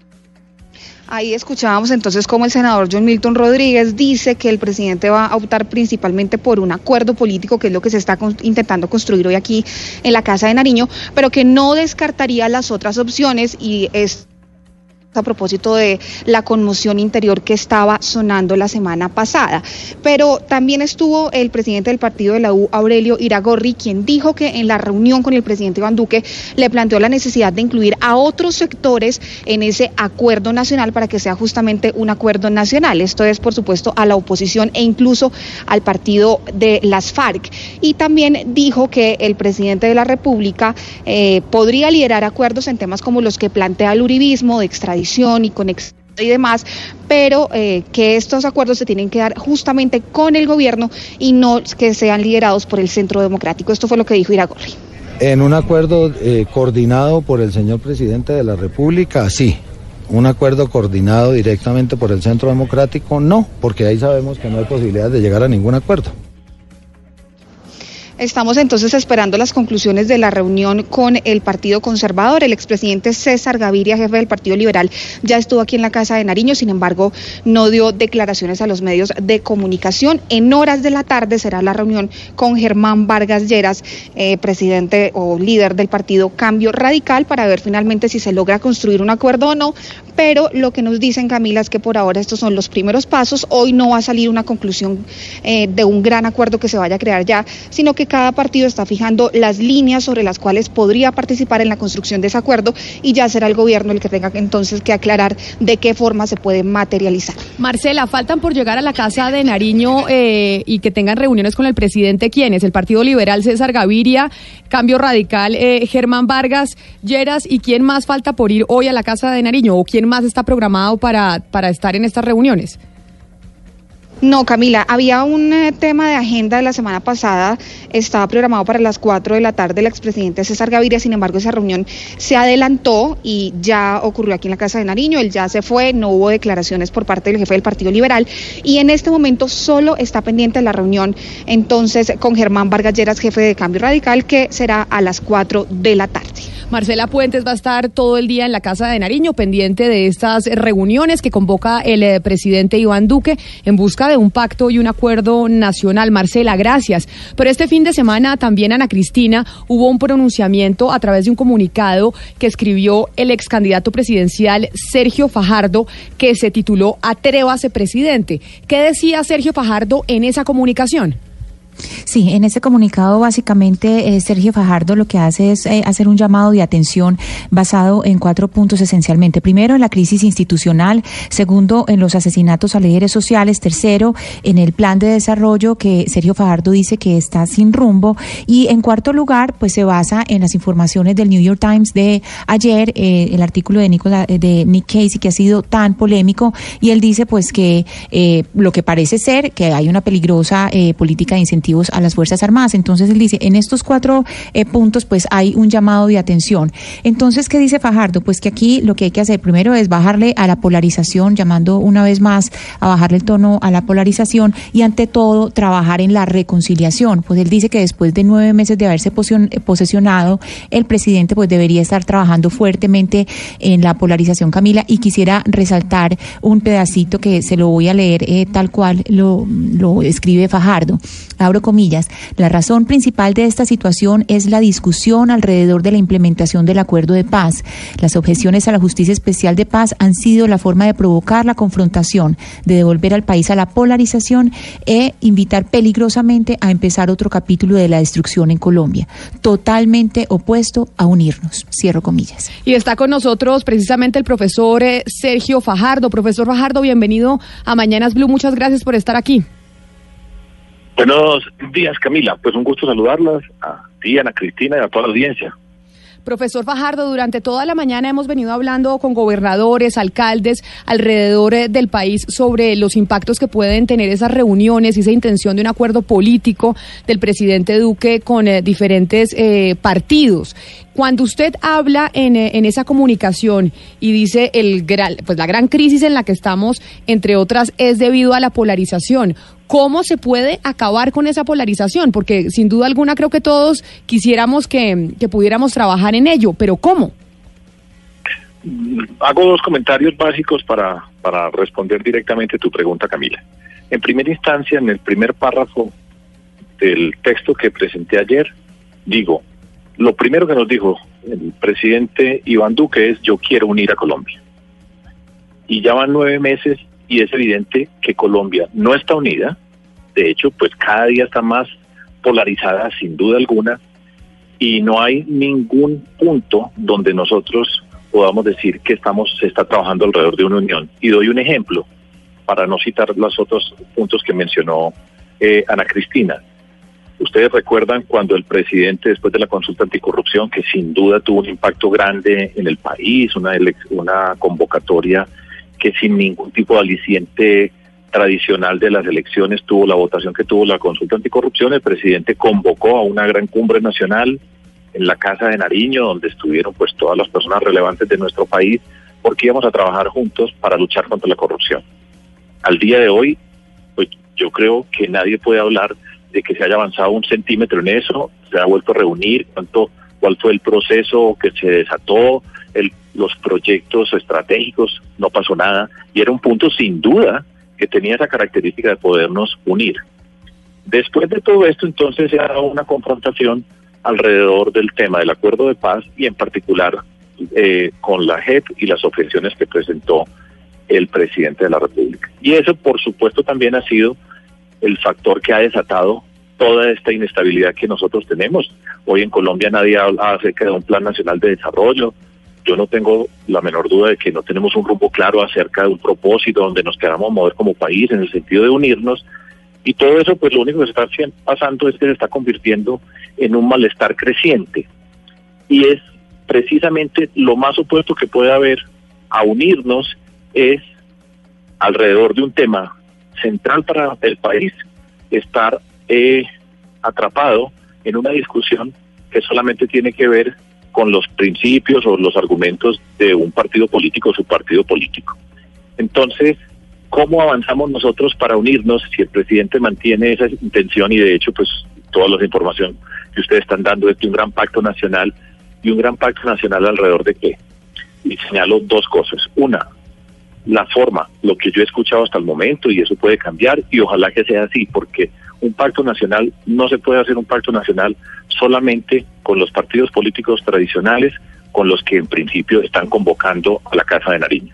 Ahí escuchábamos entonces cómo el senador John Milton Rodríguez dice que el presidente va a optar principalmente por un acuerdo político, que es lo que se está con, intentando construir hoy aquí en la Casa de Nariño, pero que no descartaría las otras opciones y es a propósito de la conmoción interior que estaba sonando la semana pasada. Pero también estuvo el presidente del partido de la U, Aurelio Iragorri, quien dijo que en la reunión con el presidente Iván Duque le planteó la necesidad de incluir a otros sectores en ese acuerdo nacional para que sea justamente un acuerdo nacional. Esto es, por supuesto, a la oposición e incluso al partido de las FARC. Y también dijo que el presidente de la República eh, podría liderar acuerdos en temas como los que plantea el uribismo, de extradición y conexión y demás, pero eh, que estos acuerdos se tienen que dar justamente con el gobierno y no que sean liderados por el Centro Democrático. Esto fue lo que dijo Iragorri. En un acuerdo eh, coordinado por el señor presidente de la República, sí. Un acuerdo coordinado directamente por el Centro Democrático, no, porque ahí sabemos que no hay posibilidad de llegar a ningún acuerdo. Estamos entonces esperando las conclusiones de la reunión con el Partido Conservador. El expresidente César Gaviria, jefe del Partido Liberal, ya estuvo aquí en la Casa de Nariño, sin embargo, no dio declaraciones a los medios de comunicación. En horas de la tarde será la reunión con Germán Vargas Lleras, eh, presidente o líder del partido Cambio Radical, para ver finalmente si se logra construir un acuerdo o no. Pero lo que nos dicen, Camila, es que por ahora estos son los primeros pasos. Hoy no va a salir una conclusión eh, de un gran acuerdo que se vaya a crear ya, sino que cada partido está fijando las líneas sobre las cuales podría participar en la construcción de ese acuerdo y ya será el gobierno el que tenga entonces que aclarar de qué forma se puede materializar. Marcela, faltan por llegar a la Casa de Nariño eh, y que tengan reuniones con el presidente, ¿quiénes? El Partido Liberal, César Gaviria, Cambio Radical, eh, Germán Vargas Lleras, ¿y quién más falta por ir hoy a la Casa de Nariño o quién más está programado para, para estar en estas reuniones? No, Camila, había un eh, tema de agenda de la semana pasada, estaba programado para las cuatro de la tarde el expresidente César Gaviria, sin embargo esa reunión se adelantó y ya ocurrió aquí en la Casa de Nariño, él ya se fue, no hubo declaraciones por parte del jefe del Partido Liberal y en este momento solo está pendiente la reunión entonces con Germán Vargas Lleras, jefe de Cambio Radical, que será a las cuatro de la tarde. Marcela Puentes va a estar todo el día en la Casa de Nariño pendiente de estas reuniones que convoca el eh, presidente Iván Duque en busca de un pacto y un acuerdo nacional. Marcela, gracias. Pero este fin de semana también, Ana Cristina, hubo un pronunciamiento a través de un comunicado que escribió el ex candidato presidencial Sergio Fajardo, que se tituló Atrévase, presidente. ¿Qué decía Sergio Fajardo en esa comunicación? Sí, en ese comunicado básicamente eh, Sergio Fajardo lo que hace es eh, hacer un llamado de atención basado en cuatro puntos esencialmente. Primero, en la crisis institucional. Segundo, en los asesinatos a líderes sociales. Tercero, en el plan de desarrollo que Sergio Fajardo dice que está sin rumbo. Y en cuarto lugar, pues se basa en las informaciones del New York Times de ayer, eh, el artículo de, Nicola, de Nick Casey que ha sido tan polémico. Y él dice pues que eh, lo que parece ser que hay una peligrosa eh, política de incentivos a las Fuerzas Armadas. Entonces él dice, en estos cuatro eh, puntos pues hay un llamado de atención. Entonces, ¿qué dice Fajardo? Pues que aquí lo que hay que hacer primero es bajarle a la polarización, llamando una vez más a bajarle el tono a la polarización y ante todo trabajar en la reconciliación. Pues él dice que después de nueve meses de haberse posesionado, el presidente pues debería estar trabajando fuertemente en la polarización, Camila, y quisiera resaltar un pedacito que se lo voy a leer eh, tal cual lo, lo escribe Fajardo. Abro comillas, la razón principal de esta situación es la discusión alrededor de la implementación del acuerdo de paz. Las objeciones a la Justicia Especial de Paz han sido la forma de provocar la confrontación, de devolver al país a la polarización e invitar peligrosamente a empezar otro capítulo de la destrucción en Colombia, totalmente opuesto a unirnos. Cierro comillas. Y está con nosotros precisamente el profesor eh, Sergio Fajardo. Profesor Fajardo, bienvenido a Mañanas Blue. Muchas gracias por estar aquí. Buenos días, Camila. Pues un gusto saludarlas a ti, Ana Cristina, y a toda la audiencia. Profesor Fajardo, durante toda la mañana hemos venido hablando con gobernadores, alcaldes alrededor eh, del país sobre los impactos que pueden tener esas reuniones y esa intención de un acuerdo político del presidente Duque con eh, diferentes eh, partidos. Cuando usted habla en, eh, en esa comunicación y dice el gran, pues la gran crisis en la que estamos, entre otras, es debido a la polarización, ¿cómo se puede acabar con esa polarización? Porque sin duda alguna creo que todos quisiéramos que, que pudiéramos trabajar en ello, pero ¿cómo? Hago dos comentarios básicos para, para responder directamente a tu pregunta, Camila. En primera instancia, en el primer párrafo del texto que presenté ayer, digo, lo primero que nos dijo el presidente Iván Duque es: yo quiero unir a Colombia. y ya van nueve meses y es evidente que Colombia no está unida. De hecho, pues cada día está más polarizada, sin duda alguna, y no hay ningún punto donde nosotros podamos decir que estamos se está trabajando alrededor de una unión. Y doy un ejemplo, para no citar los otros puntos que mencionó eh, Ana Cristina. Ustedes recuerdan cuando el presidente, después de la consulta anticorrupción, que sin duda tuvo un impacto grande en el país, una, una convocatoria que sin ningún tipo de aliciente tradicional de las elecciones tuvo la votación que tuvo la consulta anticorrupción, el presidente convocó a una gran cumbre nacional en la Casa de Nariño, donde estuvieron pues todas las personas relevantes de nuestro país, porque íbamos a trabajar juntos para luchar contra la corrupción. Al día de hoy, pues yo creo que nadie puede hablar de que se haya avanzado un centímetro en eso, se ha vuelto a reunir, cuánto, cuál fue el proceso que se desató, el, los proyectos estratégicos, no pasó nada, y era un punto sin duda que tenía esa característica de podernos unir. Después de todo esto, entonces, se ha dado una confrontación alrededor del tema del acuerdo de paz y en particular eh, con la J E P y las objeciones que presentó el presidente de la República. Y eso, por supuesto, también ha sido el factor que ha desatado toda esta inestabilidad que nosotros tenemos. Hoy en Colombia nadie habla acerca de un plan nacional de desarrollo. Yo no tengo la menor duda de que no tenemos un rumbo claro acerca de un propósito donde nos queramos mover como país en el sentido de unirnos. Y todo eso, pues lo único que se está pasando es que se está convirtiendo en un malestar creciente. Y es precisamente lo más opuesto que puede haber a unirnos, es alrededor de un tema central para el país, estar eh, atrapado en una discusión que solamente tiene que ver con los principios o los argumentos de un partido político o su partido político. Entonces, ¿cómo avanzamos nosotros para unirnos si el presidente mantiene esa intención? Y de hecho, pues toda la información que ustedes están dando es de un gran pacto nacional, y un gran pacto nacional alrededor de qué. Y señalo dos cosas. Una, la forma, lo que yo he escuchado hasta el momento, y eso puede cambiar, y ojalá que sea así, porque un pacto nacional, no se puede hacer un pacto nacional solamente con los partidos políticos tradicionales, con los que en principio están convocando a la Casa de Nariño.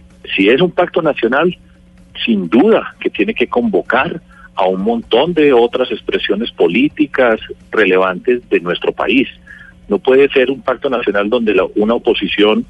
Si es un pacto nacional, sin duda que tiene que convocar a un montón de otras expresiones políticas relevantes de nuestro país. No puede ser un pacto nacional donde la, una oposición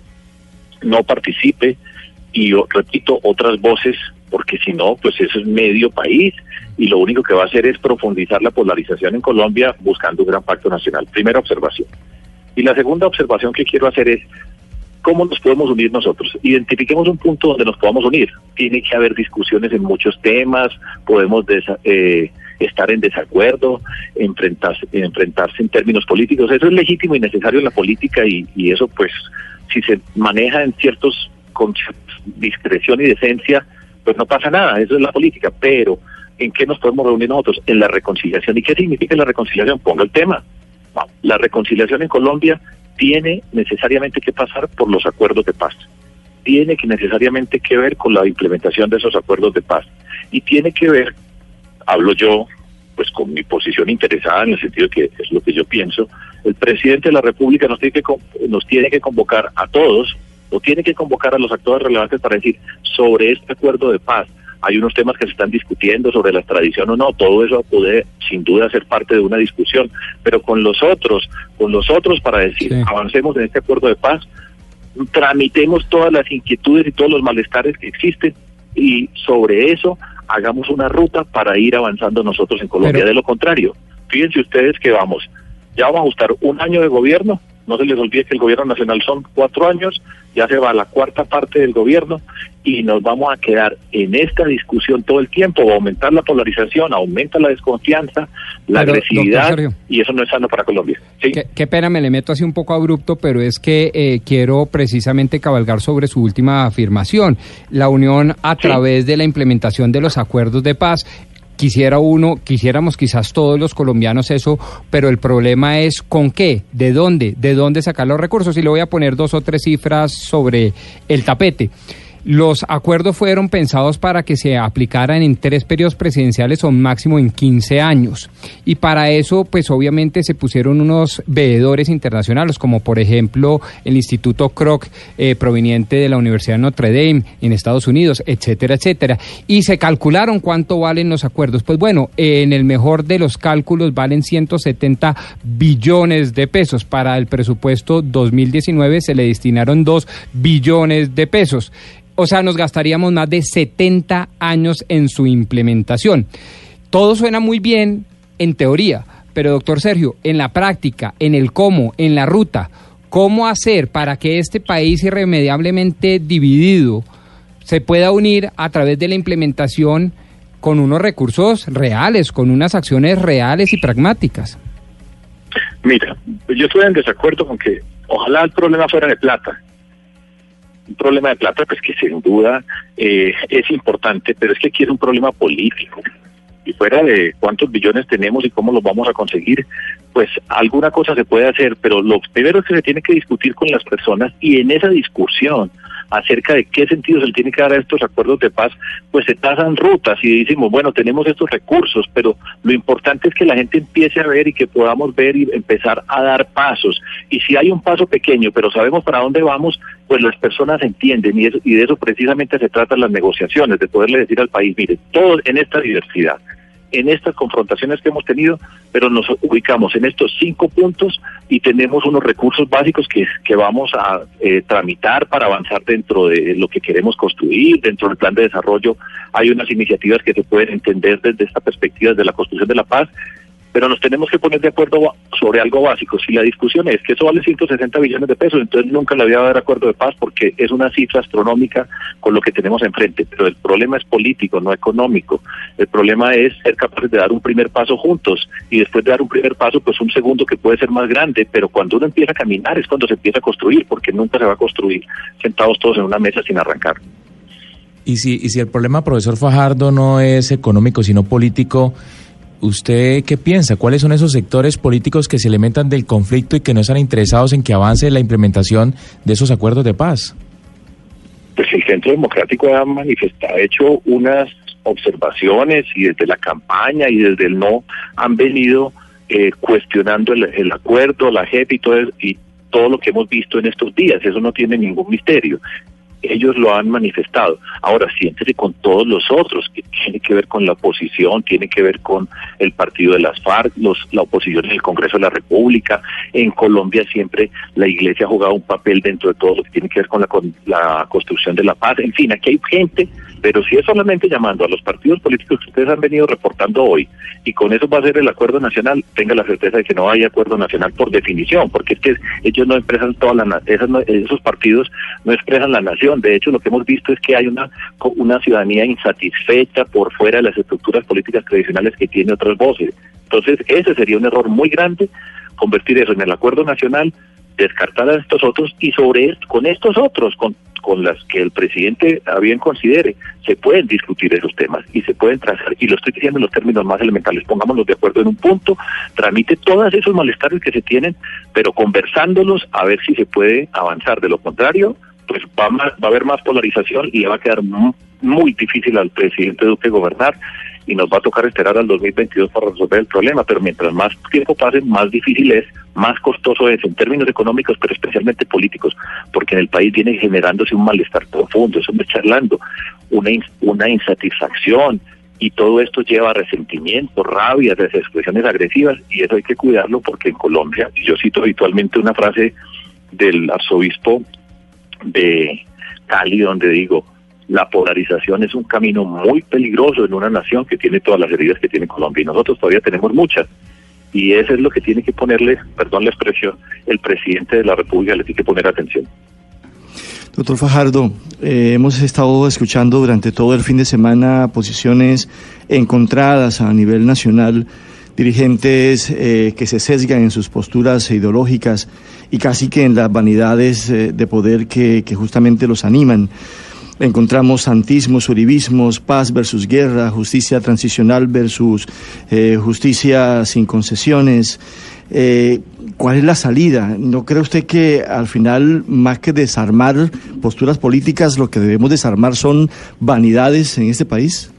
no participe y, yo repito, otras voces, porque si no, pues eso es medio país y lo único que va a hacer es profundizar la polarización en Colombia buscando un gran pacto nacional. Primera observación. Y la segunda observación que quiero hacer es, ¿cómo nos podemos unir nosotros? Identifiquemos un punto donde nos podamos unir. Tiene que haber discusiones en muchos temas, podemos desa- eh, estar en desacuerdo, enfrentarse, enfrentarse en términos políticos. Eso es legítimo y necesario en la política y, y eso, pues, si se maneja en ciertos con discreción y decencia, pues no pasa nada, eso es la política. Pero, ¿en qué nos podemos reunir nosotros? En la reconciliación. ¿Y qué significa la reconciliación? Ponga el tema. Vamos. La reconciliación en Colombia tiene necesariamente que pasar por los acuerdos de paz. Tiene que necesariamente que ver con la implementación de esos acuerdos de paz. Y tiene que ver, hablo yo, pues con mi posición interesada en el sentido de que es lo que yo pienso, el presidente de la República nos tiene que, nos tiene que convocar a todos, o tiene que convocar a los actores relevantes para decir, sobre este acuerdo de paz, hay unos temas que se están discutiendo sobre la extradición o no, todo eso puede sin duda ser parte de una discusión, pero con los otros, con los otros para decir, sí, avancemos en este acuerdo de paz, tramitemos todas las inquietudes y todos los malestares que existen y sobre eso hagamos una ruta para ir avanzando nosotros en Colombia. Pero de lo contrario, fíjense ustedes que vamos, ya vamos a estar un año de gobierno, no se les olvide que el gobierno nacional son cuatro años, ya se va a la cuarta parte del gobierno y nos vamos a quedar en esta discusión todo el tiempo, va a aumentar la polarización, aumenta la desconfianza, la pero, agresividad, y eso no es sano para Colombia. ¿Sí? Qué, qué pena, me le meto así un poco abrupto, pero es que eh, quiero precisamente cabalgar sobre su última afirmación, la unión a ¿Sí? través de la implementación de los acuerdos de paz. Quisiera uno, quisiéramos quizás todos los colombianos eso, pero el problema es ¿con qué? ¿De dónde? ¿De dónde sacar los recursos? Y le voy a poner dos o tres cifras sobre el tapete. Los acuerdos fueron pensados para que se aplicaran en tres periodos presidenciales o máximo en quince años. Y para eso, pues obviamente se pusieron unos veedores internacionales, como por ejemplo el Instituto Kroc, eh, proveniente de la Universidad de Notre Dame en Estados Unidos, etcétera, etcétera. Y se calcularon cuánto valen los acuerdos. Pues bueno, eh, en el mejor de los cálculos valen ciento setenta billones de pesos. Para el presupuesto dos mil diecinueve se le destinaron dos billones de pesos. O sea, nos gastaríamos más de setenta años en su implementación. Todo suena muy bien en teoría, pero doctor Sergio, en la práctica, en el cómo, en la ruta, ¿cómo hacer para que este país irremediablemente dividido se pueda unir a través de la implementación con unos recursos reales, con unas acciones reales y pragmáticas? Mira, yo estoy en desacuerdo con que ojalá el problema fuera de plata. Un problema de plata, pues que sin duda eh, es importante, pero es que aquí es un problema político. Y fuera de cuántos billones tenemos y cómo los vamos a conseguir, pues alguna cosa se puede hacer, pero lo primero es que se tiene que discutir con las personas, y en esa discusión acerca de qué sentido se le tiene que dar a estos acuerdos de paz, pues se trazan rutas y decimos, bueno, tenemos estos recursos, pero lo importante es que la gente empiece a ver y que podamos ver y empezar a dar pasos. Y si hay un paso pequeño, pero sabemos para dónde vamos, pues las personas entienden, y, eso, y de eso precisamente se tratan las negociaciones, de poderle decir al país, mire, todos en esta diversidad, en estas confrontaciones que hemos tenido, pero nos ubicamos en estos cinco puntos y tenemos unos recursos básicos que, que vamos a eh, tramitar para avanzar dentro de lo que queremos construir. Dentro del plan de desarrollo hay unas iniciativas que se pueden entender desde esta perspectiva, desde la construcción de la paz, pero nos tenemos que poner de acuerdo sobre algo básico. Si la discusión es que eso vale ciento sesenta billones de pesos, entonces nunca le había haber acuerdo de paz, porque es una cifra astronómica con lo que tenemos enfrente. Pero el problema es político, no económico. El problema es ser capaces de dar un primer paso juntos, y después de dar un primer paso, pues un segundo que puede ser más grande, pero cuando uno empieza a caminar es cuando se empieza a construir, porque nunca se va a construir sentados todos en una mesa sin arrancar. Y si, y si el problema, profesor Fajardo, no es económico, sino político, ¿usted qué piensa? ¿Cuáles son esos sectores políticos que se alimentan del conflicto y que no están interesados en que avance la implementación de esos acuerdos de paz? Pues el Centro Democrático ha manifestado, ha hecho unas observaciones, y desde la campaña y desde el no han venido eh, cuestionando el, el acuerdo, la J E P y todo, y todo lo que hemos visto en estos días. Eso no tiene ningún misterio. Ellos lo han manifestado. Ahora siéntese con todos los otros, que tiene que ver con la oposición, tiene que ver con el partido de las FARC, los, la oposición en el Congreso de la República. En Colombia siempre la Iglesia ha jugado un papel dentro de todo lo que tiene que ver con la, con la construcción de la paz. En fin, aquí hay gente, pero si es solamente llamando a los partidos políticos que ustedes han venido reportando hoy, y con eso va a ser el acuerdo nacional, tenga la certeza de que no hay acuerdo nacional por definición, porque es que ellos no expresan toda la, esas, esos partidos no expresan la nación. De hecho, lo que hemos visto es que hay una, una ciudadanía insatisfecha por fuera de las estructuras políticas tradicionales que tiene otras voces. Entonces, ese sería un error muy grande, convertir eso en el acuerdo nacional, descartar a estos otros, y sobre esto, con estos otros, con, con las que el presidente a bien considere, se pueden discutir esos temas y se pueden trazar, y lo estoy diciendo en los términos más elementales, pongámonos de acuerdo en un punto, tramite todos esos malestares que se tienen, pero conversándolos a ver si se puede avanzar. De lo contrario, pues va, más, va a haber más polarización y le va a quedar muy, muy difícil al presidente Duque gobernar, y nos va a tocar esperar al dos mil veintidós para resolver el problema. Pero mientras más tiempo pase, más difícil es, más costoso es en términos económicos, pero especialmente políticos, porque en el país viene generándose un malestar profundo, eso me está charlando, una, una insatisfacción, y todo esto lleva a resentimiento, rabia, expresiones agresivas, y eso hay que cuidarlo, porque en Colombia, yo cito habitualmente una frase del arzobispo de Cali, donde digo, la polarización es un camino muy peligroso en una nación que tiene todas las heridas que tiene Colombia, y nosotros todavía tenemos muchas, y eso es lo que tiene que ponerle, perdón la expresión, el presidente de la República le tiene que poner atención. Doctor Fajardo, eh, hemos estado escuchando durante todo el fin de semana posiciones encontradas a nivel nacional, dirigentes eh, que se sesgan en sus posturas ideológicas y casi que en las vanidades eh, de poder que, que justamente los animan. Encontramos santismos, uribismos, paz versus guerra, justicia transicional versus eh, justicia sin concesiones. Eh, ¿cuál es la salida? ¿No cree usted que al final, más que desarmar posturas políticas, lo que debemos desarmar son vanidades en este país?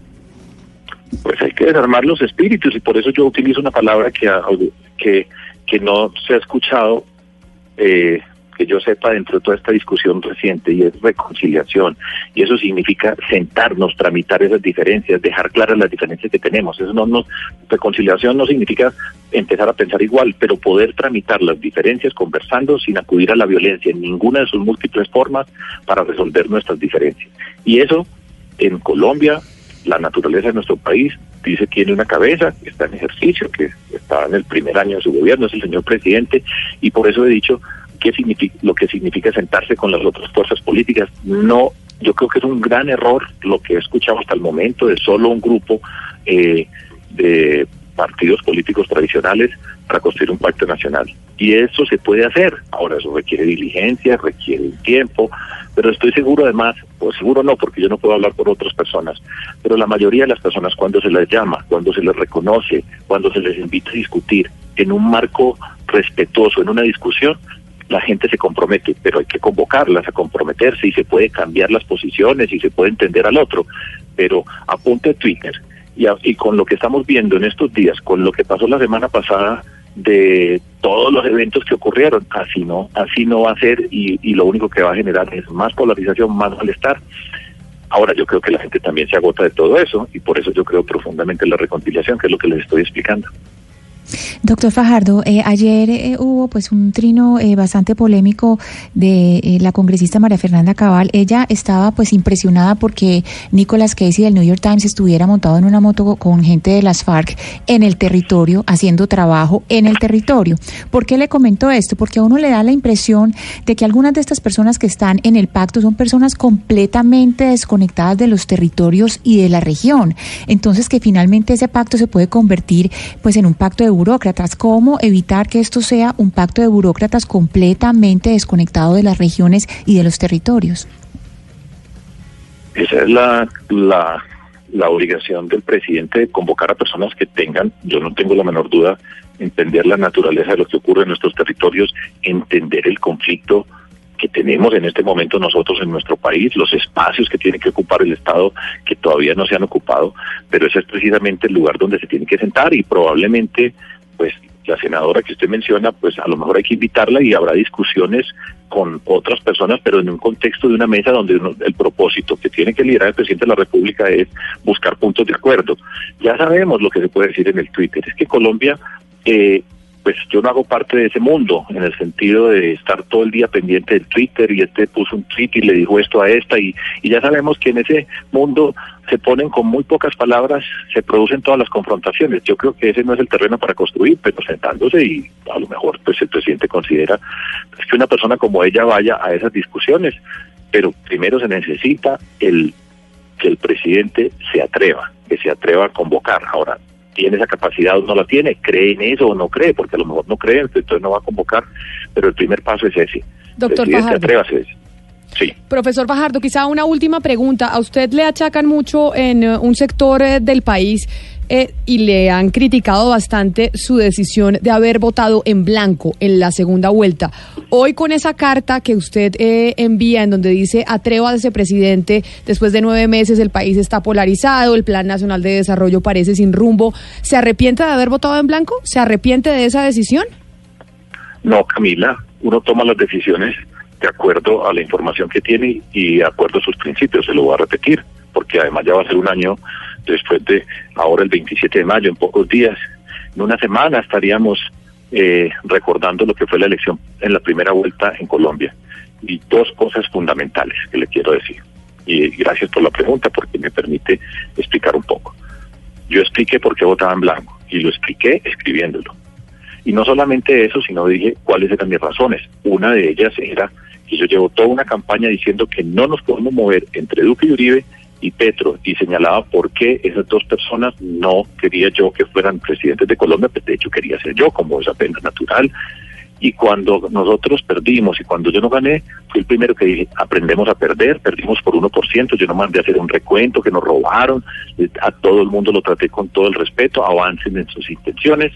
Pues hay que desarmar los espíritus, y por eso yo utilizo una palabra que que, que no se ha escuchado, eh, que yo sepa, dentro de toda esta discusión reciente, y es reconciliación. Y eso significa sentarnos, tramitar esas diferencias, dejar claras las diferencias que tenemos. Eso no, no, reconciliación no significa empezar a pensar igual, pero poder tramitar las diferencias conversando sin acudir a la violencia en ninguna de sus múltiples formas para resolver nuestras diferencias. Y eso, en Colombia, la naturaleza de nuestro país dice tiene una cabeza que está en ejercicio, que está en el primer año de su gobierno, es el señor presidente, y por eso he dicho qué significa, lo que significa sentarse con las otras fuerzas políticas. No, yo creo que es un gran error lo que he escuchado hasta el momento de solo un grupo eh, de partidos políticos tradicionales para construir un pacto nacional. Y eso se puede hacer. Ahora, eso requiere diligencia, requiere tiempo, pero estoy seguro además, o seguro no, porque yo no puedo hablar por otras personas, pero la mayoría de las personas, cuando se les llama, cuando se les reconoce, cuando se les invita a discutir en un marco respetuoso, en una discusión, la gente se compromete, pero hay que convocarlas a comprometerse, y se puede cambiar las posiciones y se puede entender al otro, pero apunte Twitter. Y, a, y con lo que estamos viendo en estos días, con lo que pasó la semana pasada de todos los eventos que ocurrieron, así no, así no va a ser, y, y lo único que va a generar es más polarización, más malestar. Ahora, yo creo que la gente también se agota de todo eso, y por eso yo creo profundamente en la reconciliación, que es lo que les estoy explicando. Doctor Fajardo, eh, ayer eh, hubo pues un trino eh, bastante polémico de eh, la congresista María Fernanda Cabal. Ella estaba pues impresionada porque Nicolas Casey del New York Times estuviera montado en una moto con gente de las FARC en el territorio, haciendo trabajo en el territorio. ¿Por qué le comento esto? Porque a uno le da la impresión de que algunas de estas personas que están en el pacto son personas completamente desconectadas de los territorios y de la región. Entonces, que finalmente ese pacto se puede convertir pues en un pacto de burócratas. ¿Cómo evitar que esto sea un pacto de burócratas completamente desconectado de las regiones y de los territorios? Esa es la, la, la obligación del presidente, de convocar a personas que tengan, yo no tengo la menor duda, entender la naturaleza de lo que ocurre en nuestros territorios, entender el conflicto que tenemos en este momento nosotros en nuestro país, los espacios que tiene que ocupar el Estado que todavía no se han ocupado, pero ese es precisamente el lugar donde se tiene que sentar, y probablemente pues la senadora que usted menciona, pues a lo mejor hay que invitarla y habrá discusiones con otras personas, pero en un contexto de una mesa donde uno, el propósito que tiene que liderar el presidente de la República es buscar puntos de acuerdo. Ya sabemos lo que se puede decir en el Twitter, es que Colombia, eh, pues yo no hago parte de ese mundo, en el sentido de estar todo el día pendiente del Twitter, y este puso un tweet y le dijo esto a esta, y, y ya sabemos que en ese mundo se ponen con muy pocas palabras, se producen todas las confrontaciones. Yo creo que ese no es el terreno para construir, pero sentándose, y a lo mejor pues el presidente considera pues, que una persona como ella vaya a esas discusiones, pero primero se necesita el que el presidente se atreva, que se atreva a convocar. Ahora, ¿tiene esa capacidad o no la tiene? ¿Cree en eso o no cree? Porque a lo mejor no cree, entonces no va a convocar, pero el primer paso es ese. Doctor Presidente, Fajardo. atrévase. Sí. Profesor Fajardo, quizá una última pregunta. A usted le achacan mucho en uh, un sector eh, del país eh, y le han criticado bastante su decisión de haber votado en blanco en la segunda vuelta. Hoy, con esa carta que usted eh, envía en donde dice atrévase, presidente, después de nueve meses el país está polarizado, el Plan Nacional de Desarrollo parece sin rumbo, ¿se arrepiente de haber votado en blanco? ¿Se arrepiente de esa decisión? No, Camila, uno toma las decisiones de acuerdo a la información que tiene y de acuerdo a sus principios. Se lo voy a repetir, porque además ya va a ser un año después de ahora el veintisiete de mayo, en pocos días. En una semana estaríamos eh, recordando lo que fue la elección en la primera vuelta en Colombia. Y dos cosas fundamentales que le quiero decir. Y gracias por la pregunta, porque me permite explicar un poco. Yo expliqué por qué votaba en blanco, y lo expliqué escribiéndolo. Y no solamente eso, sino dije cuáles eran mis razones. Una de ellas era que yo llevo toda una campaña diciendo que no nos podemos mover entre Duque y Uribe y Petro, y señalaba por qué esas dos personas no quería yo que fueran presidentes de Colombia, pues de hecho quería ser yo, como es apenas natural. Y cuando nosotros perdimos y cuando yo no gané, fui el primero que dije, aprendemos a perder, perdimos por uno por ciento, yo no mandé a hacer un recuento, que nos robaron, a todo el mundo lo traté con todo el respeto, avancen en sus intenciones,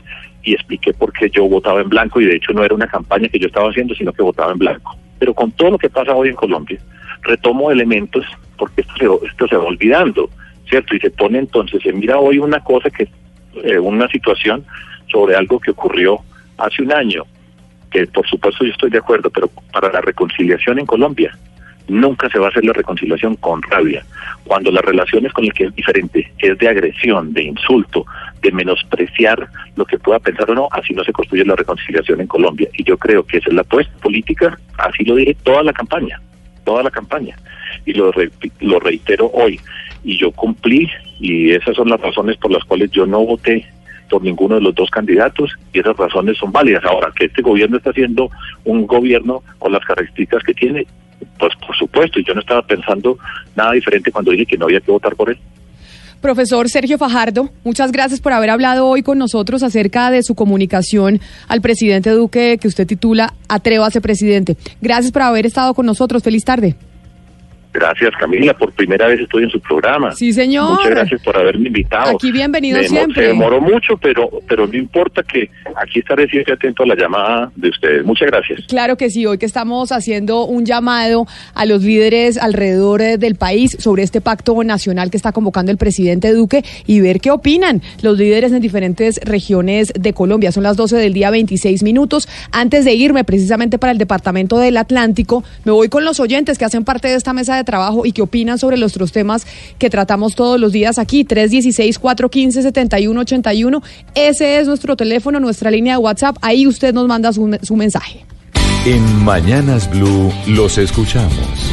y expliqué por qué yo votaba en blanco, y de hecho no era una campaña que yo estaba haciendo, sino que votaba en blanco. Pero con todo lo que pasa hoy en Colombia, retomo elementos porque esto se, esto se va olvidando, ¿cierto? Y se pone entonces, se mira hoy una cosa que, eh, una situación sobre algo que ocurrió hace un año, que por supuesto yo estoy de acuerdo, pero para la reconciliación en Colombia, nunca se va a hacer la reconciliación con rabia. Cuando las relaciones con el que es diferente es de agresión, de insulto, de menospreciar lo que pueda pensar o no, así no se construye la reconciliación en Colombia. Y yo creo que esa es la apuesta política, así lo dije toda la campaña, toda la campaña. Y lo, re, lo reitero hoy. Y yo cumplí, y esas son las razones por las cuales yo no voté por ninguno de los dos candidatos, y esas razones son válidas. Ahora, que este gobierno está haciendo un gobierno con las características que tiene, pues por supuesto, y yo no estaba pensando nada diferente cuando dije que no había que votar por él. Profesor Sergio Fajardo, muchas gracias por haber hablado hoy con nosotros acerca de su comunicación al presidente Duque, que usted titula Atrévase, presidente. Gracias por haber estado con nosotros. Feliz tarde. Gracias, Camila, por primera vez estoy en su programa. Sí, señor. Muchas gracias por haberme invitado. Aquí bienvenido me siempre. Se demoró mucho, pero pero no importa, que aquí estaré siempre atento a la llamada de ustedes. Muchas gracias. Claro que sí, hoy que estamos haciendo un llamado a los líderes alrededor del país sobre este pacto nacional que está convocando el presidente Duque y ver qué opinan los líderes en diferentes regiones de Colombia. Son las doce del día, veintiséis minutos. Antes de irme precisamente para el departamento del Atlántico, me voy con los oyentes que hacen parte de esta mesa de trabajo y que opinan sobre los otros temas que tratamos todos los días aquí. Tres uno seis, cuatro uno cinco, siete uno ocho uno. Ese es nuestro teléfono, nuestra línea de WhatsApp. Ahí usted nos manda su, su mensaje. En Mañanas Blue los escuchamos.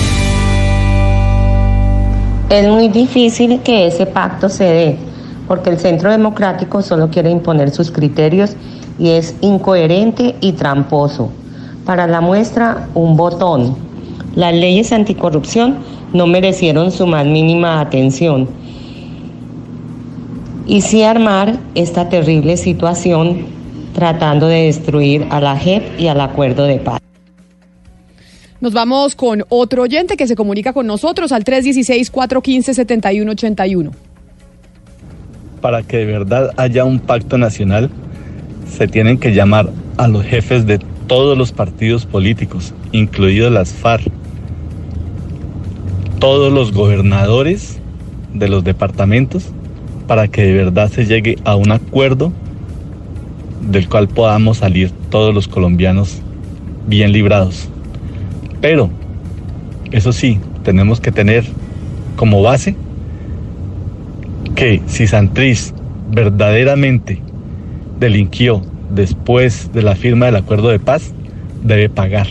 Es muy difícil que ese pacto se dé, porque el Centro Democrático solo quiere imponer sus criterios y es incoherente y tramposo. Para la muestra, un botón. Las leyes anticorrupción no merecieron su más mínima atención. Y sí armar esta terrible situación tratando de destruir a la J E P y al acuerdo de paz. Nos vamos con otro oyente que se comunica con nosotros al tres uno seis, cuatro uno cinco, siete uno ocho uno. Para que de verdad haya un pacto nacional, se tienen que llamar a los jefes de todos los partidos políticos, incluidos las FARC, todos los gobernadores de los departamentos, para que de verdad se llegue a un acuerdo del cual podamos salir todos los colombianos bien librados. Pero, eso sí, tenemos que tener como base que si Santrich verdaderamente delinquió después de la firma del acuerdo de paz, debe pagar.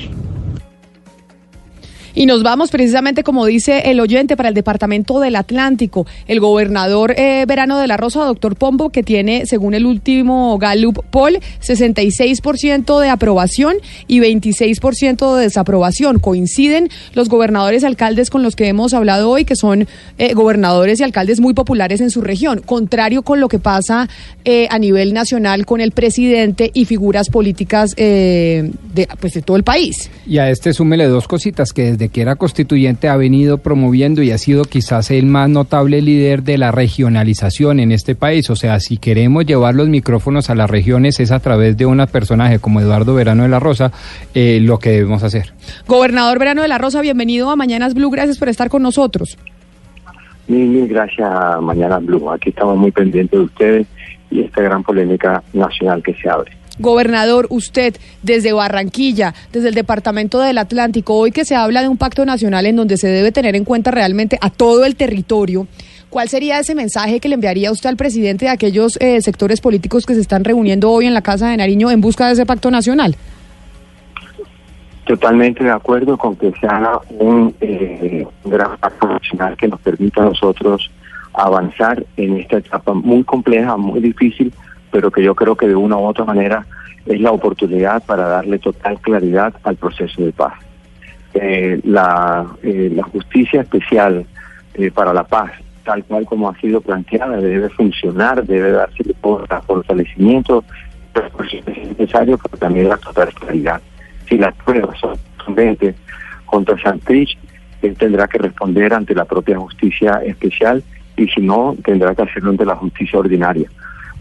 Y nos vamos precisamente, como dice el oyente, para el departamento del Atlántico. El gobernador eh, Verano de la Rosa, doctor Pombo, que tiene, según el último Gallup Poll, sesenta y seis por ciento de aprobación y veintiséis por ciento de desaprobación. Coinciden los gobernadores y alcaldes con los que hemos hablado hoy, que son eh, gobernadores y alcaldes muy populares en su región, contrario con lo que pasa eh, a nivel nacional con el presidente y figuras políticas eh, de, pues, de todo el país. Y a este súmele dos cositas, que desde que era constituyente ha venido promoviendo y ha sido quizás el más notable líder de la regionalización en este país. O sea, si queremos llevar los micrófonos a las regiones es a través de un personaje como Eduardo Verano de la Rosa eh, lo que debemos hacer. Gobernador Verano de la Rosa, bienvenido a Mañanas Blue, gracias por estar con nosotros. Mil, mil gracias a Mañanas Blue, aquí estamos muy pendientes de ustedes y esta gran polémica nacional que se abre. Gobernador, usted desde Barranquilla, desde el departamento del Atlántico, hoy que se habla de un pacto nacional en donde se debe tener en cuenta realmente a todo el territorio, ¿cuál sería ese mensaje que le enviaría usted al presidente de aquellos eh, sectores políticos que se están reuniendo hoy en la Casa de Nariño en busca de ese pacto nacional? Totalmente de acuerdo con que se haga un eh, gran pacto nacional que nos permita a nosotros avanzar en esta etapa muy compleja, muy difícil, pero que yo creo que de una u otra manera es la oportunidad para darle total claridad al proceso de paz. Eh, la, eh, la justicia especial eh, para la paz, tal cual como ha sido planteada, debe funcionar, debe darse por fortalecimiento, es necesario, pero también la total claridad. Si las pruebas son contundentes contra Santrich, él tendrá que responder ante la propia justicia especial, y si no, tendrá que hacerlo ante la justicia ordinaria.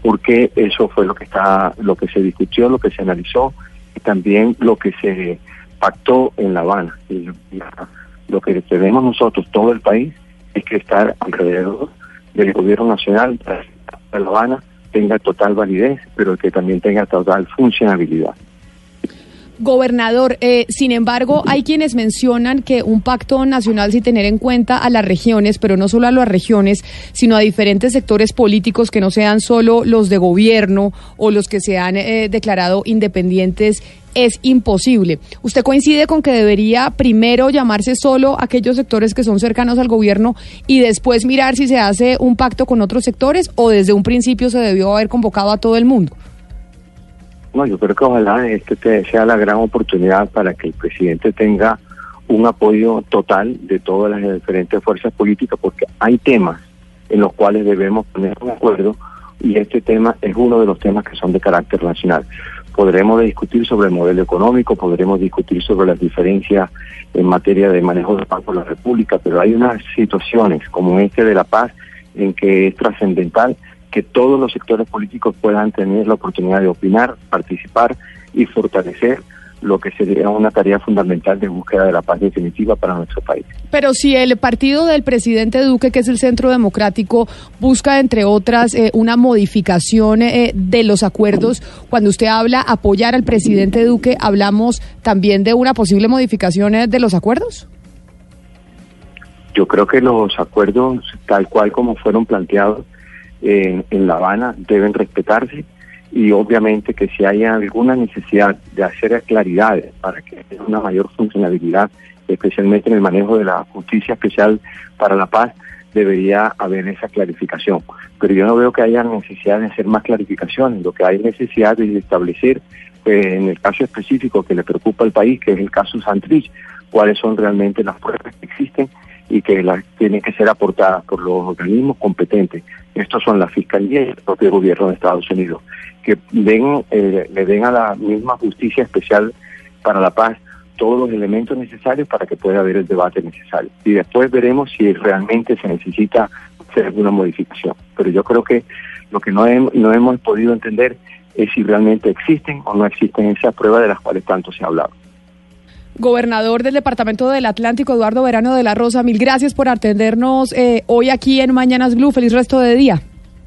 porque eso fue lo que está, lo que se discutió, lo que se analizó y también lo que se pactó en La Habana. Y lo que tenemos nosotros, todo el país, es que estar alrededor del gobierno nacional para que La Habana tenga total validez, pero que también tenga total funcionabilidad. Gobernador, eh, sin embargo, hay quienes mencionan que un pacto nacional sin tener en cuenta a las regiones, pero no solo a las regiones, sino a diferentes sectores políticos que no sean solo los de gobierno o los que se han eh, declarado independientes, es imposible. ¿Usted coincide con que debería primero llamarse solo a aquellos sectores que son cercanos al gobierno y después mirar si se hace un pacto con otros sectores, o desde un principio se debió haber convocado a todo el mundo? No, yo creo que ojalá este sea la gran oportunidad para que el presidente tenga un apoyo total de todas las diferentes fuerzas políticas, porque hay temas en los cuales debemos poner un acuerdo, y este tema es uno de los temas que son de carácter nacional. Podremos discutir sobre el modelo económico, podremos discutir sobre las diferencias en materia de manejo de paz por la República, pero hay unas situaciones como este de la paz en que es trascendental que todos los sectores políticos puedan tener la oportunidad de opinar, participar y fortalecer lo que sería una tarea fundamental de búsqueda de la paz definitiva para nuestro país. Pero si el partido del presidente Duque, que es el Centro Democrático, busca, entre otras, eh, una modificación eh, de los acuerdos, cuando usted habla apoyar al presidente Duque, ¿hablamos también de una posible modificación eh, de los acuerdos? Yo creo que los acuerdos, tal cual como fueron planteados en, en La Habana, deben respetarse, y obviamente que si hay alguna necesidad de hacer claridades para que haya una mayor funcionalidad, especialmente en el manejo de la Justicia Especial para la Paz, debería haber esa clarificación. Pero yo no veo que haya necesidad de hacer más clarificaciones. Lo que hay necesidad es de establecer, eh, en el caso específico que le preocupa al país, que es el caso Santrich, cuáles son realmente las pruebas que existen y que las tienen que ser aportadas por los organismos competentes. Estos son la Fiscalía y el propio gobierno de Estados Unidos, que den, eh, le den a la misma Justicia Especial para la Paz todos los elementos necesarios para que pueda haber el debate necesario. Y después veremos si realmente se necesita hacer alguna modificación. Pero yo creo que lo que no, he, no hemos podido entender es si realmente existen o no existen esas pruebas de las cuales tanto se ha hablado. Gobernador del Departamento del Atlántico, Eduardo Verano de la Rosa, mil gracias por atendernos eh, hoy aquí en Mañanas Blue. Feliz resto de día.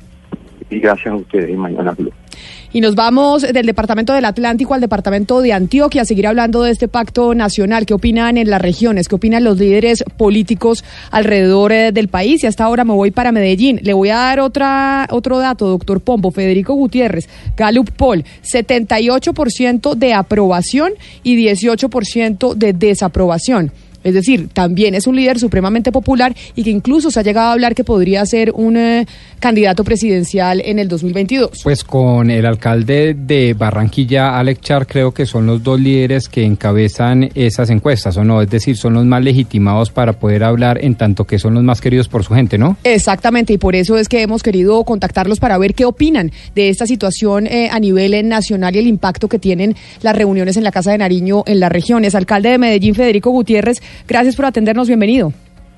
Y gracias a ustedes en Mañanas Blue. Y nos vamos del Departamento del Atlántico al Departamento de Antioquia a seguir hablando de este pacto nacional. ¿Qué opinan en las regiones? ¿Qué opinan los líderes políticos alrededor eh, del país? Y hasta ahora me voy para Medellín. Le voy a dar otra otro dato, doctor Pombo. Federico Gutiérrez, Gallup Poll, setenta y ocho por ciento de aprobación y dieciocho por ciento de desaprobación. Es decir, también es un líder supremamente popular y que incluso se ha llegado a hablar que podría ser un eh, candidato presidencial en el dos mil veintidós. Pues con el alcalde de Barranquilla, Alex Char, creo que son los dos líderes que encabezan esas encuestas, ¿o no? Es decir, son los más legitimados para poder hablar, en tanto que son los más queridos por su gente, ¿no? Exactamente, y por eso es que hemos querido contactarlos para ver qué opinan de esta situación eh, a nivel eh, nacional y el impacto que tienen las reuniones en la Casa de Nariño en las regiones. Alcalde de Medellín, Federico Gutiérrez, gracias por atendernos, bienvenido.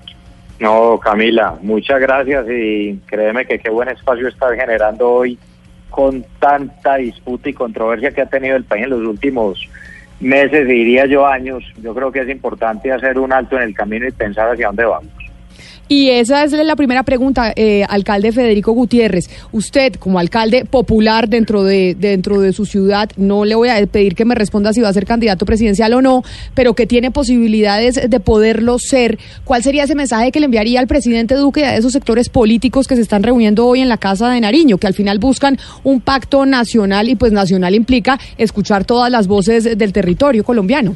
No, Camila, muchas gracias, y créeme que qué buen espacio estás generando hoy con tanta disputa y controversia que ha tenido el país en los últimos meses, diría yo años. Yo creo que es importante hacer un alto en el camino y pensar hacia dónde vamos. Y esa es la primera pregunta, eh, alcalde Federico Gutiérrez. Usted, como alcalde popular dentro de dentro de su ciudad, no le voy a pedir que me responda si va a ser candidato presidencial o no, pero que tiene posibilidades de poderlo ser. ¿Cuál sería ese mensaje que le enviaría al presidente Duque y a esos sectores políticos que se están reuniendo hoy en la Casa de Nariño, que al final buscan un pacto nacional, y pues nacional implica escuchar todas las voces del territorio colombiano?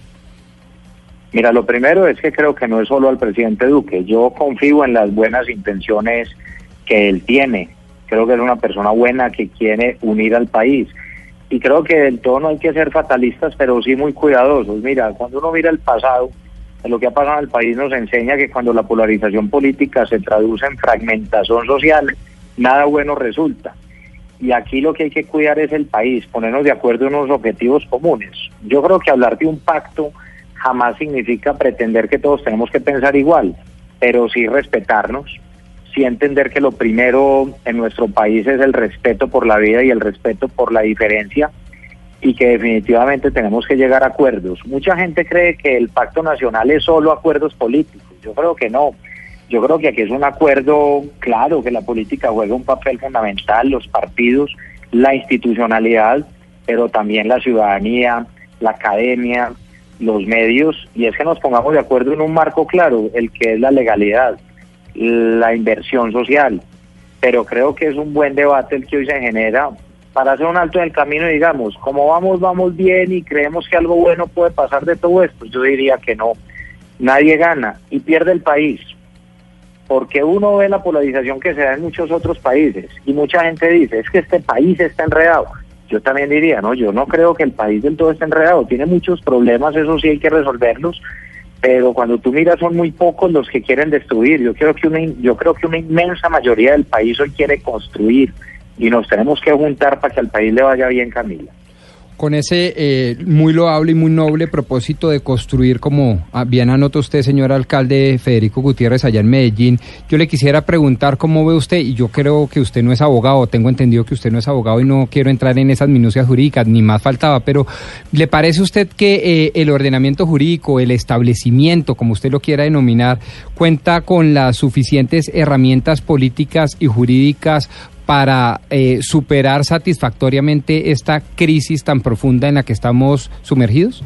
Mira, lo primero es que creo que no es solo al presidente Duque. Yo confío en las buenas intenciones que él tiene. Creo que es una persona buena que quiere unir al país. Y creo que del todo no hay que ser fatalistas, pero sí muy cuidadosos. Mira, cuando uno mira el pasado, lo que ha pasado en el país nos enseña que cuando la polarización política se traduce en fragmentación social, nada bueno resulta. Y aquí lo que hay que cuidar es el país, ponernos de acuerdo en unos objetivos comunes. Yo creo que hablar de un pacto jamás significa pretender que todos tenemos que pensar igual, pero sí respetarnos, sí entender que lo primero en nuestro país es el respeto por la vida y el respeto por la diferencia, y que definitivamente tenemos que llegar a acuerdos. Mucha gente cree que el pacto nacional es solo acuerdos políticos. Yo creo que no. Yo creo que aquí es un acuerdo, claro, que la política juega un papel fundamental, los partidos, la institucionalidad, pero también la ciudadanía, la academia, los medios, y es que nos pongamos de acuerdo en un marco claro, el que es la legalidad, la inversión social. Pero creo que es un buen debate el que hoy se genera para hacer un alto en el camino y digamos, como vamos, vamos bien y creemos que algo bueno puede pasar de todo esto. Yo diría que no, nadie gana y pierde el país, porque uno ve la polarización que se da en muchos otros países y mucha gente dice, es que este país está enredado. Yo también diría, no, yo no creo que el país del todo esté enredado, tiene muchos problemas, eso sí hay que resolverlos, pero cuando tú miras son muy pocos los que quieren destruir. Yo creo que una, yo creo que una inmensa mayoría del país hoy quiere construir, y nos tenemos que juntar para que al país le vaya bien, Camila. Con ese eh, muy loable y muy noble propósito de construir, como bien anota usted, señor alcalde Federico Gutiérrez, allá en Medellín, yo le quisiera preguntar cómo ve usted, y yo creo que usted no es abogado, tengo entendido que usted no es abogado y no quiero entrar en esas minucias jurídicas, ni más faltaba, pero ¿le parece a usted que eh, el ordenamiento jurídico, el establecimiento, como usted lo quiera denominar, cuenta con las suficientes herramientas políticas y jurídicas para eh, superar satisfactoriamente esta crisis tan profunda en la que estamos sumergidos?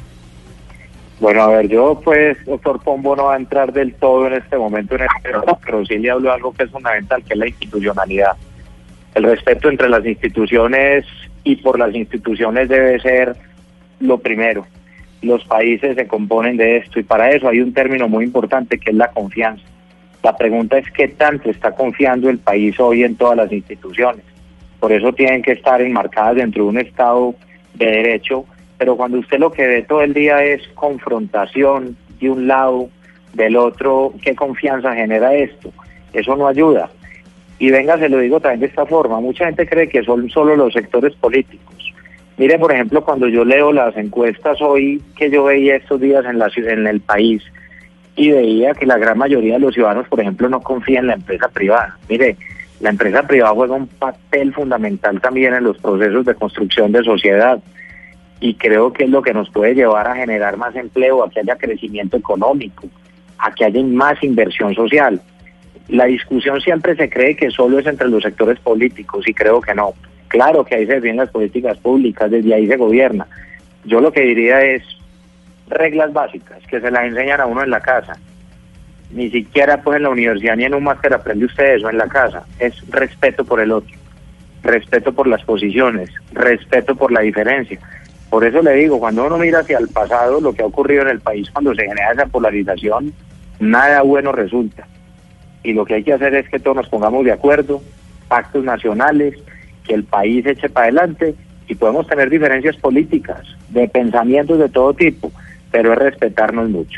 Bueno, a ver, yo pues, doctor Pombo, no va a entrar del todo en este momento en el tema, pero sí le hablo de algo que es fundamental, que es la institucionalidad. El respeto entre las instituciones y por las instituciones debe ser lo primero. Los países se componen de esto y para eso hay un término muy importante que es la confianza. La pregunta es qué tanto está confiando el país hoy en todas las instituciones. Por eso tienen que estar enmarcadas dentro de un Estado de derecho, pero cuando usted lo que ve todo el día es confrontación de un lado, del otro, ¿qué confianza genera esto? Eso no ayuda. Y venga, se lo digo también de esta forma, mucha gente cree que son solo los sectores políticos. Mire, por ejemplo, cuando yo leo las encuestas hoy que yo veía estos días en, la, en el país, y veía que la gran mayoría de los ciudadanos, por ejemplo, no confían en la empresa privada. Mire, la empresa privada juega un papel fundamental también en los procesos de construcción de sociedad, y creo que es lo que nos puede llevar a generar más empleo, a que haya crecimiento económico, a que haya más inversión social. La discusión siempre se cree que solo es entre los sectores políticos, y creo que no. Claro que ahí se ven las políticas públicas, desde ahí se gobierna. Yo lo que diría es reglas básicas que se las enseñan a uno en la casa. Ni siquiera pues en la universidad ni en un máster aprende usted eso en la casa. Es respeto por el otro, respeto por las posiciones, respeto por la diferencia. Por eso le digo, cuando uno mira hacia el pasado, lo que ha ocurrido en el país cuando se genera esa polarización, nada bueno resulta. Y lo que hay que hacer es que todos nos pongamos de acuerdo, pactos nacionales, que el país eche para adelante, y podemos tener diferencias políticas, de pensamientos de todo tipo, pero es respetarnos mucho.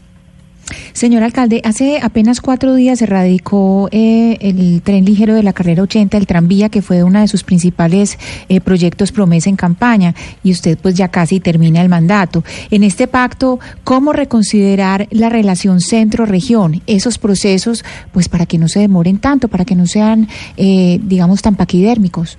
Señor alcalde, hace apenas cuatro días se radicó eh, el tren ligero de la carrera ochenta, el tranvía, que fue uno de sus principales eh, proyectos promesa en campaña, y usted pues ya casi termina el mandato. En este pacto, ¿cómo reconsiderar la relación centro-región? Esos procesos, pues para que no se demoren tanto, para que no sean, eh, digamos, tan paquidérmicos.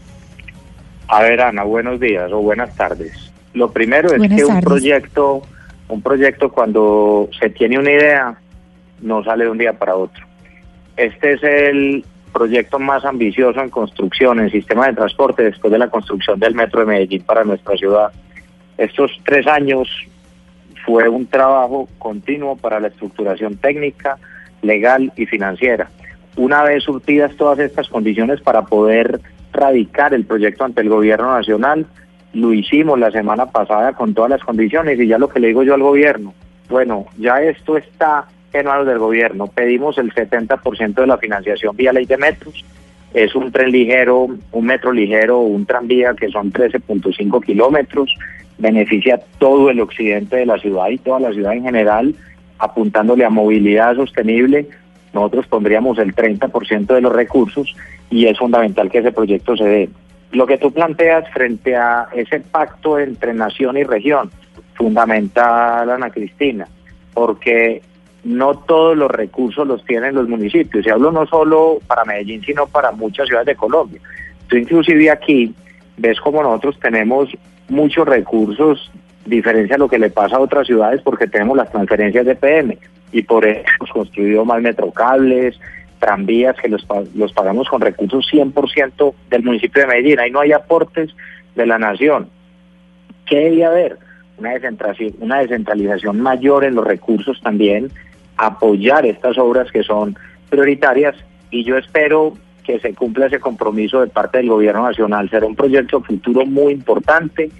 A ver, Ana, buenos días o buenas tardes. Lo primero es buenas que tardes. un proyecto... Un proyecto cuando se tiene una idea no sale de un día para otro. Este es el proyecto más ambicioso en construcción, en sistema de transporte, después de la construcción del metro de Medellín para nuestra ciudad. Estos tres años fue un trabajo continuo para la estructuración técnica, legal y financiera. Una vez surtidas todas estas condiciones para poder radicar el proyecto ante el gobierno nacional, lo hicimos la semana pasada con todas las condiciones, y ya lo que le digo yo al gobierno, bueno, ya esto está en manos del gobierno. Pedimos el setenta por ciento de la financiación vía ley de metros. Es un tren ligero, un metro ligero, un tranvía que son trece punto cinco kilómetros, beneficia todo el occidente de la ciudad y toda la ciudad en general, apuntándole a movilidad sostenible. Nosotros pondríamos el treinta por ciento de los recursos, y es fundamental que ese proyecto se dé. Lo que tú planteas frente a ese pacto entre nación y región, fundamental, Ana Cristina, porque no todos los recursos los tienen los municipios, y hablo no solo para Medellín, sino para muchas ciudades de Colombia. Tú inclusive aquí ves como nosotros tenemos muchos recursos, diferencia a lo que le pasa a otras ciudades, porque tenemos las transferencias de P M, y por eso hemos construido más metrocables, tranvías, que los, los pagamos con recursos cien por ciento del municipio de Medellín. Ahí no hay aportes de la nación. ¿Qué debía haber? Una descentralización, una descentralización mayor en los recursos también, apoyar estas obras que son prioritarias, y yo espero que se cumpla ese compromiso de parte del gobierno nacional. Será un proyecto futuro muy importante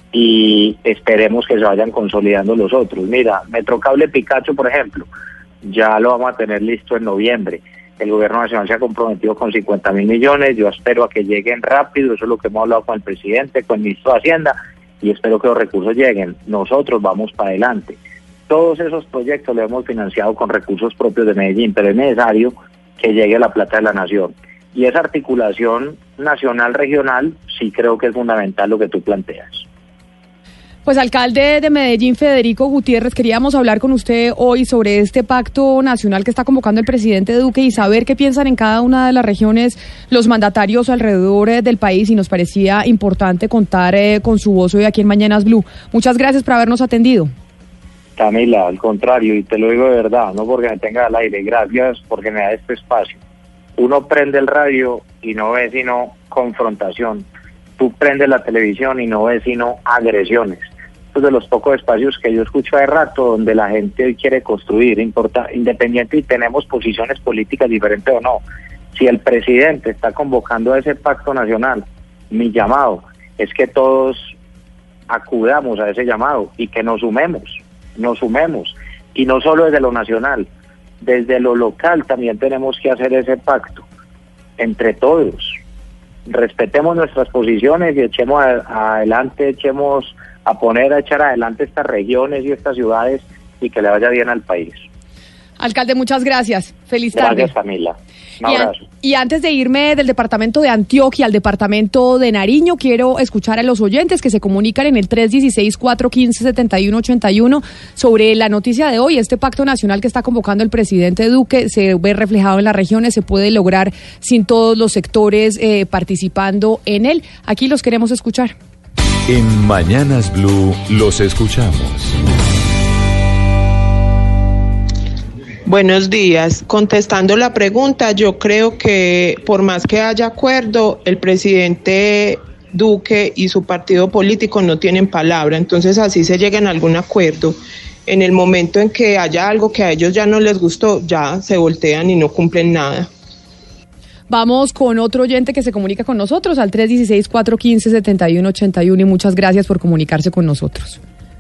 y esperemos que se vayan consolidando los otros. Mira, Metrocable Picacho, por ejemplo, ya lo vamos a tener listo en noviembre. El gobierno nacional se ha comprometido con cincuenta mil millones, yo espero a que lleguen rápido, eso es lo que hemos hablado con el presidente, con el ministro de Hacienda, y espero que los recursos lleguen. Nosotros vamos para adelante. Todos esos proyectos los hemos financiado con recursos propios de Medellín, pero es necesario que llegue la plata de la nación. Y esa articulación nacional-regional sí creo que es fundamental lo que tú planteas. Pues alcalde de Medellín, Federico Gutiérrez, queríamos hablar con usted hoy sobre este pacto nacional que está convocando el presidente Duque y saber qué piensan en cada una de las regiones los mandatarios alrededor eh, del país, y nos parecía importante contar eh, con su voz hoy aquí en Mañanas Blue. Muchas gracias por habernos atendido. Camila, al contrario, y te lo digo de verdad, no porque me tenga al aire, gracias porque me da este espacio. Uno prende el radio y no ve sino confrontación. Tú prendes la televisión y no ves sino agresiones. Estos de los pocos espacios que yo escucho hace rato donde la gente hoy quiere construir, importa, independiente y tenemos posiciones políticas diferentes o no. Si el presidente está convocando a ese pacto nacional, mi llamado es que todos acudamos a ese llamado y que nos sumemos, nos sumemos. Y no solo desde lo nacional, desde lo local también tenemos que hacer ese pacto entre todos. Respetemos nuestras posiciones y echemos a, adelante, echemos a poner a echar adelante estas regiones y estas ciudades y que le vaya bien al país. Alcalde, muchas gracias. Feliz tarde. Gracias, Camila. Un y, abrazo. An- y antes de irme del departamento de Antioquia al departamento de Nariño, quiero escuchar a los oyentes que se comunican en el tres uno seis, cuatro uno cinco, siete uno ocho uno sobre la noticia de hoy. Este pacto nacional que está convocando el presidente Duque se ve reflejado en las regiones, se puede lograr sin todos los sectores eh, participando en él. Aquí los queremos escuchar. En Mañanas Blue los escuchamos. Buenos días. Contestando la pregunta, yo creo que por más que haya acuerdo, el presidente Duque y su partido político no tienen palabra. Entonces, así se llega a algún acuerdo. En el momento en que haya algo que a ellos ya no les gustó, ya se voltean y no cumplen nada. Vamos con otro oyente que se comunica con nosotros al tres uno seis, cuatro uno cinco, siete uno ocho uno y muchas gracias por comunicarse con nosotros.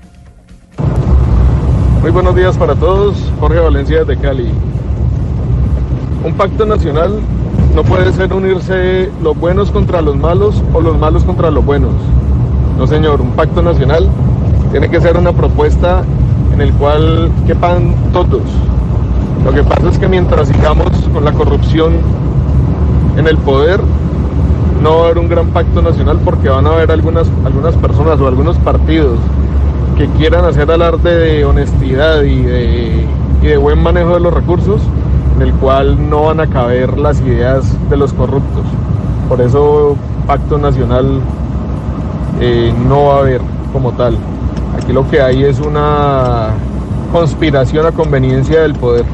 Muy buenos días para todos, Jorge Valencia desde Cali. Un pacto nacional no puede ser unirse los buenos contra los malos o los malos contra los buenos. No señor, un pacto nacional tiene que ser una propuesta en el cual quepan todos. Lo que pasa es que mientras sigamos con la corrupción en el poder, no va a haber un gran pacto nacional porque van a haber algunas, algunas personas o algunos partidos que quieran hacer alarde de honestidad y de, y de buen manejo de los recursos, en el cual no van a caber las ideas de los corruptos. Por eso pacto nacional eh, no va a haber como tal. Aquí lo que hay es una conspiración a conveniencia del poder.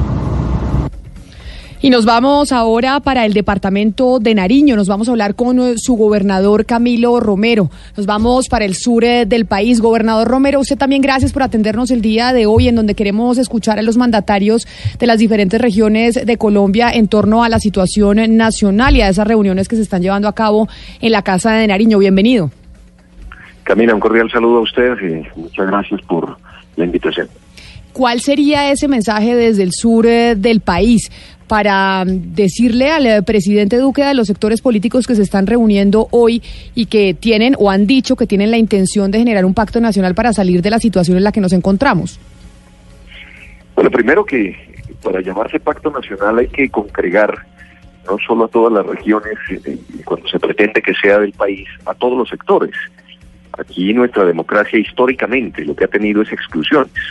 Y nos vamos ahora para el departamento de Nariño, nos vamos a hablar con uh, su gobernador Camilo Romero. Nos vamos para el sur eh, del país. Gobernador Romero, usted también gracias por atendernos el día de hoy, en donde queremos escuchar a los mandatarios de las diferentes regiones de Colombia en torno a la situación nacional y a esas reuniones que se están llevando a cabo en la Casa de Nariño. Bienvenido. Camila, un cordial saludo a usted y muchas gracias por la invitación. ¿Cuál sería ese mensaje desde el sur eh, del país para decirle al eh, presidente Duque de los sectores políticos que se están reuniendo hoy y que tienen o han dicho que tienen la intención de generar un pacto nacional para salir de la situación en la que nos encontramos? Bueno, primero que para llamarse pacto nacional hay que congregar no solo a todas las regiones, eh, cuando se pretende que sea del país, a todos los sectores. Aquí nuestra democracia históricamente lo que ha tenido es exclusiones.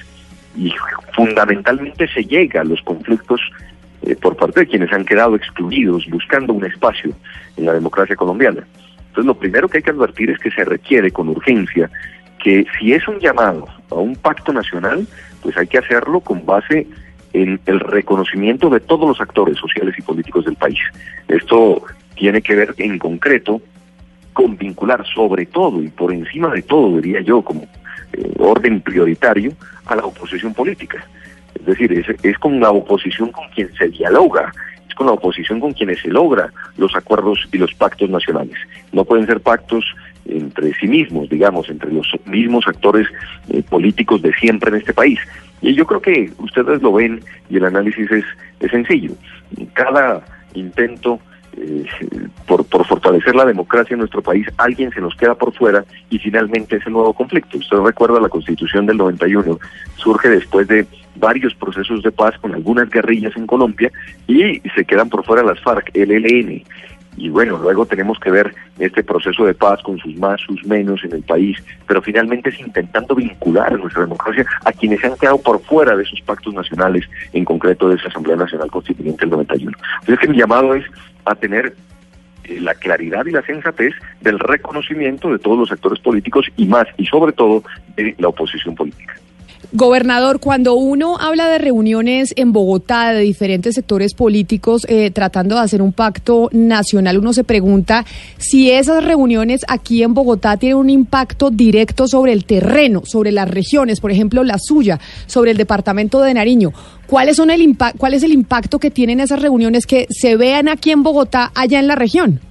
y fundamentalmente se llega a los conflictos eh, por parte de quienes han quedado excluidos, buscando un espacio en la democracia colombiana. Entonces, lo primero que hay que advertir es que se requiere con urgencia que si es un llamado a un pacto nacional, pues hay que hacerlo con base en el reconocimiento de todos los actores sociales y políticos del país. Esto tiene que ver en concreto con vincular sobre todo y por encima de todo, diría yo, como eh, orden prioritario, a la oposición política. Es decir, es, es con la oposición con quien se dialoga, es con la oposición con quienes se logra los acuerdos y los pactos nacionales. No pueden ser pactos entre sí mismos, digamos, entre los mismos actores eh, políticos de siempre en este país. Y yo creo que ustedes lo ven y el análisis es, es sencillo. Cada intento eh, por, por fortalecer la democracia en nuestro país, alguien se nos queda por fuera y finalmente es el nuevo conflicto. Usted recuerda la Constitución del noventa y uno, surge después de varios procesos de paz con algunas guerrillas en Colombia y se quedan por fuera las FARC, el E L N. Y bueno, luego tenemos que ver este proceso de paz con sus más, sus menos en el país, pero finalmente es intentando vincular a nuestra democracia a quienes se han quedado por fuera de esos pactos nacionales, en concreto de esa Asamblea Nacional Constituyente del noventa y uno. Así es que mi llamado es a tener eh, la claridad y la sensatez del reconocimiento de todos los actores políticos y más, y sobre todo, de la oposición política. Gobernador, cuando uno habla de reuniones en Bogotá de diferentes sectores políticos eh, tratando de hacer un pacto nacional, uno se pregunta si esas reuniones aquí en Bogotá tienen un impacto directo sobre el terreno, sobre las regiones, por ejemplo la suya, sobre el departamento de Nariño. ¿Cuáles son el impa- ¿Cuál es el impacto que tienen esas reuniones que se vean aquí en Bogotá, allá en la región?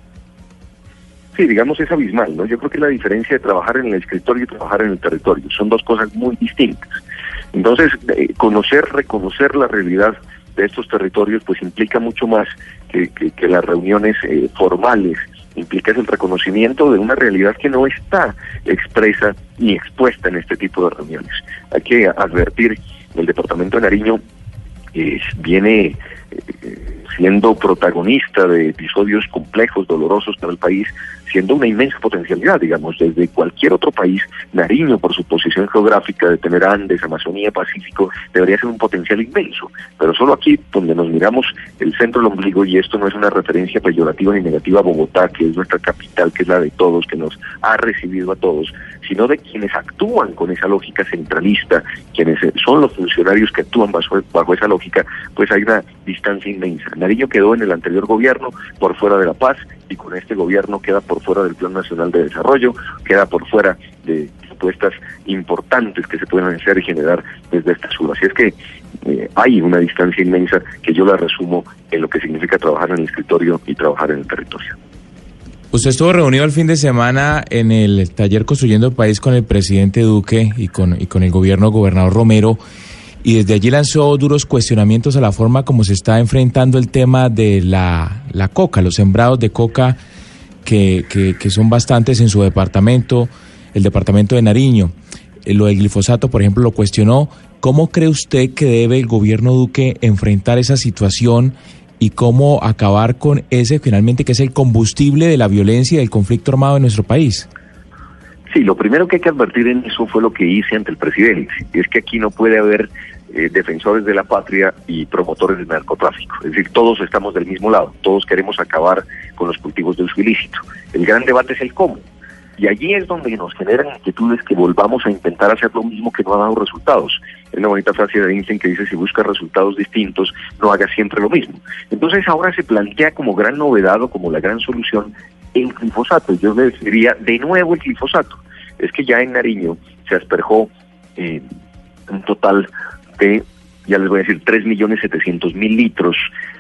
Sí, digamos, es abismal, ¿no? Yo creo que la diferencia de trabajar en el escritorio y trabajar en el territorio son dos cosas muy distintas. Entonces, eh, conocer, reconocer la realidad de estos territorios, pues implica mucho más que, que, que las reuniones eh, formales, implica el reconocimiento de una realidad que no está expresa ni expuesta en este tipo de reuniones. Hay que advertir, el departamento de Nariño eh, viene eh, siendo protagonista de episodios complejos, dolorosos para el país, siendo una inmensa potencialidad, digamos, desde cualquier otro país. Nariño, por su posición geográfica de tener Andes, Amazonía, Pacífico, debería ser un potencial inmenso, pero solo aquí, donde nos miramos el centro del ombligo, y esto no es una referencia peyorativa ni negativa a Bogotá, que es nuestra capital, que es la de todos, que nos ha recibido a todos, sino de quienes actúan con esa lógica centralista, quienes son los funcionarios que actúan bajo, bajo esa lógica, pues hay una distancia inmensa. Nariño quedó en el anterior gobierno por fuera de la paz, y con este gobierno queda por fuera del Plan Nacional de Desarrollo, queda por fuera de propuestas importantes que se pueden hacer y generar desde esta sur. Así es que eh, hay una distancia inmensa que yo la resumo en lo que significa trabajar en el escritorio y trabajar en el territorio. Usted estuvo reunido el fin de semana en el taller Construyendo el País con el presidente Duque y con, y con el gobierno gobernador Romero, y desde allí lanzó duros cuestionamientos a la forma como se está enfrentando el tema de la, la coca, los sembrados de coca, que, que, que son bastantes en su departamento, el departamento de Nariño. Eh, lo del glifosato, por ejemplo, lo cuestionó. ¿Cómo cree usted que debe el gobierno Duque enfrentar esa situación y cómo acabar con ese, finalmente, que es el combustible de la violencia y del conflicto armado en nuestro país? Sí, lo primero que hay que advertir en eso fue lo que hice ante el presidente, es que aquí no puede haber eh, defensores de la patria y promotores del narcotráfico, es decir, todos estamos del mismo lado, todos queremos acabar con los cultivos de uso ilícito. El gran debate es el cómo, y allí es donde nos generan inquietudes que volvamos a intentar hacer lo mismo que no ha dado resultados. Es una bonita frase de Einstein que dice: si buscas resultados distintos, no hagas siempre lo mismo. Entonces ahora se plantea como gran novedad o como la gran solución el glifosato. Yo les diría de nuevo el glifosato. Es que ya en Nariño se asperjó eh, un total de, ya les voy a decir, tres millones setecientos mil litros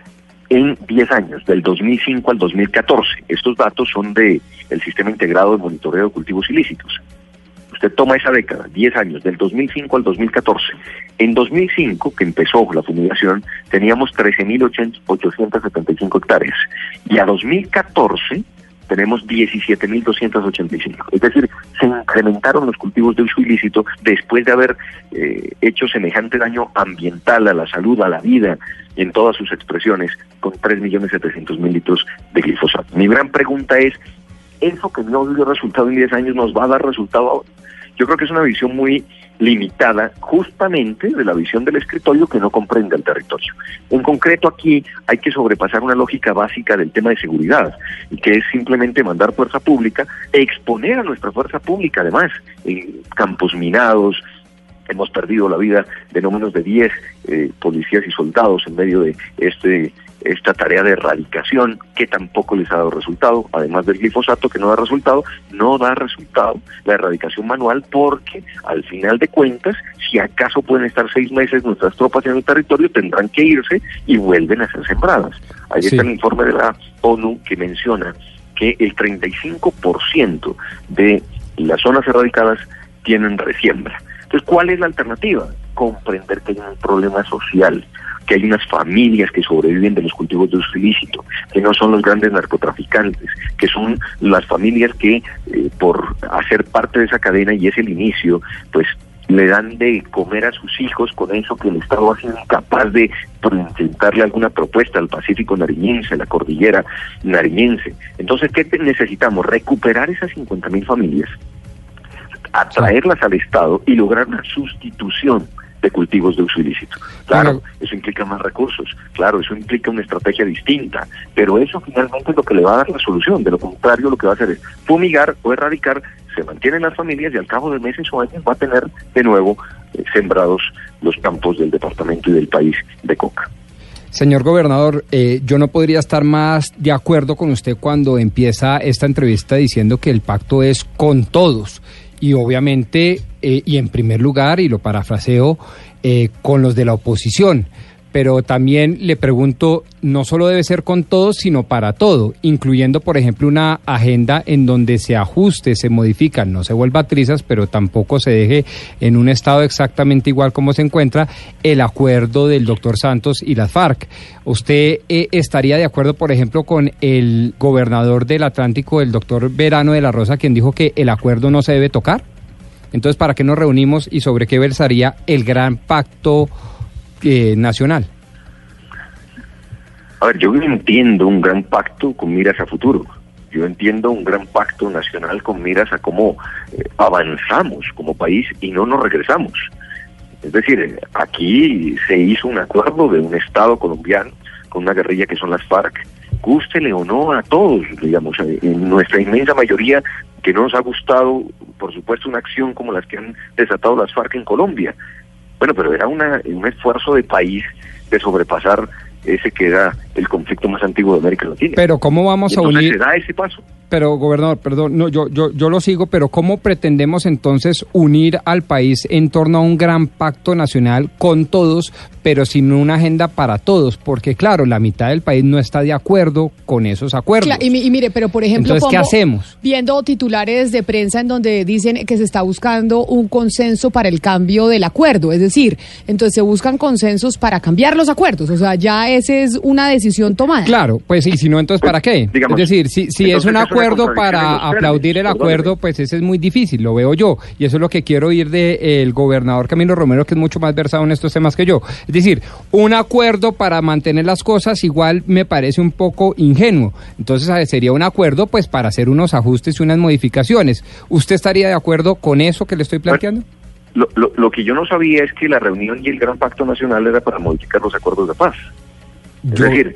en diez años, del dos mil cinco al dos mil catorce. Estos datos son de el Sistema Integrado de Monitoreo de Cultivos Ilícitos. Usted toma esa década, diez años, del dos mil cinco al dos mil catorce. En dos mil cinco, que empezó la fumigación, teníamos trece mil ochocientas setenta y cinco hectáreas. Y a dos mil catorce tenemos diecisiete mil doscientos ochenta y cinco. Es decir, se incrementaron los cultivos de uso ilícito después de haber eh, hecho semejante daño ambiental a la salud, a la vida, en todas sus expresiones, con tres millones setecientos mil litros de glifosato. Mi gran pregunta es, ¿eso que no dio resultado en diez años nos va a dar resultado ahora? Yo creo que es una visión muy limitada justamente de la visión del escritorio que no comprende el territorio. En concreto aquí hay que sobrepasar una lógica básica del tema de seguridad, y que es simplemente mandar fuerza pública, exponer a nuestra fuerza pública además en campos minados. Hemos perdido la vida de no menos de diez eh, policías y soldados en medio de este esta tarea de erradicación que tampoco les ha dado resultado, además del glifosato que no da resultado, no da resultado la erradicación manual, porque al final de cuentas, si acaso pueden estar seis meses nuestras tropas en el territorio, tendrán que irse y vuelven a ser sembradas. Ahí sí. Está el informe de la ONU que menciona que el treinta y cinco por ciento de las zonas erradicadas tienen resiembra. Entonces, ¿cuál es la alternativa? Comprender que hay un problema social, que hay unas familias que sobreviven de los cultivos de uso ilícito, que no son los grandes narcotraficantes, que son las familias que eh, por hacer parte de esa cadena, y es el inicio, pues le dan de comer a sus hijos con eso que el Estado ha sido incapaz de presentarle alguna propuesta al Pacífico nariñense, a la cordillera nariñense. Entonces, ¿qué necesitamos? Recuperar esas cincuenta mil familias, atraerlas al Estado y lograr una sustitución de cultivos de uso ilícito. Claro, eso implica más recursos, claro, eso implica una estrategia distinta, pero eso finalmente es lo que le va a dar la solución. De lo contrario, lo que va a hacer es fumigar o erradicar, se mantienen las familias y al cabo de meses o años va a tener de nuevo eh, sembrados los campos del departamento y del país de coca. Señor gobernador, eh, yo no podría estar más de acuerdo con usted cuando empieza esta entrevista diciendo que el pacto es con todos. Y obviamente, eh, y en primer lugar, y lo parafraseo, eh, con los de la oposición. Pero también le pregunto, no solo debe ser con todos, sino para todo, incluyendo, por ejemplo, una agenda en donde se ajuste, se modifica, no se vuelva trizas, pero tampoco se deje en un estado exactamente igual como se encuentra el acuerdo del doctor Santos y las FARC. ¿Usted eh, estaría de acuerdo, por ejemplo, con el gobernador del Atlántico, el doctor Verano de la Rosa, quien dijo que el acuerdo no se debe tocar? Entonces, ¿para qué nos reunimos y sobre qué versaría el gran pacto Eh, nacional? A ver, yo entiendo un gran pacto con miras a futuro. Yo entiendo un gran pacto nacional con miras a cómo eh, avanzamos como país y no nos regresamos. Es decir, aquí se hizo un acuerdo de un Estado colombiano con una guerrilla que son las FARC, gústele o no a todos, digamos, en nuestra inmensa mayoría, que no nos ha gustado, por supuesto, una acción como las que han desatado las FARC en Colombia. Bueno, pero era una, un esfuerzo de país de sobrepasar ese que era el conflicto más antiguo de América Latina. Pero ¿cómo vamos a unir? Se da ese paso. Pero, gobernador, perdón, no, yo, yo, yo lo sigo, pero ¿cómo pretendemos entonces unir al país en torno a un gran pacto nacional con todos, pero sin una agenda para todos? Porque, claro, la mitad del país no está de acuerdo con esos acuerdos. Claro, y, y mire, pero por ejemplo, entonces, ¿qué hacemos? Viendo titulares de prensa en donde dicen que se está buscando un consenso para el cambio del acuerdo, es decir, entonces se buscan consensos para cambiar los acuerdos, o sea, ya esa es una decisión tomada. Claro, pues, y si no, entonces, ¿para qué? Digamos, es decir, si, si es un acuerdo para aplaudir el acuerdo, pues ese es muy difícil, lo veo yo, y eso es lo que quiero oír del gobernador Camilo Romero, que es mucho más versado en estos temas que yo. Es decir, un acuerdo para mantener las cosas igual me parece un poco ingenuo. Entonces sería un acuerdo pues para hacer unos ajustes y unas modificaciones. ¿Usted estaría de acuerdo con eso que le estoy planteando? Lo, lo, lo que yo no sabía es que la reunión y el Gran Pacto Nacional era para modificar los acuerdos de paz. Es yo... decir,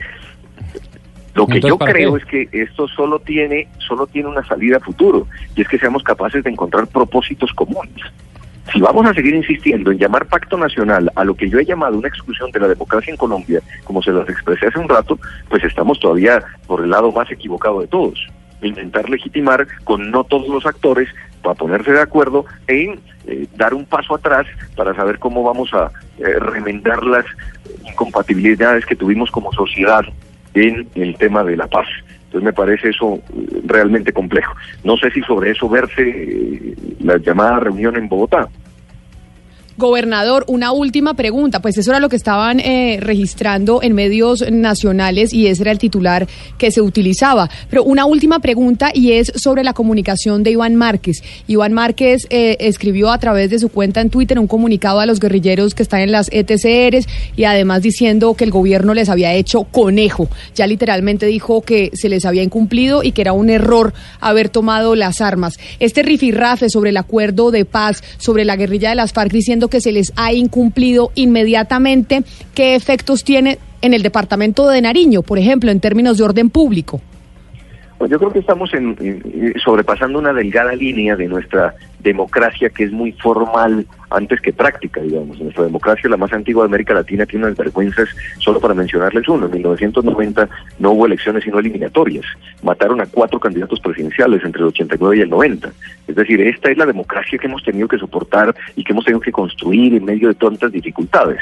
lo que yo creo es que esto solo tiene, solo tiene una salida a futuro, y es que seamos capaces de encontrar propósitos comunes. Si vamos a seguir insistiendo en llamar pacto nacional a lo que yo he llamado una exclusión de la democracia en Colombia, como se las expresé hace un rato, pues estamos todavía por el lado más equivocado de todos. Intentar legitimar con no todos los actores para ponerse de acuerdo en eh, dar un paso atrás para saber cómo vamos a eh, remendar las incompatibilidades que tuvimos como sociedad en el tema de la paz. Entonces me parece eso realmente complejo. No sé si sobre eso verse eh, la llamada reunión en Bogotá. Gobernador, una última pregunta, pues eso era lo que estaban eh, registrando en medios nacionales y ese era el titular que se utilizaba, pero una última pregunta y es sobre la comunicación de Iván Márquez. Iván Márquez eh, escribió a través de su cuenta en Twitter un comunicado a los guerrilleros que están en las E T C Rs y además diciendo que el gobierno les había hecho conejo, ya literalmente dijo que se les había incumplido y que era un error haber tomado las armas. Este rifirrafe sobre el acuerdo de paz, sobre la guerrilla de las FARC diciendo que se les ha incumplido inmediatamente, ¿qué efectos tiene en el departamento de Nariño, por ejemplo, en términos de orden público? Pues yo creo que estamos en, en, sobrepasando una delgada línea de nuestra democracia que es muy formal antes que práctica, digamos. Nuestra democracia, la más antigua de América Latina, tiene unas vergüenzas, solo para mencionarles uno. En mil novecientos noventa no hubo elecciones sino eliminatorias. Mataron a cuatro candidatos presidenciales entre el ochenta y nueve y el noventa. Es decir, esta es la democracia que hemos tenido que soportar y que hemos tenido que construir en medio de tantas dificultades.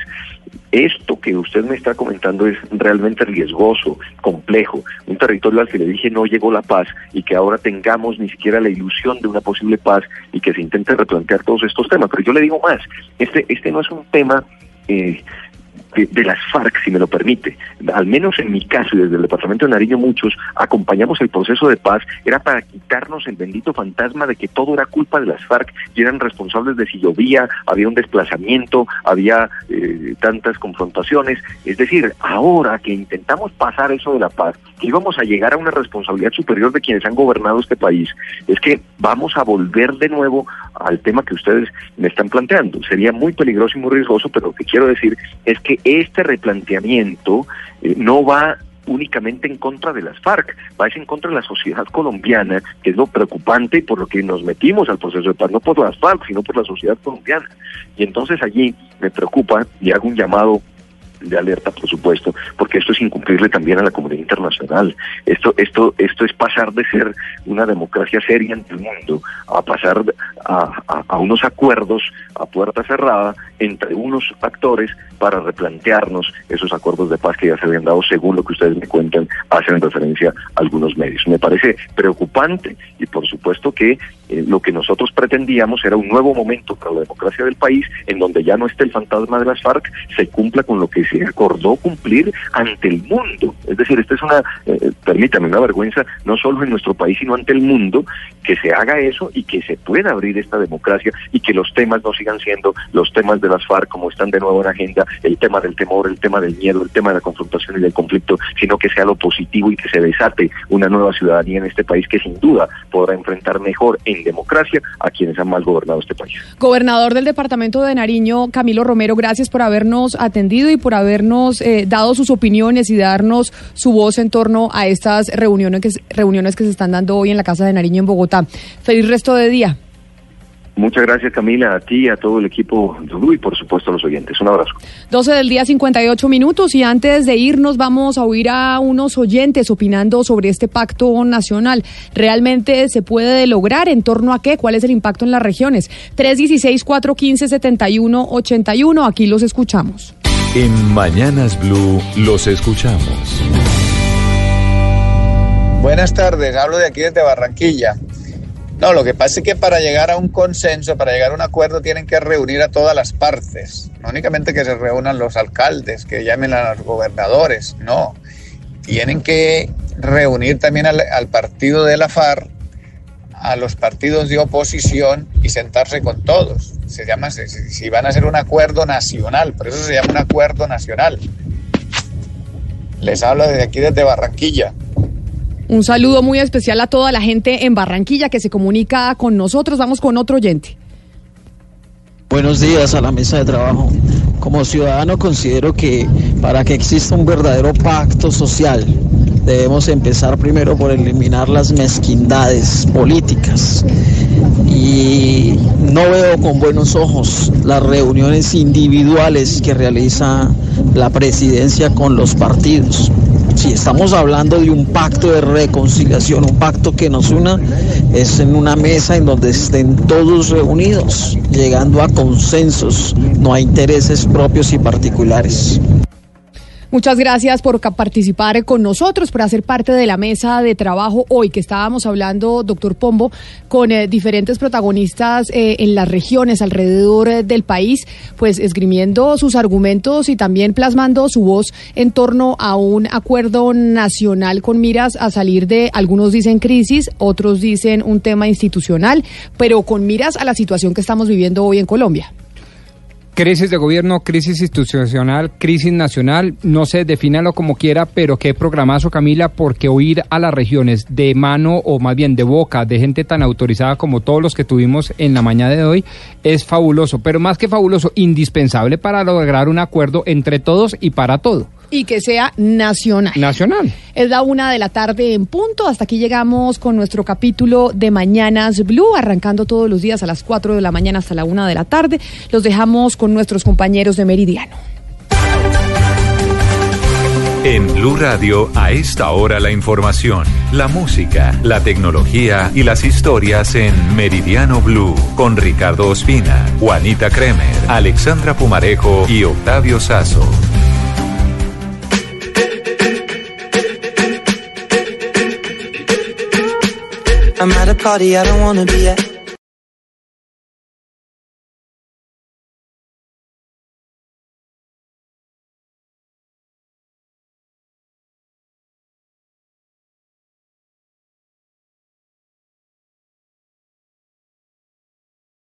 Esto que usted me está comentando es realmente riesgoso, complejo. Un territorio al que le dije no llegó la paz y que ahora tengamos ni siquiera la ilusión de una posible paz y que se intente replantear todos estos temas. Pero yo le digo más, este, este no es un tema eh, de, de las FARC, si me lo permite. Al menos en mi caso y desde el departamento de Nariño muchos acompañamos el proceso de paz, era para quitarnos el bendito fantasma de que todo era culpa de las FARC y eran responsables de si llovía, había un desplazamiento, había eh, tantas confrontaciones. Es decir, ahora que intentamos pasar eso de la paz, que íbamos a llegar a una responsabilidad superior de quienes han gobernado este país, es que vamos a volver de nuevo al tema que ustedes me están planteando. Sería muy peligroso y muy riesgoso, pero lo que quiero decir es que este replanteamiento eh, no va únicamente en contra de las FARC, va en contra de la sociedad colombiana, que es lo preocupante y por lo que nos metimos al proceso de paz, no por las FARC, sino por la sociedad colombiana. Y entonces allí me preocupa y hago un llamado de alerta, por supuesto, porque esto es incumplirle también a la comunidad internacional. Esto, esto, esto es pasar de ser una democracia seria ante el mundo a pasar a, a, a unos acuerdos a puerta cerrada entre unos actores para replantearnos esos acuerdos de paz que ya se habían dado, según lo que ustedes me cuentan, hacen referencia a algunos medios. Me parece preocupante y por supuesto que eh, lo que nosotros pretendíamos era un nuevo momento para la democracia del país, en donde ya no esté el fantasma de las FARC, se cumpla con lo que se acordó cumplir ante el mundo. Es decir, esta es una, eh, permítame, una vergüenza no solo en nuestro país, sino ante el mundo, que se haga eso y que se pueda abrir esta democracia y que los temas no sigan siendo los temas de las FARC como están de nuevo en agenda, el tema del temor, el tema del miedo, el tema de la confrontación y del conflicto, sino que sea lo positivo y que se desate una nueva ciudadanía en este país que sin duda podrá enfrentar mejor en democracia a quienes han mal gobernado este país. Gobernador del departamento de Nariño, Camilo Romero, gracias por habernos atendido y por habernos eh, dado sus opiniones y darnos su voz en torno a estas reuniones que, reuniones que se están dando hoy en la Casa de Nariño en Bogotá. Feliz resto de día. Muchas gracias, Camila, a ti, a todo el equipo de Blue y por supuesto a los oyentes. Un abrazo. doce del día, cincuenta y ocho minutos, y antes de irnos vamos a oír a unos oyentes opinando sobre este pacto nacional. ¿Realmente se puede lograr? ¿En torno a qué? ¿Cuál es el impacto en las regiones? tres uno seis, cuatro uno cinco, siete uno ocho uno, aquí los escuchamos. En Mañanas Blue los escuchamos. Buenas tardes, hablo de aquí desde Barranquilla. No, lo que pasa es que para llegar a un consenso, para llegar a un acuerdo, tienen que reunir a todas las partes. No únicamente que se reúnan los alcaldes, que llamen a los gobernadores, no. Tienen que reunir también al, al partido de la FARC, a los partidos de oposición y sentarse con todos. Se llama, si, si van a hacer un acuerdo nacional, por eso se llama un acuerdo nacional. Les hablo desde aquí, desde Barranquilla. Un saludo muy especial a toda la gente en Barranquilla que se comunica con nosotros. Vamos con otro oyente. Buenos días a la mesa de trabajo. Como ciudadano considero que para que exista un verdadero pacto social debemos empezar primero por eliminar las mezquindades políticas. Y no veo con buenos ojos las reuniones individuales que realiza la presidencia con los partidos. Si estamos hablando de un pacto de reconciliación, un pacto que nos una, es en una mesa en donde estén todos reunidos, llegando a consensos, no a intereses propios y particulares. Muchas gracias por participar con nosotros, por hacer parte de la mesa de trabajo hoy que estábamos hablando, doctor Pombo, con eh, diferentes protagonistas eh, en las regiones alrededor eh, del país, pues esgrimiendo sus argumentos y también plasmando su voz en torno a un acuerdo nacional con miras a salir de, algunos dicen crisis, otros dicen un tema institucional, pero con miras a la situación que estamos viviendo hoy en Colombia. Crisis de gobierno, crisis institucional, crisis nacional, no sé, defínalo como quiera, pero qué programazo, Camila, porque oír a las regiones de mano o más bien de boca de gente tan autorizada como todos los que tuvimos en la mañana de hoy es fabuloso, pero más que fabuloso, indispensable para lograr un acuerdo entre todos y para todo. Y que sea nacional. Nacional. Es la una de la tarde en punto. Hasta aquí llegamos con nuestro capítulo de Mañanas Blue, arrancando todos los días a las cuatro de la mañana hasta la una de la tarde. Los dejamos con nuestros compañeros de Meridiano. En Blue Radio, a esta hora la información, la música, la tecnología y las historias en Meridiano Blue, con Ricardo Ospina, Juanita Kremer, Alexandra Pumarejo y Octavio Sazo. I'm at a party I don't wanna be at.